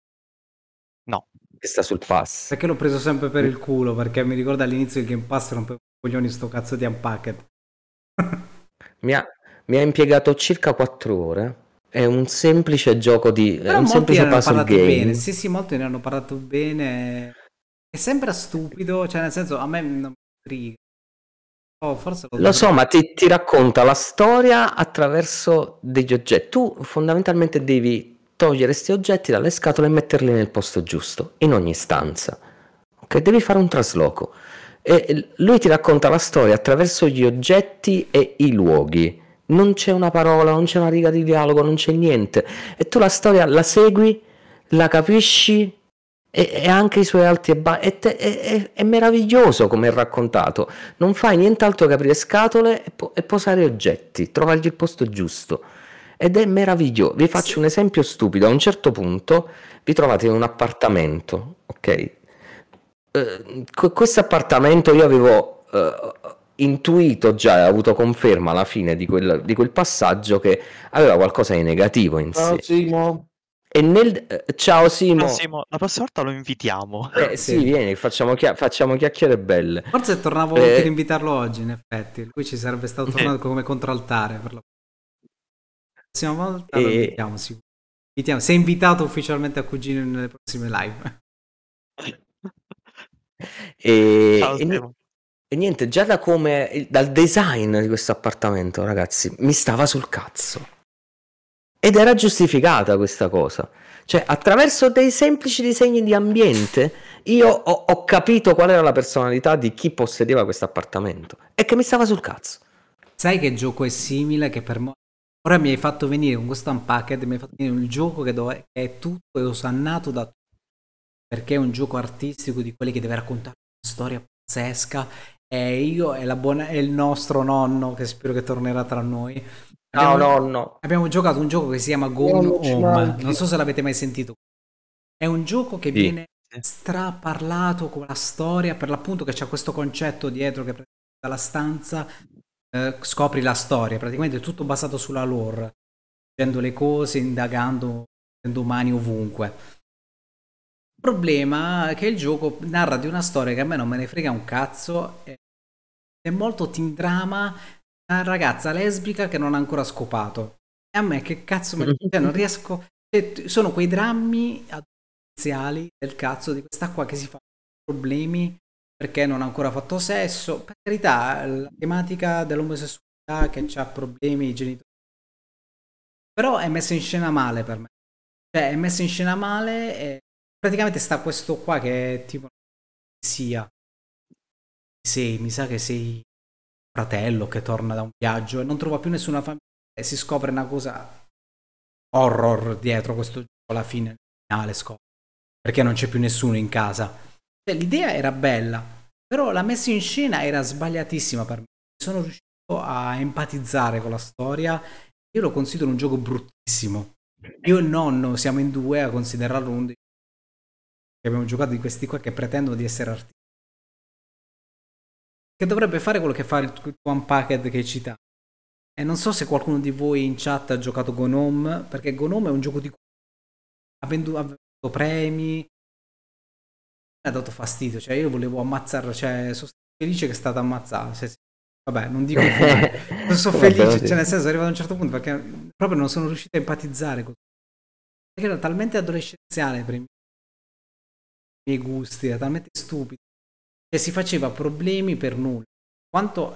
No. Che sta sul pass. Perché l'ho preso sempre per il culo, perché mi ricordo all'inizio del Game Pass rompevo i coglioni sto cazzo di Unpacked. Mi ha impiegato circa 4 ore. È un semplice gioco di... È Però un molti semplice ne hanno puzzle parlato game. bene, sì, molti ne hanno parlato bene. E sembra stupido, cioè nel senso a me non mi intriga. Oh, forse Lo so, ma ti racconta la storia attraverso degli oggetti. Tu fondamentalmente devi togliere questi oggetti dalle scatole e metterli nel posto giusto, in ogni stanza. Ok, devi fare un trasloco. E lui ti racconta la storia attraverso gli oggetti e i luoghi. Non c'è una parola, non c'è una riga di dialogo, non c'è niente. E tu la storia la segui, la capisci e anche i suoi alti e bassi. È meraviglioso come è raccontato. Non fai nient'altro che aprire scatole e posare oggetti, trovargli il posto giusto. Ed è meraviglioso. Vi faccio un esempio stupido. A un certo punto vi trovate in un appartamento, ok? Questo appartamento io avevo intuito già, avuto conferma alla fine di quel passaggio che aveva qualcosa di negativo in Ciao sé. Simo. E ciao Simo. No, Simo, la prossima volta lo invitiamo. Sì, vieni, facciamo chiacchiere belle. Forse tornavo utile invitarlo oggi, in effetti. Lui ci sarebbe stato tornato come contraltare per la prossima volta. Lo invitiamo, sicuro. Sei invitato ufficialmente a Cugino nelle prossime live. Ciao, E Simo. niente, già dal design di questo appartamento, ragazzi, mi stava sul cazzo. Ed era giustificata questa cosa. Cioè, attraverso dei semplici disegni di ambiente, io ho capito qual era la personalità di chi possedeva questo appartamento. E che mi stava sul cazzo. Sai che gioco è simile? Che per me... Ora mi hai fatto venire con questo Unpacked, mi hai fatto venire un gioco che è tutto e osannato da tutto. Perché è un gioco artistico di quelli che deve raccontare una storia pazzesca. E io e il nostro nonno, che spero che tornerà tra noi. Ciao nonno. Abbiamo giocato un gioco che si chiama Gone Nonno, ci Home. manchi. Non so se l'avete mai sentito. È un gioco che Sì. viene straparlato con la storia, per l'appunto che c'è questo concetto dietro che dalla stanza scopri la storia, praticamente è tutto basato sulla lore, leggendo le cose, indagando, essendo umani ovunque. Il problema è che il gioco narra di una storia che a me non me ne frega un cazzo, è molto teen drama, una ragazza lesbica che non ha ancora scopato. E a me che cazzo cioè, non riesco... Sono quei drammi adolescenziali del cazzo di questa qua che si fa problemi perché non ha ancora fatto sesso. Per carità, la tematica dell'omosessualità che ha problemi i genitori. Però è messa in scena male per me. Cioè, è messa in scena male e praticamente sta questo qua che è tipo mi sa che sei fratello che torna da un viaggio e non trova più nessuna famiglia e si scopre una cosa horror dietro questo gioco alla fine, al finale scopre perché non c'è più nessuno in casa. Cioè, l'idea era bella, però la messa in scena era sbagliatissima per me. Sono riuscito a empatizzare con la storia. Io lo considero un gioco bruttissimo. Io e il nonno siamo in due a considerarlo uno dei che abbiamo giocato di questi qua che pretendono di essere artisti. Che dovrebbe fare quello che fa il tuo Unpacked che hai citato. E non so se qualcuno di voi in chat ha giocato Gnome, perché Gnome è un gioco di cui ha venduto premi, mi ha dato fastidio, cioè io volevo ammazzarlo, cioè sono felice che è stato ammazzato. Vabbè, non dico il finale, non sono Vabbè, felice, sì. cioè nel senso è arrivato a un certo punto perché proprio non sono riuscito a empatizzare con perché era talmente adolescenziale per i miei gusti, era talmente stupido, che si faceva problemi per nulla, quanto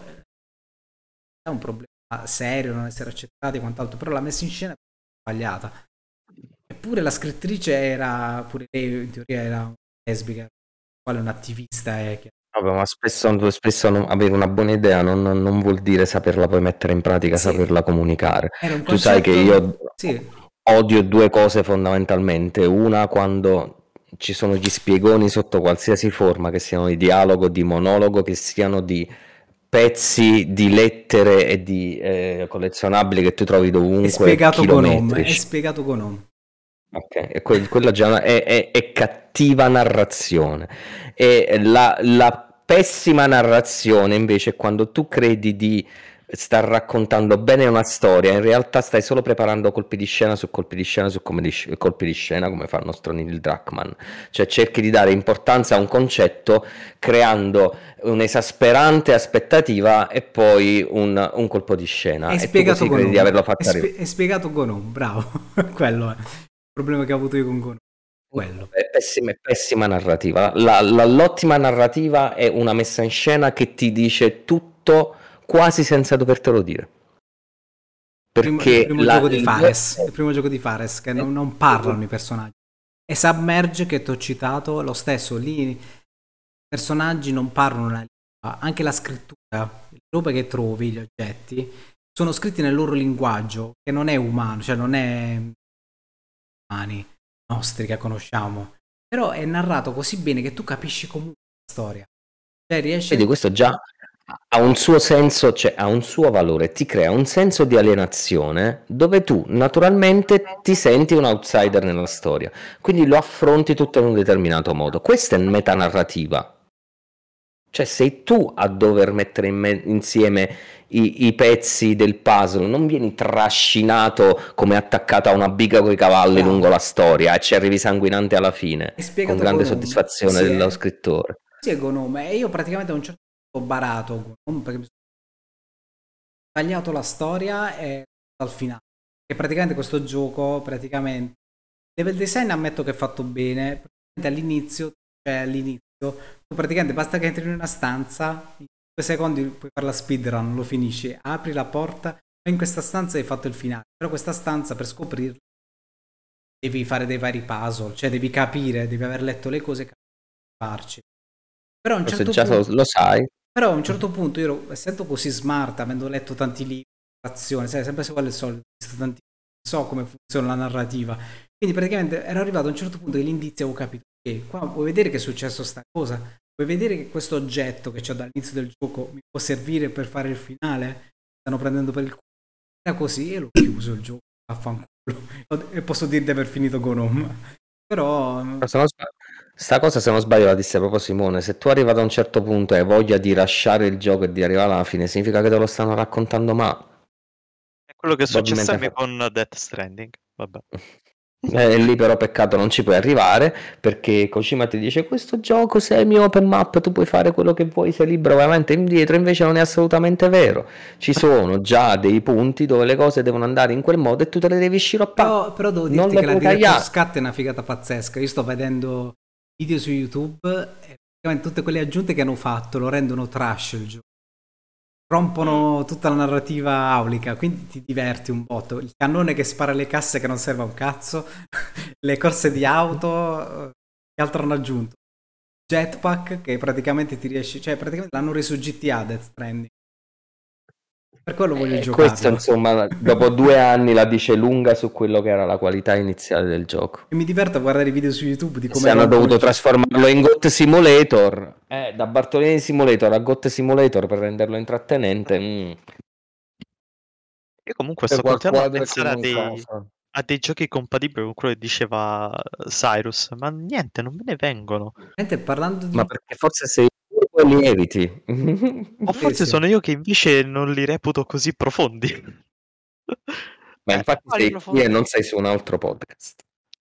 è un problema serio non essere accettati e quant'altro, però la messa in scena è sbagliata. Eppure la scrittrice era, pure lei in teoria era lesbica, quale un attivista è. Vabbè, ma spesso avere una buona idea non vuol dire saperla poi mettere in pratica, Sì. saperla comunicare. Era un Tu sai che io sì. odio due cose fondamentalmente. Una, quando ci sono gli spiegoni sotto qualsiasi forma, che siano di dialogo, di monologo, che siano di pezzi di lettere e di collezionabili che tu trovi È dovunque, spiegato Gnome, è chilometrici. spiegato Gnome. Ok, e quella già è cattiva narrazione. E la pessima narrazione invece è quando tu credi di star raccontando bene una storia, in realtà stai solo preparando colpi di scena su colpi di scena su colpi di scena, come fa il nostro Neil Druckmann. Cioè cerchi di dare importanza a un concetto creando un'esasperante aspettativa e poi un colpo di scena. È E tu spiegato così credi di Gnome. averlo fatto arrivare. È spiegato Gnome, bravo. Quello è il problema che ho avuto io con Gnome. Quello. È pessima narrativa. L'ottima narrativa è una messa in scena che ti dice tutto quasi senza dovertelo dire. Perché il primo gioco di Fares, che non parlano i personaggi. E Submerge che ti ho citato, lo stesso, lì i personaggi non parlano una lingua, anche la scrittura, le robe che trovi, gli oggetti, sono scritti nel loro linguaggio, che non è umano, cioè non è umani nostri che conosciamo, però è narrato così bene che tu capisci comunque la storia. Cioè riesci Vedi, questo già ha un suo senso, cioè ha un suo valore, ti crea un senso di alienazione dove tu naturalmente ti senti un outsider nella storia, quindi lo affronti tutto in un determinato modo. Questa è metanarrativa. Cioè sei tu a dover mettere insieme i pezzi del puzzle, non vieni trascinato come attaccato a una biga coi cavalli lungo la storia e ci arrivi sanguinante alla fine, con grande soddisfazione dello scrittore. Sì, è Gnome, e io praticamente a un certo punto ho barato Gnome perché mi sono tagliato la storia e al finale. E praticamente questo gioco, praticamente, level design ammetto che è fatto bene, all'inizio, tu praticamente basta che entri in una stanza, in 2 secondi puoi fare la speedrun, lo finisci, apri la porta, e in questa stanza hai fatto il finale. Però questa stanza per scoprirlo devi fare dei vari puzzle, cioè devi capire, devi aver letto le cose e farci. Però a un certo punto, lo sai. Però a un certo punto io essendo così smart, avendo letto tanti libri, azione, sai, sempre se vuole il solito, so come funziona la narrativa. Quindi praticamente ero arrivato a un certo punto che l'indizio avevo capito che qua vuoi vedere che è successo sta cosa, vuoi vedere che questo oggetto che c'ho dall'inizio del gioco mi può servire per fare il finale, stanno prendendo per il culo. Era così e l'ho chiuso il gioco, affanculo. E posso dire di aver finito con Gnome. Però sta cosa, se non sbaglio, la disse proprio Simone: se tu arrivato a un certo punto e hai voglia di lasciare il gioco e di arrivare alla fine, significa che te lo stanno raccontando male. È quello che è successo a me con Death Stranding. Vabbè. Lì però peccato non ci puoi arrivare, perché Kojima ti dice questo gioco semi open map, tu puoi fare quello che vuoi, sei libero, vai avanti e indietro. Invece non è assolutamente vero, ci sono già dei punti dove le cose devono andare in quel modo e tu te le devi sciroppare. Però devo dirti che la Director's Cut è una figata pazzesca. Io sto vedendo video su YouTube e praticamente tutte quelle aggiunte che hanno fatto lo rendono trash il gioco, rompono tutta la narrativa aulica, quindi ti diverti un botto. Il cannone che spara le casse che non serve a un cazzo, le corse di auto, che altro hanno aggiunto? Jetpack che praticamente ti riesci, cioè praticamente l'hanno reso GTA Death Stranding. Per quello voglio giocare. Questo insomma dopo 2 anni la dice lunga su quello che era la qualità iniziale del gioco. E mi diverto a guardare i video su YouTube di come se hanno dovuto trasformarlo in GOT Simulator, da Bartolini Simulator a GOT Simulator per renderlo intrattenente. Io comunque sto continuando a pensare a dei giochi compatibili con quello che diceva Cyrus, ma niente, non me ne vengono. Parlando di... Ma perché forse sei poi li eviti. O forse sì. sono io che invece non li reputo così profondi. Ma infatti quali sei qui profondi? e non sei su un altro podcast.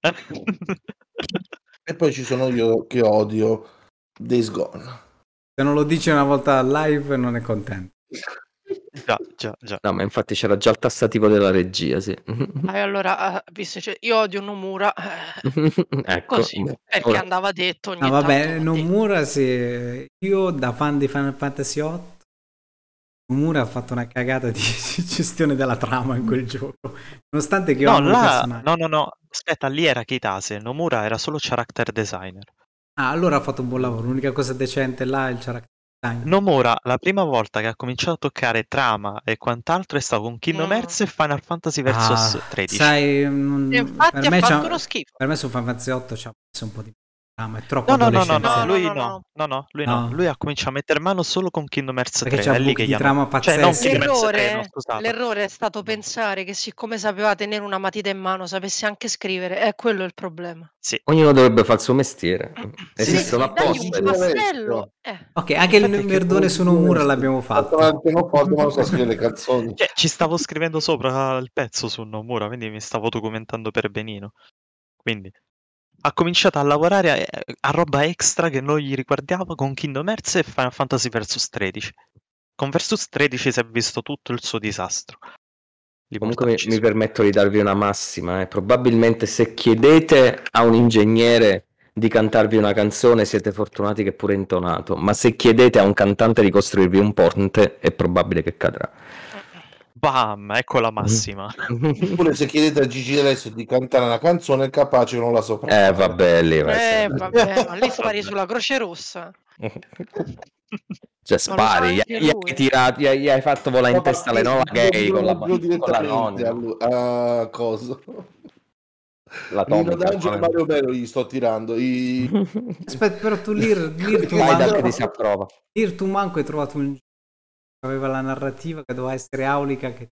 E poi ci sono io che odio Days Gone. Se non lo dici una volta live non è contento. Già. No, ma infatti c'era già il tassativo della regia, sì. Allora, visto che io odio Nomura, Ecco. così, perché Ora- andava detto ogni No, vabbè, tanto. va detto. Nomura sì. Io da fan di Final Fantasy VIII, Nomura ha fatto una cagata di gestione della trama in quel gioco. Nonostante che io No, amo il personaggio. no. Aspetta, lì era Kitase. Nomura era solo character designer. Ah, allora ha fatto un buon lavoro. L'unica cosa decente là è il character design. Nomura, la prima volta che ha cominciato a toccare trama e quant'altro è stato con Kingdom Hearts e Final Fantasy Versus 13. Sai, E infatti ha fatto uno schifo. per me su Final Fantasy VIII ci ha messo un po' di trama, è troppo No, adolescenziale. lui No. no. No. Lui ha cominciato a mettere mano solo con Kingdom Hearts 3. Perché c'ha È lì buchi che di gli hanno... trama Cioè, non pazzeschi. Kingdom Hearts 3, no, scusate. L'errore è stato pensare che siccome sapeva tenere una matita in mano sapesse anche scrivere, è quello il problema. Sì. Ognuno dovrebbe fare il suo mestiere. Sì, Esistono sì, dagli apposta. un pastello. Ok, anche il Infatti è che merdone su Nomura l'abbiamo fatto. Ma non so scrivere le canzoni. Cioè, ci stavo scrivendo sopra il pezzo su Nomura, quindi mi stavo documentando per benino. Quindi ha cominciato a lavorare a roba extra che noi gli riguardava con Kingdom Hearts e Final Fantasy Versus 13. Con Versus 13 si è visto tutto il suo disastro. Comunque mi permetto di darvi una massima. Probabilmente se chiedete a un ingegnere di cantarvi una canzone siete fortunati che è pure intonato, ma se chiedete a un cantante di costruirvi un ponte è probabile che cadrà. Bam, ecco la massima. Oppure se chiedete a Gigi D'Alessio di cantare una canzone, è capace che non la sopra. Vabbè, lì Vabbè, ma lì spari sulla Croce Rossa. Cioè spari, gli hai fatto volare in testa le Nola Gay con la nonna. A cosa? L'atomica. Mario Melo gli sto tirando. Aspetta, però tu Lir tu manco hai trovato un gioco che aveva la narrativa che doveva essere aulica che...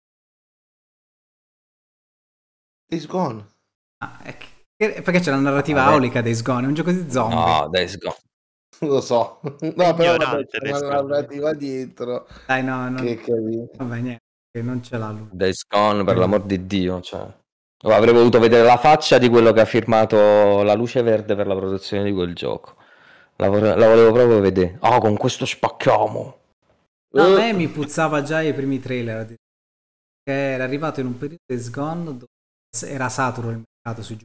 Days Gone. Perché c'è la narrativa aulica Days Gone? È un gioco di zombie. No, Days Gone. Lo so. No, però vabbè, c'è una narrativa dietro. Dai, no. Che vabbè, niente, non ce l'ha lui. Days Gone, per l'amor di Dio, cioè. Avrei voluto vedere la faccia di quello che ha firmato la luce verde per la produzione di quel gioco. La volevo proprio vedere. Con questo spacchiamo. No, a me mi puzzava già i primi trailer. Che era arrivato in un periodo Days Gone dove era saturo il mercato sui giochi.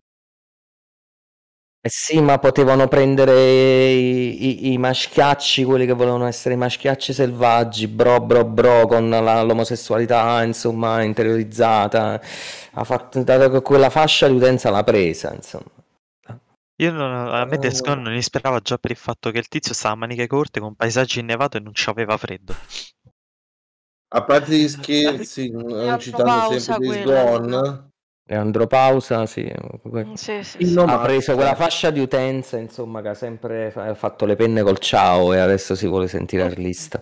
Sì, ma potevano prendere i maschiacci, quelli che volevano essere i maschiacci selvaggi, bro, con l'omosessualità, insomma, interiorizzata. Ha fatto quella fascia di utenza l'ha presa, insomma. A me Days Gone non ispirava già per il fatto che il tizio stava a maniche corte con paesaggi innevato e non c'aveva freddo. A parte gli scherzi, citando sempre Days Gone. Andropausa, sì. Sì. Ha preso quella fascia di utenza, insomma, che ha sempre fatto le penne col ciao e adesso si vuole sentire arlista.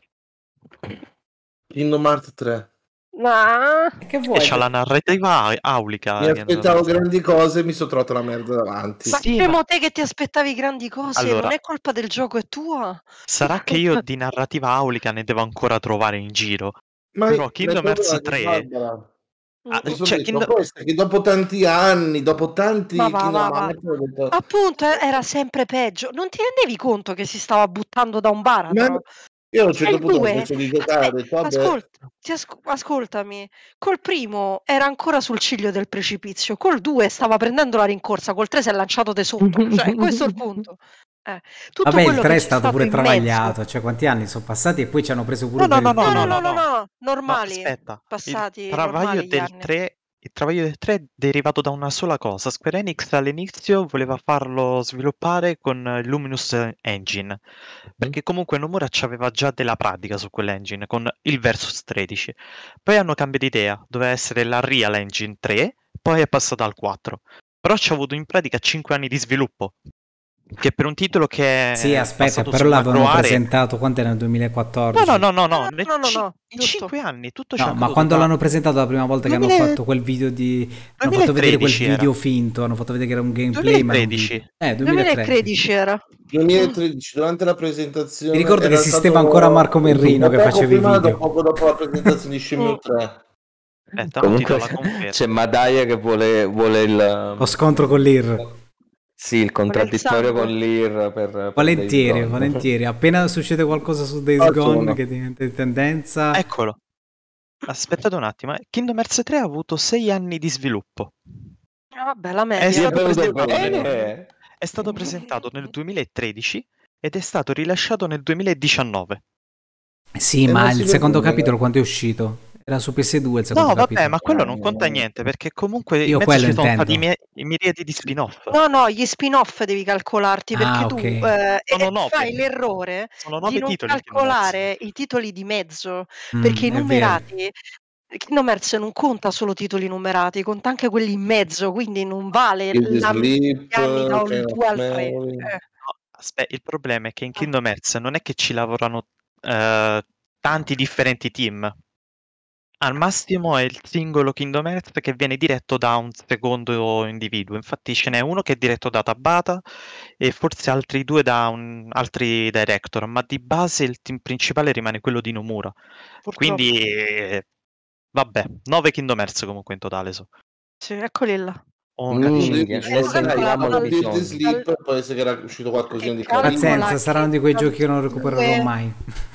Kingdom Hearts 3. Ma che vuoi? E c'ha la narrativa aulica. Mi aspettavo grandi cose e mi sono trovato la merda davanti. Ma scemo te che ti aspettavi grandi cose, allora, non è colpa del gioco, è tua. Sarà che io di narrativa aulica ne devo ancora trovare in giro. Però Kingdom Hearts 3... che dopo tanti anni, dopo tanti appunto era sempre peggio. Non ti rendevi conto che si stava buttando da un baratro? Io a un certo punto ho smesso di giocare. Ascoltami, col primo era ancora sul ciglio del precipizio, col 2 stava prendendo la rincorsa, col 3 si è lanciato di sotto, cioè questo è il punto. Tutto vabbè, quello il 3 che è stato pure travagliato, mezzo. cioè quanti anni sono passati e poi ci hanno preso pure No, normali. No, aspetta. Passati il travaglio del 3 è derivato da una sola cosa. Square Enix all'inizio voleva farlo sviluppare con il Luminous Engine, perché comunque Nomura aveva già della pratica su quell'engine con il Versus 13. Poi hanno cambiato idea, doveva essere la Real Engine 3, poi è passata al 4. Però ci ha avuto in pratica 5 anni di sviluppo. che per un titolo che Sì, è aspetta, passato però su l'avevano macro aree... presentato quando era nel 2014. No, No, in giusto. 5 anni tutto c'è No, ma accaduto quando da l'hanno presentato la prima volta che hanno 2000 fatto quel video di... Hanno fatto vedere quel 2013 era. video finto, hanno fatto vedere che era un gameplay, ma non un 2013. video. 2013. 2013 era. 2013, durante la Mi presentazione ricordo che era esisteva stato ancora Marco Merrino che poco faceva i prima, video. poco dopo la presentazione di Shenmue 3. Aspetta, non ti do Comunque la conferma. c'è Madaya che vuole il... Lo scontro con l'IR. Sì, il contraddittorio sangue. con l'IR per Days Volentieri, Gone. volentieri. Appena succede qualcosa su Days Ah, Gone sono. che diventa in tendenza... Eccolo. Aspettate un attimo. Kingdom Hearts 3 ha avuto 6 anni di sviluppo. Vabbè, la È media. Ti è stato venuto presentato bene. È stato presentato nel 2013 ed è stato rilasciato nel 2019. Sì, E ma non il si secondo vede. capitolo quando è uscito? Era su PS2 il secondo No, vabbè, capitolo. ma quello non conta niente perché comunque in Io mezzo quello ci sono intendo. stati miriadi di spin-off. No, gli spin-off devi calcolarti perché Ah, tu ok. Sono 9. fai l'errore Sono di 9 non titoli in Kingdom Hearts. calcolare i titoli di mezzo, perché i È vero. numerati, Kingdom Hearts non conta solo titoli numerati, conta anche quelli in mezzo, quindi non vale Easy gli Sleep, anni dal Chain of 2 al 3. Memory. No, aspetta, il problema è che in Kingdom Hearts non è che ci lavorano tanti differenti team. Al massimo è il singolo Kingdom Hearts che viene diretto da un secondo individuo. Infatti ce n'è uno che è diretto da Tabata e forse altri due da altri director, ma di base il team principale rimane quello di Nomura. Quindi vabbè, 9 Kingdom Hearts comunque in totale so. Sì, eccoli là. Oh, Minchia, cacci. ne calcolato sentiamo il dal- Easy bisogno. Sleep, può essere che era uscito qualcosina di calcola carino. Pazienza, che saranno di quei dal giochi che non recupererò 2 mai.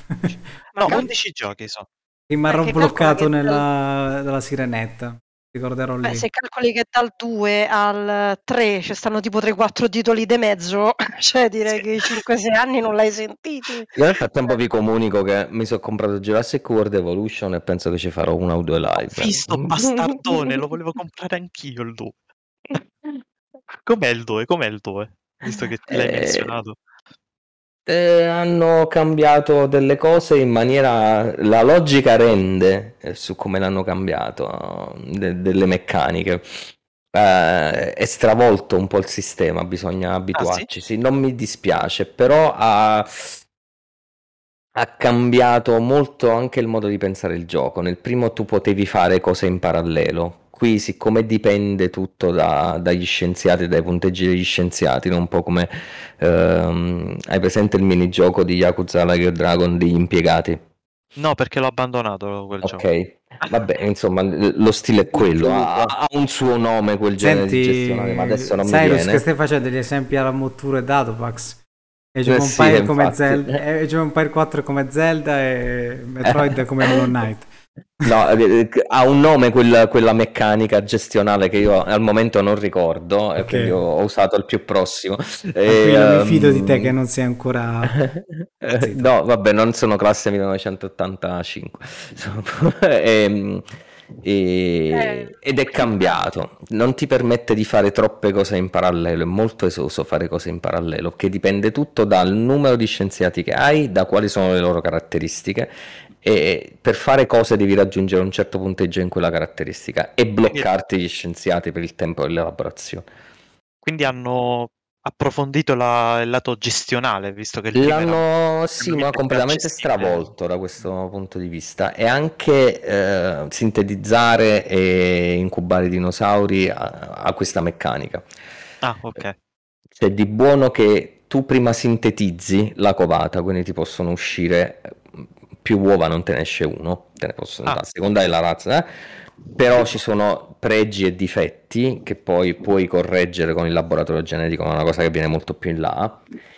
No, cal- 11 giochi so. Rimarrò che calcola bloccato che nella sirenetta. Ricorderò lì. se calcoli che dal 2 al 3 ci stanno tipo 3-4 titoli di mezzo, cioè direi che i 5-6 anni non l'hai sentiti. Io nel frattempo vi comunico che mi sono comprato Jurassic World Evolution e penso che ci farò una o due live. Visto, bastardone, lo volevo comprare anch'io il 2. Com'è il 2? Com'è il 2? Visto che l'hai menzionato. Hanno cambiato delle cose in maniera... La logica rende su come l'hanno cambiato, delle meccaniche. È stravolto un po' il sistema, bisogna abituarci. Sì, non mi dispiace, però ha cambiato molto anche il modo di pensare il gioco. Nel primo tu potevi fare cose in parallelo. Qui, siccome dipende tutto dagli scienziati, dai punteggi degli scienziati, non un po' come hai presente il minigioco di Yakuza Like a Dragon degli impiegati? No, perché l'ho abbandonato quel gioco. Ok, vabbè, insomma, lo stile è quello, ha un suo nome quel genere di gestionale, ma adesso non mi Cyrus, viene. che stai facendo degli esempi alla Mottura e Datopax? Age of Sì, Empire come infatti. Zelda, Age of Empire 4 come Zelda e Metroid come Hollow Knight. No, ha un nome quella meccanica gestionale che io al momento non ricordo, e quindi ho usato il più prossimo. Tranquillo, mi fido di te che non sei ancora... Zitto. No, vabbè, non sono classe 1985. Ed è cambiato, non ti permette di fare troppe cose in parallelo, è molto esoso fare cose in parallelo, che dipende tutto dal numero di scienziati che hai, da quali sono le loro caratteristiche, e per fare cose devi raggiungere un certo punteggio in quella caratteristica e bloccarti gli scienziati per il tempo dell'elaborazione. Quindi hanno approfondito il lato gestionale, visto che il team L'hanno sì, ma completamente gestibile. stravolto da questo punto di vista, e anche sintetizzare e incubare i dinosauri a questa meccanica. Ah, ok. C'è di buono che tu prima sintetizzi la covata, quindi ti possono uscire più uova, non te ne esce uno, te ne possono a seconda della razza, però ci sono pregi e difetti che poi puoi correggere con il laboratorio genetico, ma è una cosa che viene molto più in là,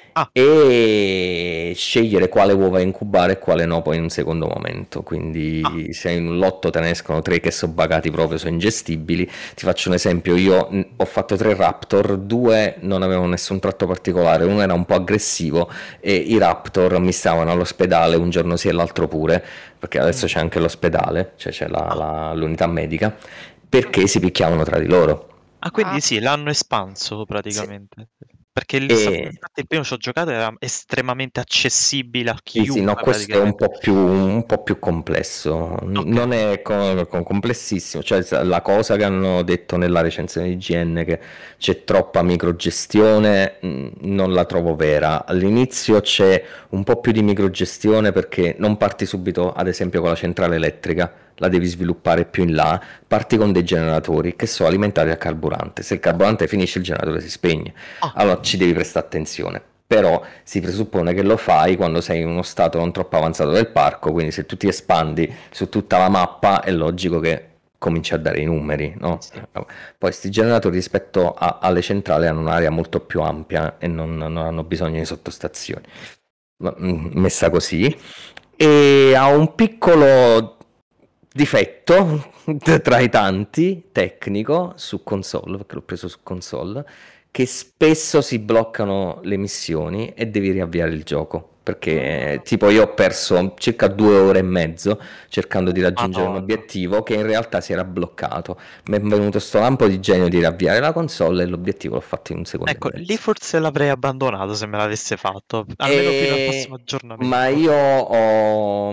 e scegliere quale uova incubare e quale no poi in un secondo momento. Quindi se in un lotto te ne escono 3 che sono bagati proprio, sono ingestibili. Ti faccio un esempio: io ho fatto 3 raptor, 2 non avevano nessun tratto particolare, uno era un po' aggressivo e i raptor mi stavano all'ospedale un giorno sì e l'altro pure, perché adesso c'è anche l'ospedale, cioè c'è l'unità medica, perché si picchiavano tra di loro. Ah, quindi sì, l'hanno espanso praticamente. Perché infatti il primo ci ho giocato era estremamente accessibile a Sì, chiunque. no, questo è un po' più complesso, non è complessissimo, cioè la cosa che hanno detto nella recensione di IGN che c'è troppa microgestione, non la trovo vera. All'inizio c'è un po' più di microgestione perché non parti subito, ad esempio, con la centrale elettrica, la devi sviluppare più in là, parti con dei generatori che sono alimentati a carburante, se il carburante finisce il generatore si spegne, allora ci devi prestare attenzione. Però si presuppone che lo fai quando sei in uno stato non troppo avanzato del parco, quindi se tu ti espandi su tutta la mappa è logico che cominci a dare i numeri, no? Poi questi generatori rispetto alle centrali hanno un'area molto più ampia e non hanno bisogno di sottostazioni. Messa così. E ha un piccolo difetto tra i tanti tecnico su console, perché l'ho preso su console, che spesso si bloccano le missioni e devi riavviare il gioco. Perché tipo io ho perso circa 2 ore e mezzo cercando di raggiungere un obiettivo che in realtà si era bloccato. Mi è venuto sto lampo di genio di riavviare la console e l'obiettivo l'ho fatto in un secondo. Ecco, lì forse l'avrei abbandonato se me l'avesse fatto, almeno fino al prossimo aggiornamento. Ma io ho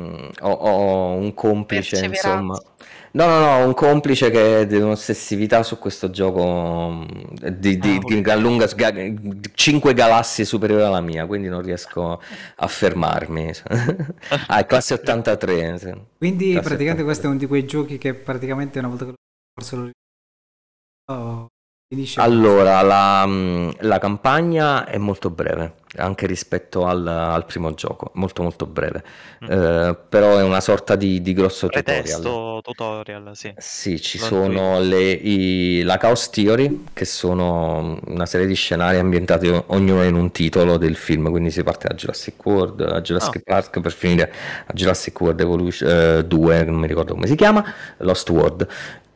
un complice, insomma. No, un complice che ha un'ossessività su questo gioco di gran lunga, 5 galassie superiore alla mia, quindi non riesco a fermarmi. È classe 83. Sì. Quindi classe praticamente 83. questo è uno di quei giochi che praticamente una volta che lo finisce. Allora, la campagna è molto breve, anche rispetto al primo gioco, molto molto breve, però è una sorta di grosso tutorial, sì. Sì, ci sono la Chaos Theory, che sono una serie di scenari ambientati ognuno in un titolo del film, quindi si parte da Jurassic World, a Jurassic Park, per finire a Jurassic World Evolution 2, non mi ricordo come si chiama, Lost World.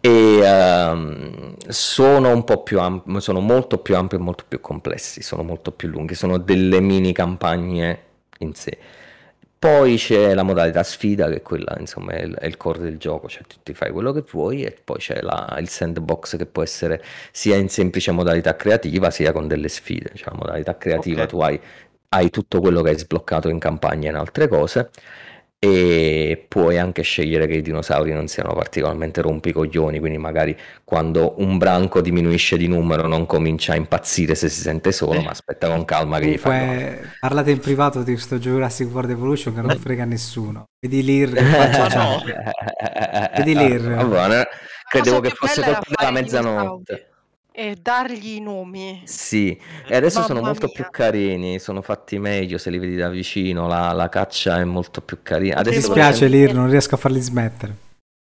E sono un po' più sono molto più ampi e molto più complessi, sono molto più lunghi, sono delle mini campagne in sé. Poi c'è la modalità sfida, che quella insomma è il core del gioco, cioè ti fai quello che vuoi, e poi c'è il sandbox, che può essere sia in semplice modalità creativa sia con delle sfide. Cioè la modalità creativa tu hai tutto quello che hai sbloccato in campagna e in altre cose, e puoi anche scegliere che i dinosauri non siano particolarmente rompicoglioni, quindi magari quando un branco diminuisce di numero non comincia a impazzire se si sente solo, ma aspetta con calma che gli fai. Parlate in privato di questo Jurassic World Evolution che non frega nessuno. Vedi l'IR che faccia Vedi l'IR. Allora, credevo che fosse colpa della mezzanotte. E dargli i nomi. Sì, e adesso sono Mamma molto mia. più carini, sono fatti meglio, se li vedi da vicino, la caccia è molto più carina. Mi Adesso dispiace l'IR, non riesco a farli smettere.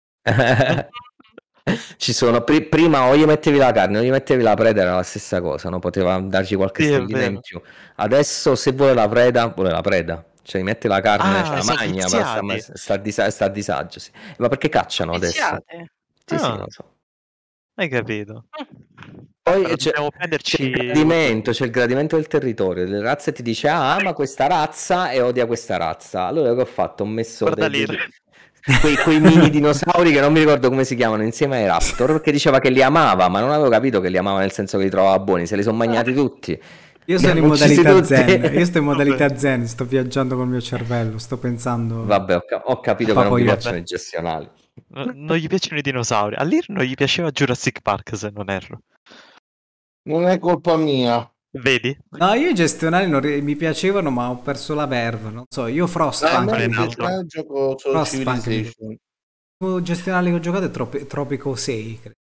ci sono prima o gli mettevi la carne o gli mettevi la preda, era la stessa cosa, no? Poteva darci qualche Sì, è stellina vero. in più. Adesso se vuole la preda, vuole la preda. Cioè, mette la carne, Ah, la sono magna, viziati. sta a disagio, sì. Ma perché cacciano adesso? Viziate. Sì, Ah. non lo so. Hai capito? Poi Allora, c'è dobbiamo prenderci c'è il gradimento del territorio. Le razze ti dice ama questa razza e odia questa razza. Allora che ho fatto? Ho messo Guarda lì. quei mini dinosauri che non mi ricordo come si chiamano insieme ai raptor, perché diceva che li amava, ma non avevo capito che li amava nel senso che li trovava buoni. Se li sono mangiati tutti. Io sono Li in hanno uccisi modalità tutti. zen. Io sto in modalità zen, sto viaggiando col mio cervello, sto pensando. Vabbè, ho capito che non mi Vabbè. piacciono i gestionali. Non gli piacciono i dinosauri. All'IR non gli piaceva Jurassic Park, se non erro. Non è colpa mia. Vedi? No, io i gestionali mi piacevano, ma ho perso la verve. Non so, io Frostpunk. me mi ne piace. altro. Gioco solo Frostpunk Civilization. Il gestionale che ho giocato è Tropico 6. Credo.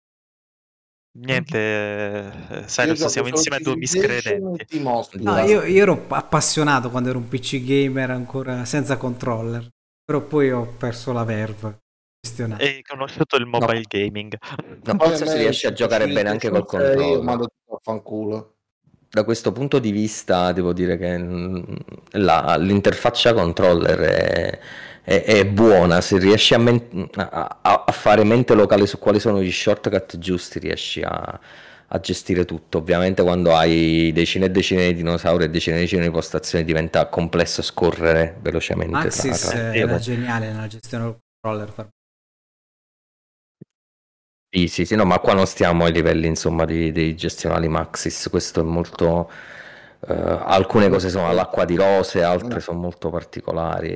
Niente, sai, adesso siamo insieme a due miscredenti. No, io ero appassionato quando ero un PC gamer ancora senza controller, però poi ho perso la verve. Gestionale. E hai conosciuto il mobile gaming. Non penso si riesce a giocare bene anche col controller. Io mando tutto a fanculo. Da questo punto di vista devo dire che l'interfaccia controller è buona, se riesci a fare mente locale su quali sono gli shortcut giusti riesci a gestire tutto. Ovviamente quando hai decine e decine di dinosauri e decine e decine di postazioni diventa complesso scorrere velocemente. Maxis era geniale nella gestione del controller. Sì, no, ma qua non stiamo ai livelli, insomma, dei gestionali Maxis, questo è molto... alcune cose sono all'acqua di rose, altre sono molto particolari.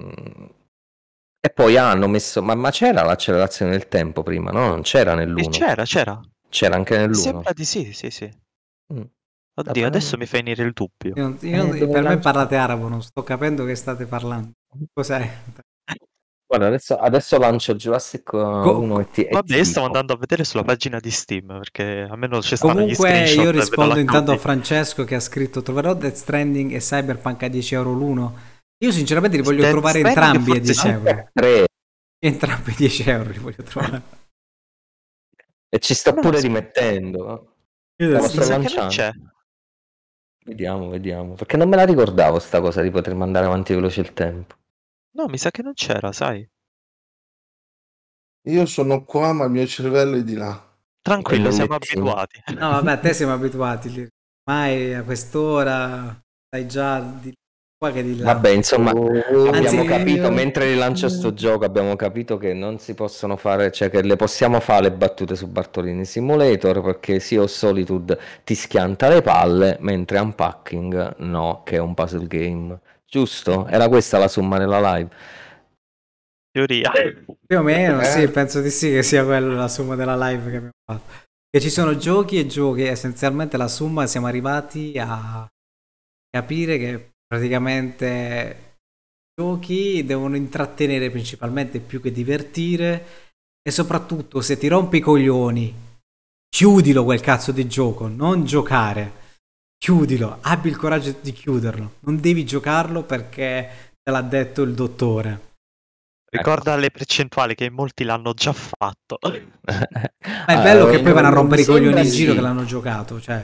E poi hanno messo... Ma c'era l'accelerazione del tempo prima, no? Non c'era nell'1. C'era. C'era anche Mi nell'1. sembra di sì. Mm. Oddio, adesso mi fai venire il dubbio. Per me parlate arabo, non sto capendo che state parlando. Cos'è? Guarda, adesso lancio Jurassic 1 e ti Vabbè, io stavo dico. andando a vedere sulla pagina di Steam, perché almeno ci stanno gli Comunque screenshot. io e vedo rispondo intanto a l'HD. Francesco che ha scritto: troverò Death Stranding e Cyberpunk a 10 euro l'uno. Io sinceramente li voglio Death trovare Stranding entrambi a forse 10 sì. euro. 3. Entrambi a 10 euro li voglio trovare. E ci sto No, pure sì. rimettendo. Io Lo adesso- sto Mi sa che non lanciando. c'è. Vediamo. Perché non me la ricordavo sta cosa di poter mandare avanti veloce il tempo. No, mi sa che non c'era, sai. Io sono qua, ma il mio cervello è di là. Tranquillo, siamo bollettino. abituati. No, vabbè, a te siamo abituati. Ormai a quest'ora stai già di qua che di là. Vabbè, insomma, abbiamo Anzi, capito, mentre rilancio sto gioco, abbiamo capito che non si possono fare, cioè che le possiamo fare le battute su Bartolini Simulator, perché Sea of Solitude ti schianta le palle, mentre Unpacking no, che è un puzzle game. Giusto? Era questa la somma della live. Teoria. più o meno, sì, Eh. penso di sì che sia quella la somma della live che abbiamo fatto. Che ci sono giochi e giochi, essenzialmente la somma siamo arrivati a capire che praticamente i giochi devono intrattenere principalmente più che divertire e soprattutto se ti rompi i coglioni, chiudilo quel cazzo di gioco, non giocare. Chiudilo, abbi il coraggio di chiuderlo. Non devi giocarlo perché te l'ha detto il dottore. Ricorda le percentuali che in molti l'hanno già fatto. Ma è bello che poi vanno a rompere i coglioni in giro sì. che l'hanno giocato, cioè.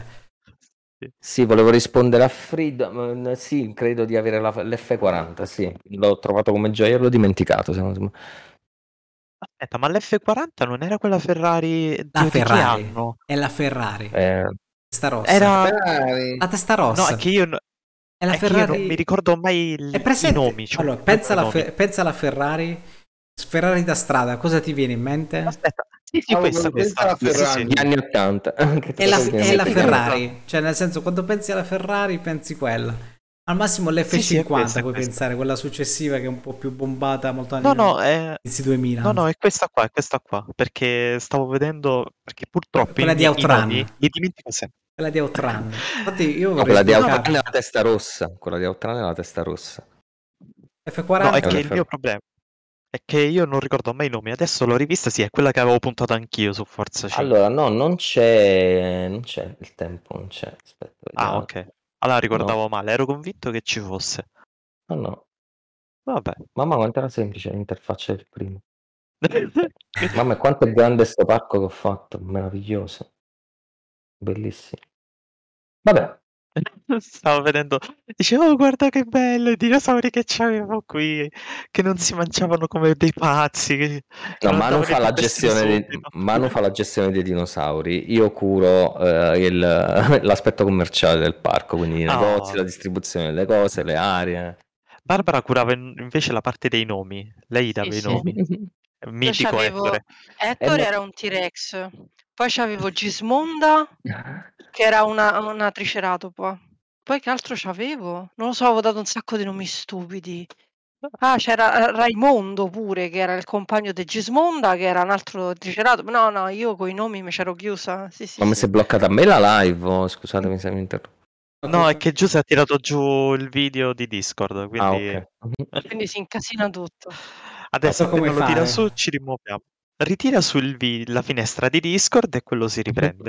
Sì, volevo rispondere a Freedom. Sì, credo di avere l'F40. Sì, l'ho trovato come gioia, l'ho dimenticato. Se non sbaglio. Aspetta, ma l'F40 non era quella Ferrari? La Dio, di che Ferrari. anno? È la Ferrari. Eh, Testa rossa. Era... Ferrari. La testa No, rossa. è che io... È la è che io non Ferrari. mi ricordo mai È i presente? nomi. Cioè, Allora, pensa alla Ferrari. Ferrari da strada, cosa ti viene in mente? Aspetta, sì, Allora, questa. pensa alla Sì, sì. Ferrari. gli anni 80. È la Sì. Ferrari. Cioè, nel senso, quando pensi alla Ferrari, pensi quella. Al massimo l'F50 Sì, è questa, puoi è questa. pensare, quella successiva che è un po' più bombata, molto anni No, inizi 2000. no, è questa qua, perché stavo vedendo, perché purtroppo Quella di i Outrun. nomi li dimentico sempre. Quella di Outrun. Infatti io No, vorrei quella di sbloccare. Outrun è la testa rossa. Quella di Outrun è la testa rossa. F40. No, è che una il mio problema è che io non ricordo mai i nomi. Adesso l'ho rivista, sì, è quella che avevo puntato anch'io su Forza 5. Allora, no, non c'è il tempo, non c'è. Aspetta, vediamo. Ah, ok. Allora ricordavo No. male, ero convinto che ci fosse. Oh, no. Vabbè. Mamma, quanto era semplice l'interfaccia del primo. Mamma, quanto è grande sto parco che ho fatto, meraviglioso. Bellissimo. Vabbè, Stavo vedendo, dicevo, oh, guarda che bello, i dinosauri che c'avevo qui, che non si mangiavano come dei pazzi. Che no, non Manu andavano fa in la protesta subito. Manu fa la gestione dei dinosauri, io curo l'aspetto commerciale del parco, quindi i negozi, Oh. la distribuzione delle cose, le aree. Barbara curava invece la parte dei nomi, lei dava i sì. nomi. Io Mitico c'avevo Ettore. Ettore era un T-Rex, poi c'avevo Gismonda che era una triceratopa. Poi che altro c'avevo? Non lo so, avevo dato un sacco di nomi stupidi. Ah, c'era Raimondo pure, che era il compagno di Gismonda, che era un altro triceratopo. No, io coi nomi mi c'ero chiusa. Sì, Ma mi si è bloccata a me la live? Oh, scusatemi se mi interrompo. No, è che Giuse ha tirato giù il video di Discord, quindi... Ah, ok. Quindi si incasina tutto. Adesso So come appena lo tira fare. su ci rimuoviamo. Ritira la finestra di Discord e quello si riprende.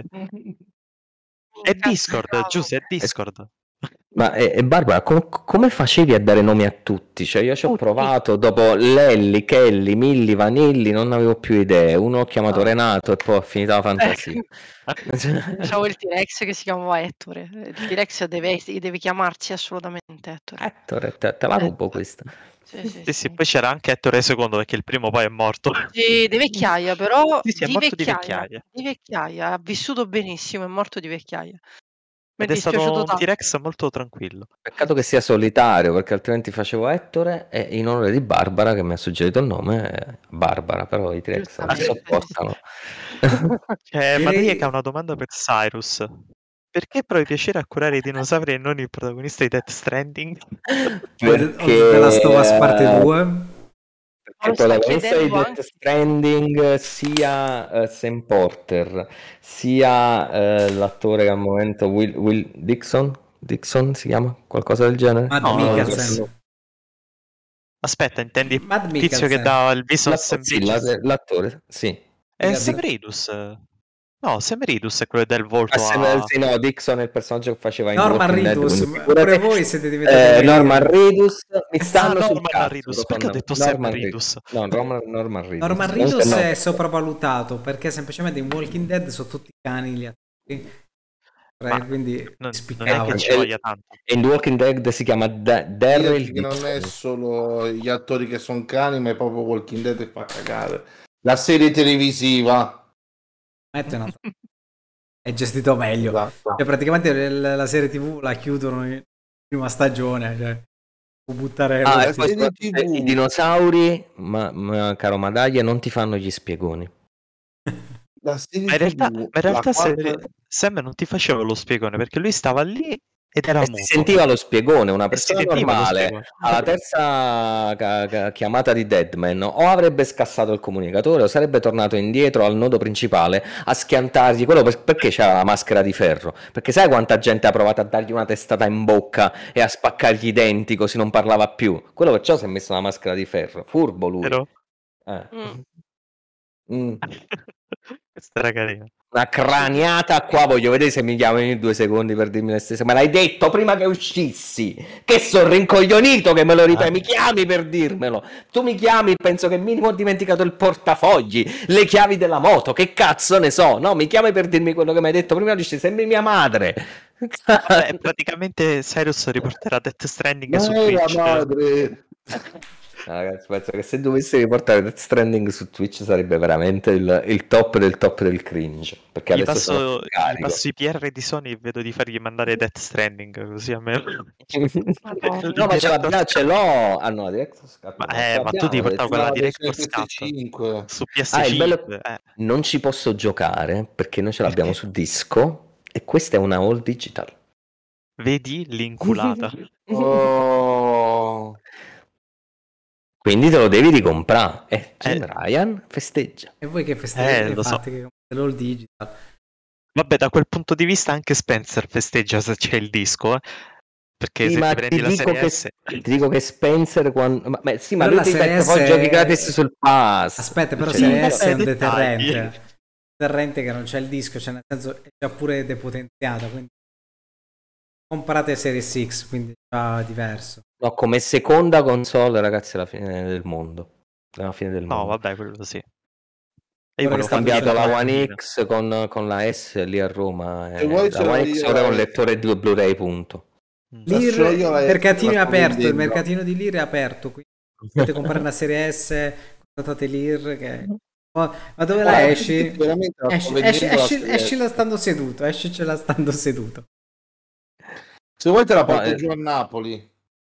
È Discord, Giuse, è Discord. Ma Barbara, come facevi a dare nomi a tutti? Cioè, io ci ho Tutti. provato, dopo Lelli, Kelly, Milli, Vanilli, non avevo più idee. Uno ho chiamato No. Renato e poi ho finito la fantasia. C'avevo il T-Rex che si chiamava Ettore. Il T-Rex deve chiamarsi assolutamente Ettore. Ettore, te la rubo questa. Sì, poi c'era anche Ettore II perché il primo poi è morto. Sì, di vecchiaia, però Sì, è morto di vecchiaia. Di vecchiaia, ha vissuto benissimo, è morto di vecchiaia. Mi Ed è è stato dispiaciuto un tanto. T-Rex molto tranquillo. Peccato che sia solitario, perché altrimenti facevo Ettore e in onore di Barbara, che mi ha suggerito il nome, Barbara, però i T-Rex non Giustamente. sopportano. Ma Direi- lei che ha una domanda per Cyrus. Perché provi piacere a curare i dinosauri e non il protagonista di Death Stranding? O The Last of Us parte 2. Perché il Lo sta protagonista di chiedendo Death anche. Stranding sia Sam Porter sia l'attore che al momento Will Dixon si chiama? Qualcosa del genere? Matt No, Mikkelsen. Aspetta, intendi Matt il tizio che Mikkelsen. dà il viso a Sam Sì, Bridges? l'attore, sì. È Dica- Sam Ridus. No, Sam Ridus è quello che dà il volto Sì, no, Dixon è il personaggio che faceva in Norman Walking Dead, Reedus, quindi pure figurati. voi siete diventati Norman veri. Reedus mi stanno sul Norman cazzo, Reedus, perché ho detto Sam Reedus? No, Norman Reedus. Norman Comunque Reedus no. è sopravvalutato perché semplicemente in Walking Dead sono tutti cani gli attori. Ma Quindi non è spiccava. che ci voglia tanto. E in The Walking Dead si chiama Daryl Che non è Dixon. solo gli attori che sono cani, ma è proprio Walking Dead che fa cagare. La serie televisiva. È gestito meglio. Esatto. Cioè, praticamente la serie TV la chiudono in prima stagione. Cioè, può buttare E la poi serie TV. i dinosauri, ma caro Madaglia, non ti fanno gli spiegoni. La serie Ma in realtà, TV, Sam non ti faceva lo spiegone perché lui stava lì ed era E si muto. sentiva lo spiegone, una E si persona sentiva lo normale spiegone. alla terza chiamata di Deadman o avrebbe scassato il comunicatore o sarebbe tornato indietro al nodo principale a schiantargli quello perché c'era la maschera di ferro, perché sai quanta gente ha provato a dargli una testata in bocca e a spaccargli i denti così non parlava più, quello perciò si è messo la maschera di ferro, furbo lui. Però... Questa era carina. Una craniata qua, voglio vedere se mi chiamano in 2 secondi per dirmi le stesse. Me l'hai detto prima che uscissi. Che sono rincoglionito che me lo ripeti. Mi chiami per dirmelo. Tu mi chiami, penso che minimo ho dimenticato il portafogli, le chiavi della moto. Che cazzo ne so? No, mi chiami per dirmi quello che mi hai detto prima. Dici, sembri mia madre. Vabbè, praticamente Cyrus riporterà Death Stranding su Twitch. madre. Ragazzi, penso che se dovessi riportare Death Stranding su Twitch sarebbe veramente il top del cringe. Perché Gli adesso sono passo i PR di Sony e vedo di fargli mandare Death Stranding così a me. No, ma ce l'ho. Ah no, ma tu devi portare quella Director's Cut PS5 su PS5. il bello... Non ci posso giocare perché noi ce l'abbiamo su disco e questa è una all digital. Vedi l'inculata. Oh. Quindi te lo devi ricomprare. E Ryan festeggia. E voi che festeggiate? Lo so. Fate che l'all digital. Vabbè, da quel punto di vista anche Spencer festeggia se c'è il disco, perché Sì, se ma ti prendi la serie S... ti dico che Spencer quando... ma Però lui la ti Serie mette poi S giochi gratis sul pass. Aspetta, però Cioè, Serie S è un dettagli. deterrente che non c'è il disco, cioè nel senso è già pure depotenziata, quindi comprate Series X, quindi è già diverso. No, come seconda console, ragazzi, alla fine del mondo. Alla fine del No, mondo. vabbè, quello sì. E io Ora che volevo sta Ho cambiato uscendo la la One X con la S lì a Roma. E voi La ce One l'ho X io, ora è un la S. lettore di Blu-ray, punto. L'IR, Lascio io la il S, mercatino è la sto aperto, il vendendo. mercatino di Lear è aperto, quindi potete comprare una Serie S, contattate Lear che... Ma dove la esci? Veramente la sto vendendo la Serie S. Escila stando seduto, escicela stando seduto. Se vuoi te la porto giù a Napoli.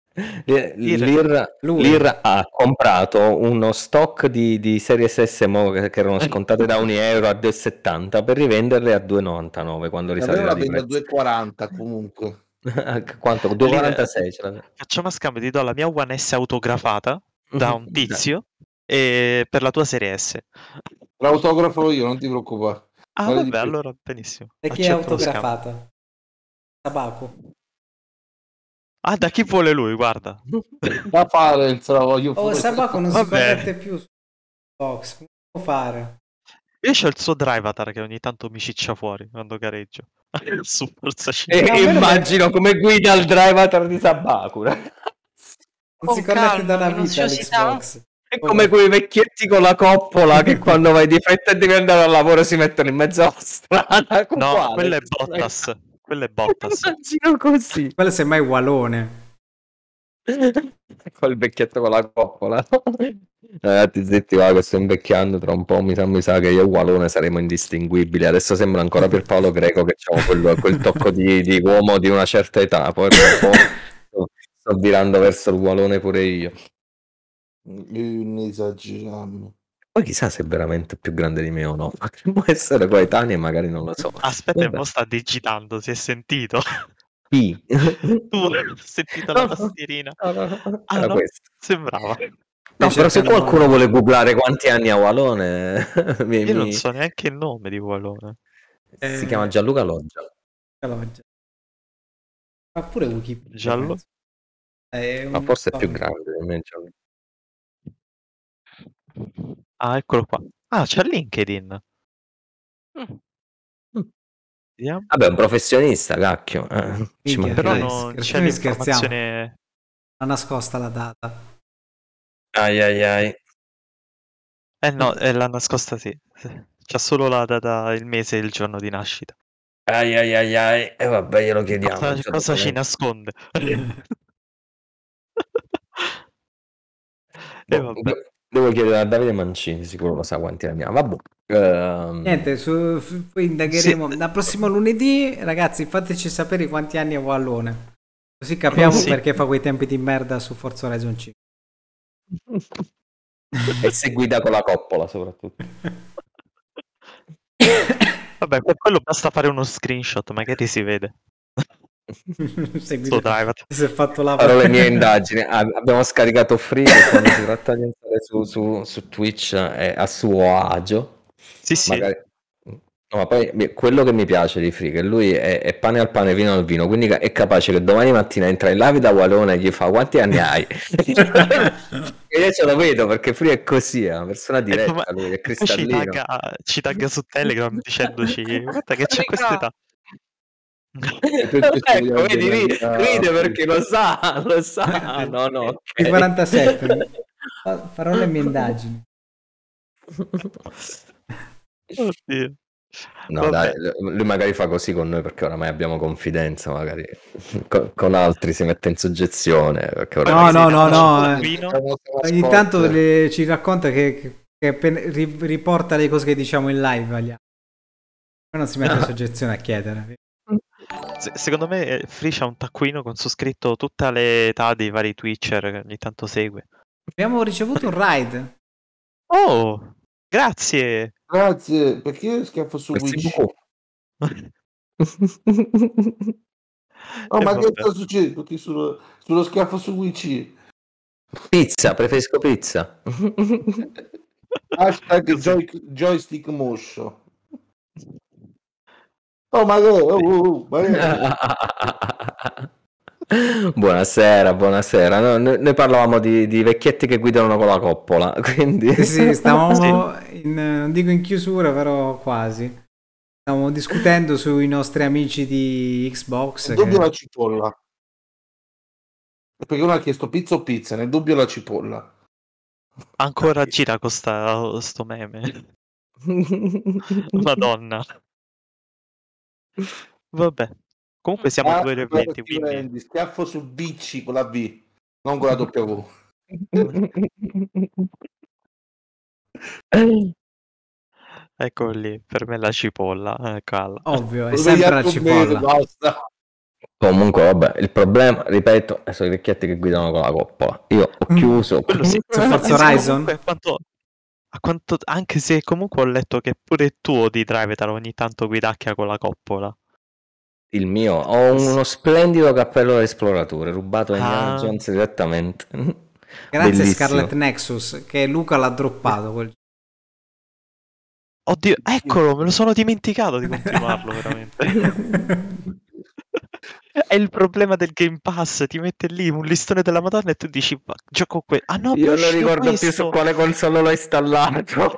L'IR ha comprato uno stock di serie SS che erano scontate da €1 a 2,70 per rivenderle a 2,99 quando risalirà la di vendo a prezzo. 2,40 comunque. Quanto? 2,46 Facciamo scambio, ti do la mia One S autografata da un tizio e per la tua Serie S. L'autografo io, non ti preoccupare. Ah, vabbè, allora benissimo. E chi è Accetto lo scambio. autografata? Tabaco. Ah, da chi vuole lui, guarda. Da fare, se la voglio Oh, Sabaco non si Vabbè. connette più su Xbox, come può fare? Io c'ho il suo Drivatar che ogni tanto mi ciccia fuori quando gareggio. Su Forza 5. E No, immagino come guida il driver di Sabakura. Non Con si connette da calma, una vita minuziosità. l'Xbox. È come quei vecchietti con la coppola che quando vai di fretta e devi andare al lavoro si mettono in mezzo alla strada. No, Uguale. quello è Bottas. Quello è Bottas. Immagino così. Quello semmai Walone. Quel vecchietto con la coppola. Ragazzi, zitti, va, che sto invecchiando tra un po'. Mi sa che io e Walone saremo indistinguibili. Adesso sembra ancora Pierpaolo Greco che ha quel tocco di uomo di una certa età. Poi tra un po' sto virando verso il Walone pure io. Non esageriamo. Poi chissà se è veramente più grande di me o no. Può essere coetaneo e magari non lo so. Aspetta, Vabbè. mo sta digitando, si è sentito? Chi? Tu hai sentito la No, tastierina? no, Ah era no? questo. Sembrava. No, però se cercando- qualcuno vuole googlare quanti anni ha Walone, Io non so neanche il nome di Walone. si chiama Gianluca Loggia. Ma pure Wikipedia. Giallo? penso. È Ma un- forse è più grande di me, Gianluca. Ah, eccolo qua. Ah, c'è LinkedIn. Vediamo. Vabbè, è un professionista, cacchio. Ci Minchia, Però mancherebbe. non c'è scherziamo. l'informazione. Ha nascosta la data. Ai ai ai. No, è la nascosta, sì. C'ha solo la data, il mese e il giorno di nascita. Ai ai ai ai. E vabbè, glielo chiediamo. Cosa ci nasconde? E vabbè. Devo chiedere a Davide Mancini, sicuro lo sa quanti anni ha. Vabbè. Niente, poi indagheremo. Sì. Dal prossimo lunedì, ragazzi, fateci sapere quanti anni ha Wallone. Così capiamo Sì. perché fa quei tempi di merda su Forza Horizon 5. E se guida con la coppola, soprattutto. Vabbè, per quello basta fare uno screenshot, magari si vede. Seguite- Drive. si è fatto la Farò le mie indagini. Abbiamo scaricato Free che quando si tratta di entrare su Twitch è a suo agio. Sì, sì. Magari... No, ma poi quello che mi piace di Free, che lui è pane al pane, vino al vino, quindi è capace che domani mattina entra in live da Walone e gli fa quanti anni hai? E io ce lo vedo perché Free è così, è una persona diretta, lui è Poi cristallino. ci tagga su Telegram dicendoci guarda che c'è questa età. Ecco, vedi, ride perché lo sa. No, Il 47. Farò le mie indagini. Oddio. No, Vabbè. dai, lui magari fa così con noi perché oramai abbiamo confidenza, magari con altri si mette in soggezione. Perché No, oramai no. Ogni tanto ci racconta che riporta le cose che diciamo in live agli altri. Poi non si mette in soggezione a chiedere. Secondo me Free c'ha un taccuino con su scritto tutte le età dei vari Twitcher che ogni tanto segue. Abbiamo ricevuto un raid. Oh, grazie. Grazie, perché io schiaffo su Merci Witch? beaucoup. Oh, ma che vabbè. sta succedendo? Tutti sullo schiaffo su Witch. Pizza, preferisco pizza. Hashtag joystick motion. Oh, ma che... Buonasera. No, noi parlavamo di vecchietti che guidano con la coppola, quindi... Sì, stavamo non dico in chiusura, però quasi. Stavamo discutendo sui nostri amici di Xbox. Nel dubbio la cipolla. Perché uno ha chiesto pizza o pizza, nel dubbio la cipolla. Ancora gira con sto meme. Madonna. Vabbè. Comunque siamo a 2 ore e 20, quindi... Schiaffo su BC con la V, non con la W. Ecco lì, per me la cipolla. Calla. Ovvio, è sempre la cipolla. Basta. Comunque, vabbè, il problema, ripeto, sono i vecchietti che guidano con la coppola. Io ho chiuso. Quello sì. Su Forza Horizon? A quanto, anche se comunque ho letto che pure tu di Drivetar ogni tanto guidacchia con la coppola. Il mio, ho uno splendido cappello da esploratore rubato a Indiana Jones direttamente. Grazie Bellissimo. Scarlet Nexus, che Luca l'ha droppato. Oddio, eccolo, me lo sono dimenticato di continuarlo veramente. È il problema del Game Pass, ti mette lì un listone della Madonna e tu dici gioco questo. Ah no, io non ricordo più su quale console l'ho installato.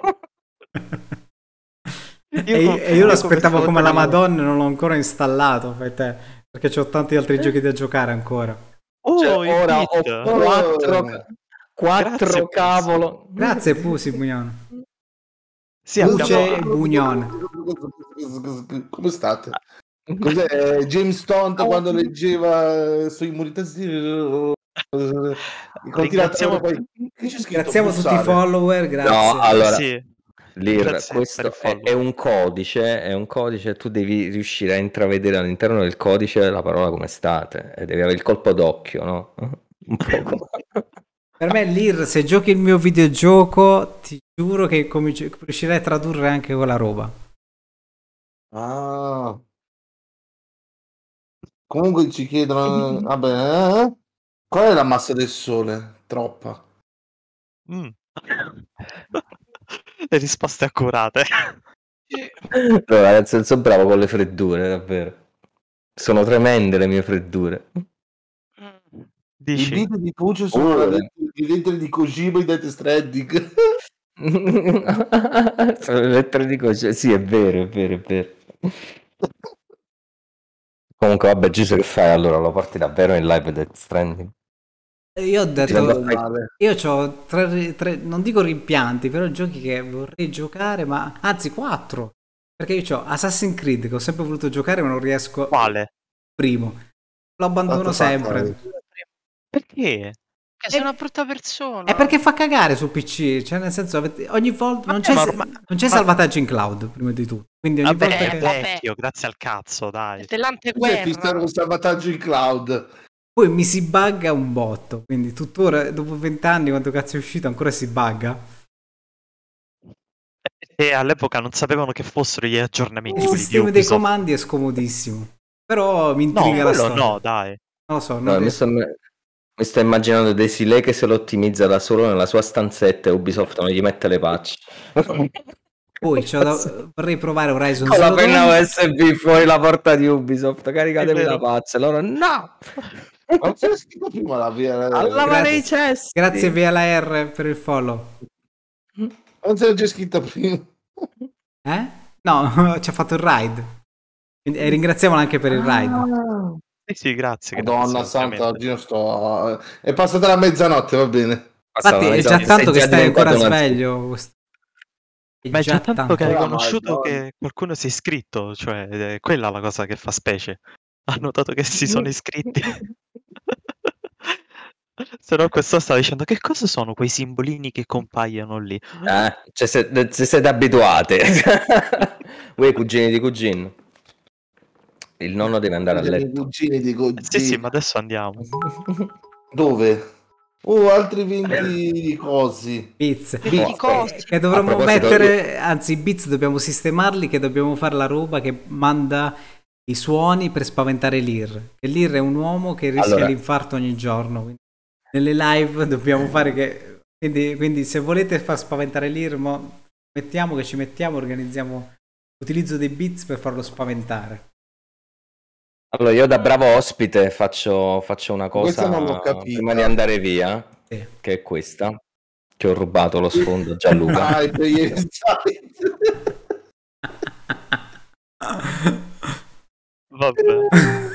Io lo aspettavo come la Madonna, non l'ho ancora installato perché c'ho tanti altri giochi da giocare ancora. Ora ho 4 cavolo. Grazie Pusi Bugnon. Sì, Luce Bugnon. Come state? Cos'è James Stone quando leggeva su immunità? Ringraziamo, Che c'è scritto Ringraziamo tutti i pulsare? follower, grazie. No, allora, Sì, Lir, grazie per questo il follow. è un codice, tu devi riuscire a intravedere all'interno del codice la parola come state e devi avere il colpo d'occhio, no? Un poco. Per me, Lir, se giochi il mio videogioco, ti giuro che riuscirai a tradurre anche quella roba. Ah. Comunque ci chiedono, vabbè, qual è la massa del Sole? Troppa. Mm. Le risposte accurate. No, ragazzi, sono bravo con le freddure, davvero. Sono tremende le mie freddure. I Dici? beat di Puccio sono le lettere di Kojima in Death Stranding. Sono le lettere di cose. Sì, è vero, è vero, è vero. Comunque, vabbè, Giuseppe, che fai allora? Lo porti davvero in live Death Stranding? Io ho detto, Male. io ho tre, non dico rimpianti, però giochi che vorrei giocare, ma anzi 4. Perché io ho Assassin's Creed che ho sempre voluto giocare, ma non riesco. Quale? Primo. Lo abbandono sempre. Perché? Che sei una brutta persona. È perché fa cagare su PC, cioè nel senso ogni volta non c'è, non c'è salvataggio in cloud, prima di tutto. Quindi ogni Vabbè, volta è che... vecchio, grazie al cazzo, dai. Dell'anteguerra. Fissato con salvataggio in cloud. Poi mi si bugga un botto, quindi tuttora dopo 20 anni quando cazzo è uscito ancora si bugga. E all'epoca non sapevano che fossero gli aggiornamenti. Il quelli sistema di dei Ubisoft. comandi è scomodissimo, però mi No, intriga la quello storia. no, dai. Non lo so, non No, riesco. mi sto immaginando Desilé che se lo ottimizza da solo nella sua stanzetta e Ubisoft non gli mette le patch. Poi vorrei provare Horizon Con la Zero penna Dawn. USB fuori la porta di Ubisoft, caricatevi È la vero. patch. Loro no! Ma c'era scritto prima la via. Alla mano i cesti! Grazie VLR per il follow. Non c'era già scritto prima. No, ci ha fatto il ride. E ringraziamolo anche per il ride. Sì, grazie. Madonna grazie, santa, ovviamente. oggi non sto. È passata la mezzanotte, va bene. Infatti è già tanto che stai ancora sveglio. Ma è già tanto che hai Ah, riconosciuto Madonna. che qualcuno si è iscritto, cioè è quella la cosa che fa specie. Ha notato che si sono iscritti. Se no questo stava dicendo che cosa sono quei simbolini che compaiono lì. Cioè, se siete abituate. Voi cugini di cugino. Il nonno deve andare a letto. Cugini di Sì, ma adesso andiamo. Dove? Altri 20 cosi. Bits. Di cose. Che dovremmo A proposito, mettere, anzi i bits dobbiamo sistemarli, che dobbiamo fare la roba che manda i suoni per spaventare Lir. E Lir è un uomo che rischia l'infarto ogni giorno. Quindi nelle live dobbiamo fare che... Quindi se volete far spaventare Lir, mettiamo che ci mettiamo, organizziamo l'utilizzo dei bits per farlo spaventare. Allora, io da bravo ospite faccio una Questa non l'ho cosa capita. prima di andare via, Sì. che è questa, che ho rubato lo sfondo a Gianluca. Dai, per ieri Vabbè.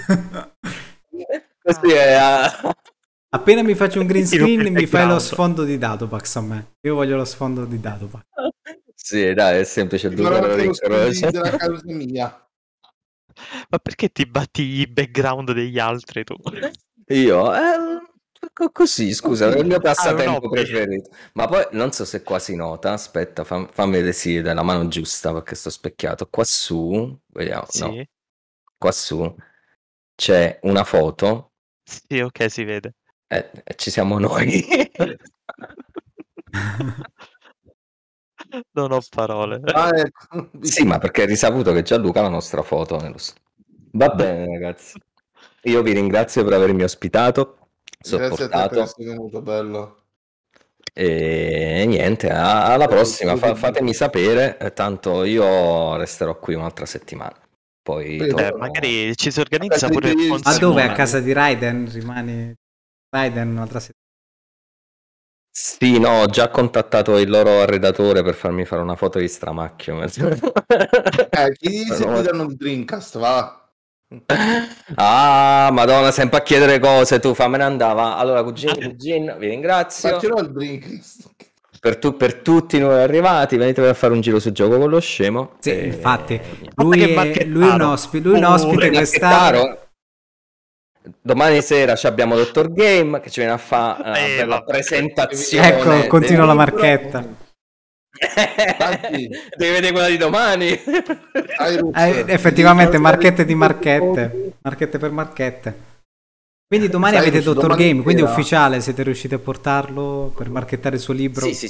Così è, Appena mi faccio un green Tiro screen per mi fai lo background. sfondo di Datopax a me. Io voglio lo sfondo di Datopax. Sì, dai, è semplice, Ti due farò colori anche lo incroci. screen della casa mia. Ma perché ti batti i background degli altri tu? Io, così, scusa, è il mio un passatempo hobby. preferito. Ma poi, non so se qua si nota, aspetta, fammi vedere sì, della mano giusta, perché sto specchiato. Qua su, vediamo, no, Sì, qua su c'è una foto sì, ok, si vede. e ci siamo noi. Non ho parole. Ecco. Sì, ma perché è risaputo che Gianluca ha la nostra foto nello Va bene, ragazzi. Io vi ringrazio per avermi ospitato, Grazie a te per sopportato. essere venuto, bello. E niente, alla prossima, fatemi sapere, tanto io resterò qui un'altra settimana. Poi torno. Magari ci si organizza Aspetta, pure io- con Ma dove? A Simone. casa di Raiden? Rimani Raiden un'altra settimana. Sì, no, ho già contattato il loro arredatore per farmi fare una foto di stramacchio. Chi se ti danno il Dreamcast, va? Ah, madonna, sempre a chiedere cose, tu fammene andava. Allora, cugino, vi ringrazio. Faccerò il Dreamcast. Per tutti i nuovi arrivati, venite a fare un giro su Gioco con lo Scemo. Sì, E- infatti. Ma Lui che è un marchettaro. ospite quest'anno. Marchettaro? Domani sera abbiamo Dottor Game che ci viene a fare una bella vabbè. presentazione. Ecco, continua la del libro. marchetta. Infatti, Devi vedere quella di domani. Cyrus, Effettivamente, devi marchette di fare- marchette. Marchette per marchette. Quindi domani Cyrus, avete Dottor domani Game, quindi è sera- ufficiale, siete riusciti a portarlo per marchettare il suo libro? Sì,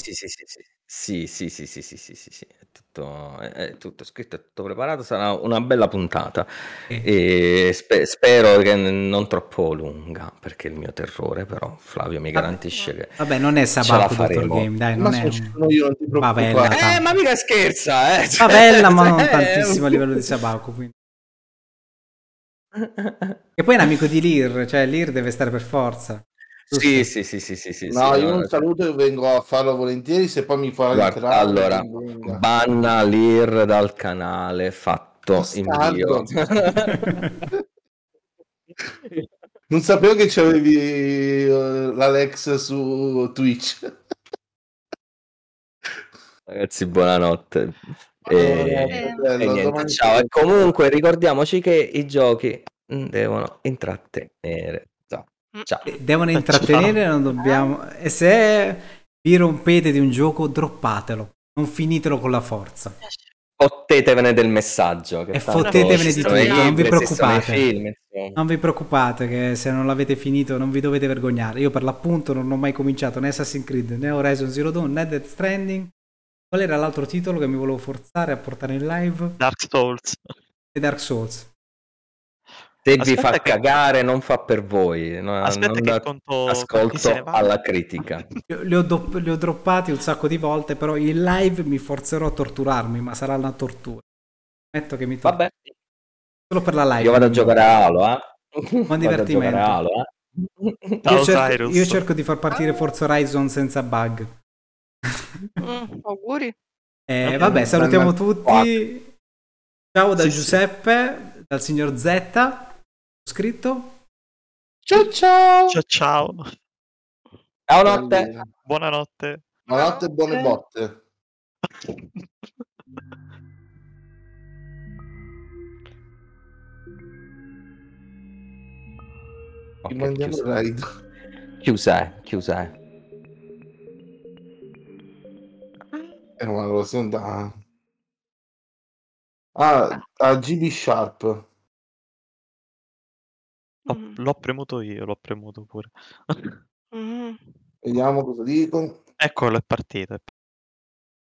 è tutto scritto, è tutto preparato, sarà una bella puntata e spero che non troppo lunga, perché è il mio terrore, però Flavio mi garantisce che Vabbè, non è ce la Sabaku Dottor faremo. Game, dai, Ma non è sono io, non ti Bavella, preoccupare. tanto. Ma mica scherza, Bavella, ma non tantissimo a livello di Sabaku, quindi. E poi è un amico di Lear, cioè Lear deve stare per forza. Sì, Giusto? sì, No, io no, un saluto e vengo a farlo volentieri se poi mi fa Guarda, entrare. allora, banna l'IR dal canale, fatto invio. Bastardo. Non sapevo che c'avevi l'Alex su Twitch. Ragazzi, buonanotte. E bello, niente, domani ciao. sera. E comunque ricordiamoci che i giochi devono intrattenere. Ciao. Ciao. Devono intrattenere, non dobbiamo. E se vi rompete di un gioco, droppatelo. Non finitelo con la forza. Fottetevene del messaggio. Che E tanto fottetevene ci di sono i tutto, non vi libri, ci sono i preoccupate. film, insomma. Non vi preoccupate che se non l'avete finito non vi dovete vergognare. Io per l'appunto non ho mai cominciato né Assassin's Creed né Horizon Zero Dawn né Death Stranding. Qual era l'altro titolo che mi volevo forzare a portare in live? Dark Souls. E Dark Souls. Se vi Aspetta fa che- cagare, non fa per voi. Aspetta non che date conto quanti se ne ascolto vanno. alla critica. Li ho droppati un sacco di volte, però in live mi forzerò a torturarmi, ma sarà una tortura. Ammetto che mi torturo. Vabbè, Solo per la live. io vado a mi giocare a Halo, Buon Vado a giocare a divertimento. Halo, Ciao, Cyrus. Io cerco di far partire Forza Horizon senza bug. Auguri. Vabbè, salutiamo Bella- tutti. Ciao da Sì, Giuseppe, dal signor Z. Scritto. Ciao ciao. Ciao ciao. Ciao notte. Buonanotte. Buonanotte e buone botte. Ok, Mandiamo il raid. chiusa è. Ma lo sento. A GB Sharp. L'ho premuto io, l'ho premuto pure. Mm. Vediamo cosa dico. Eccolo, è partito.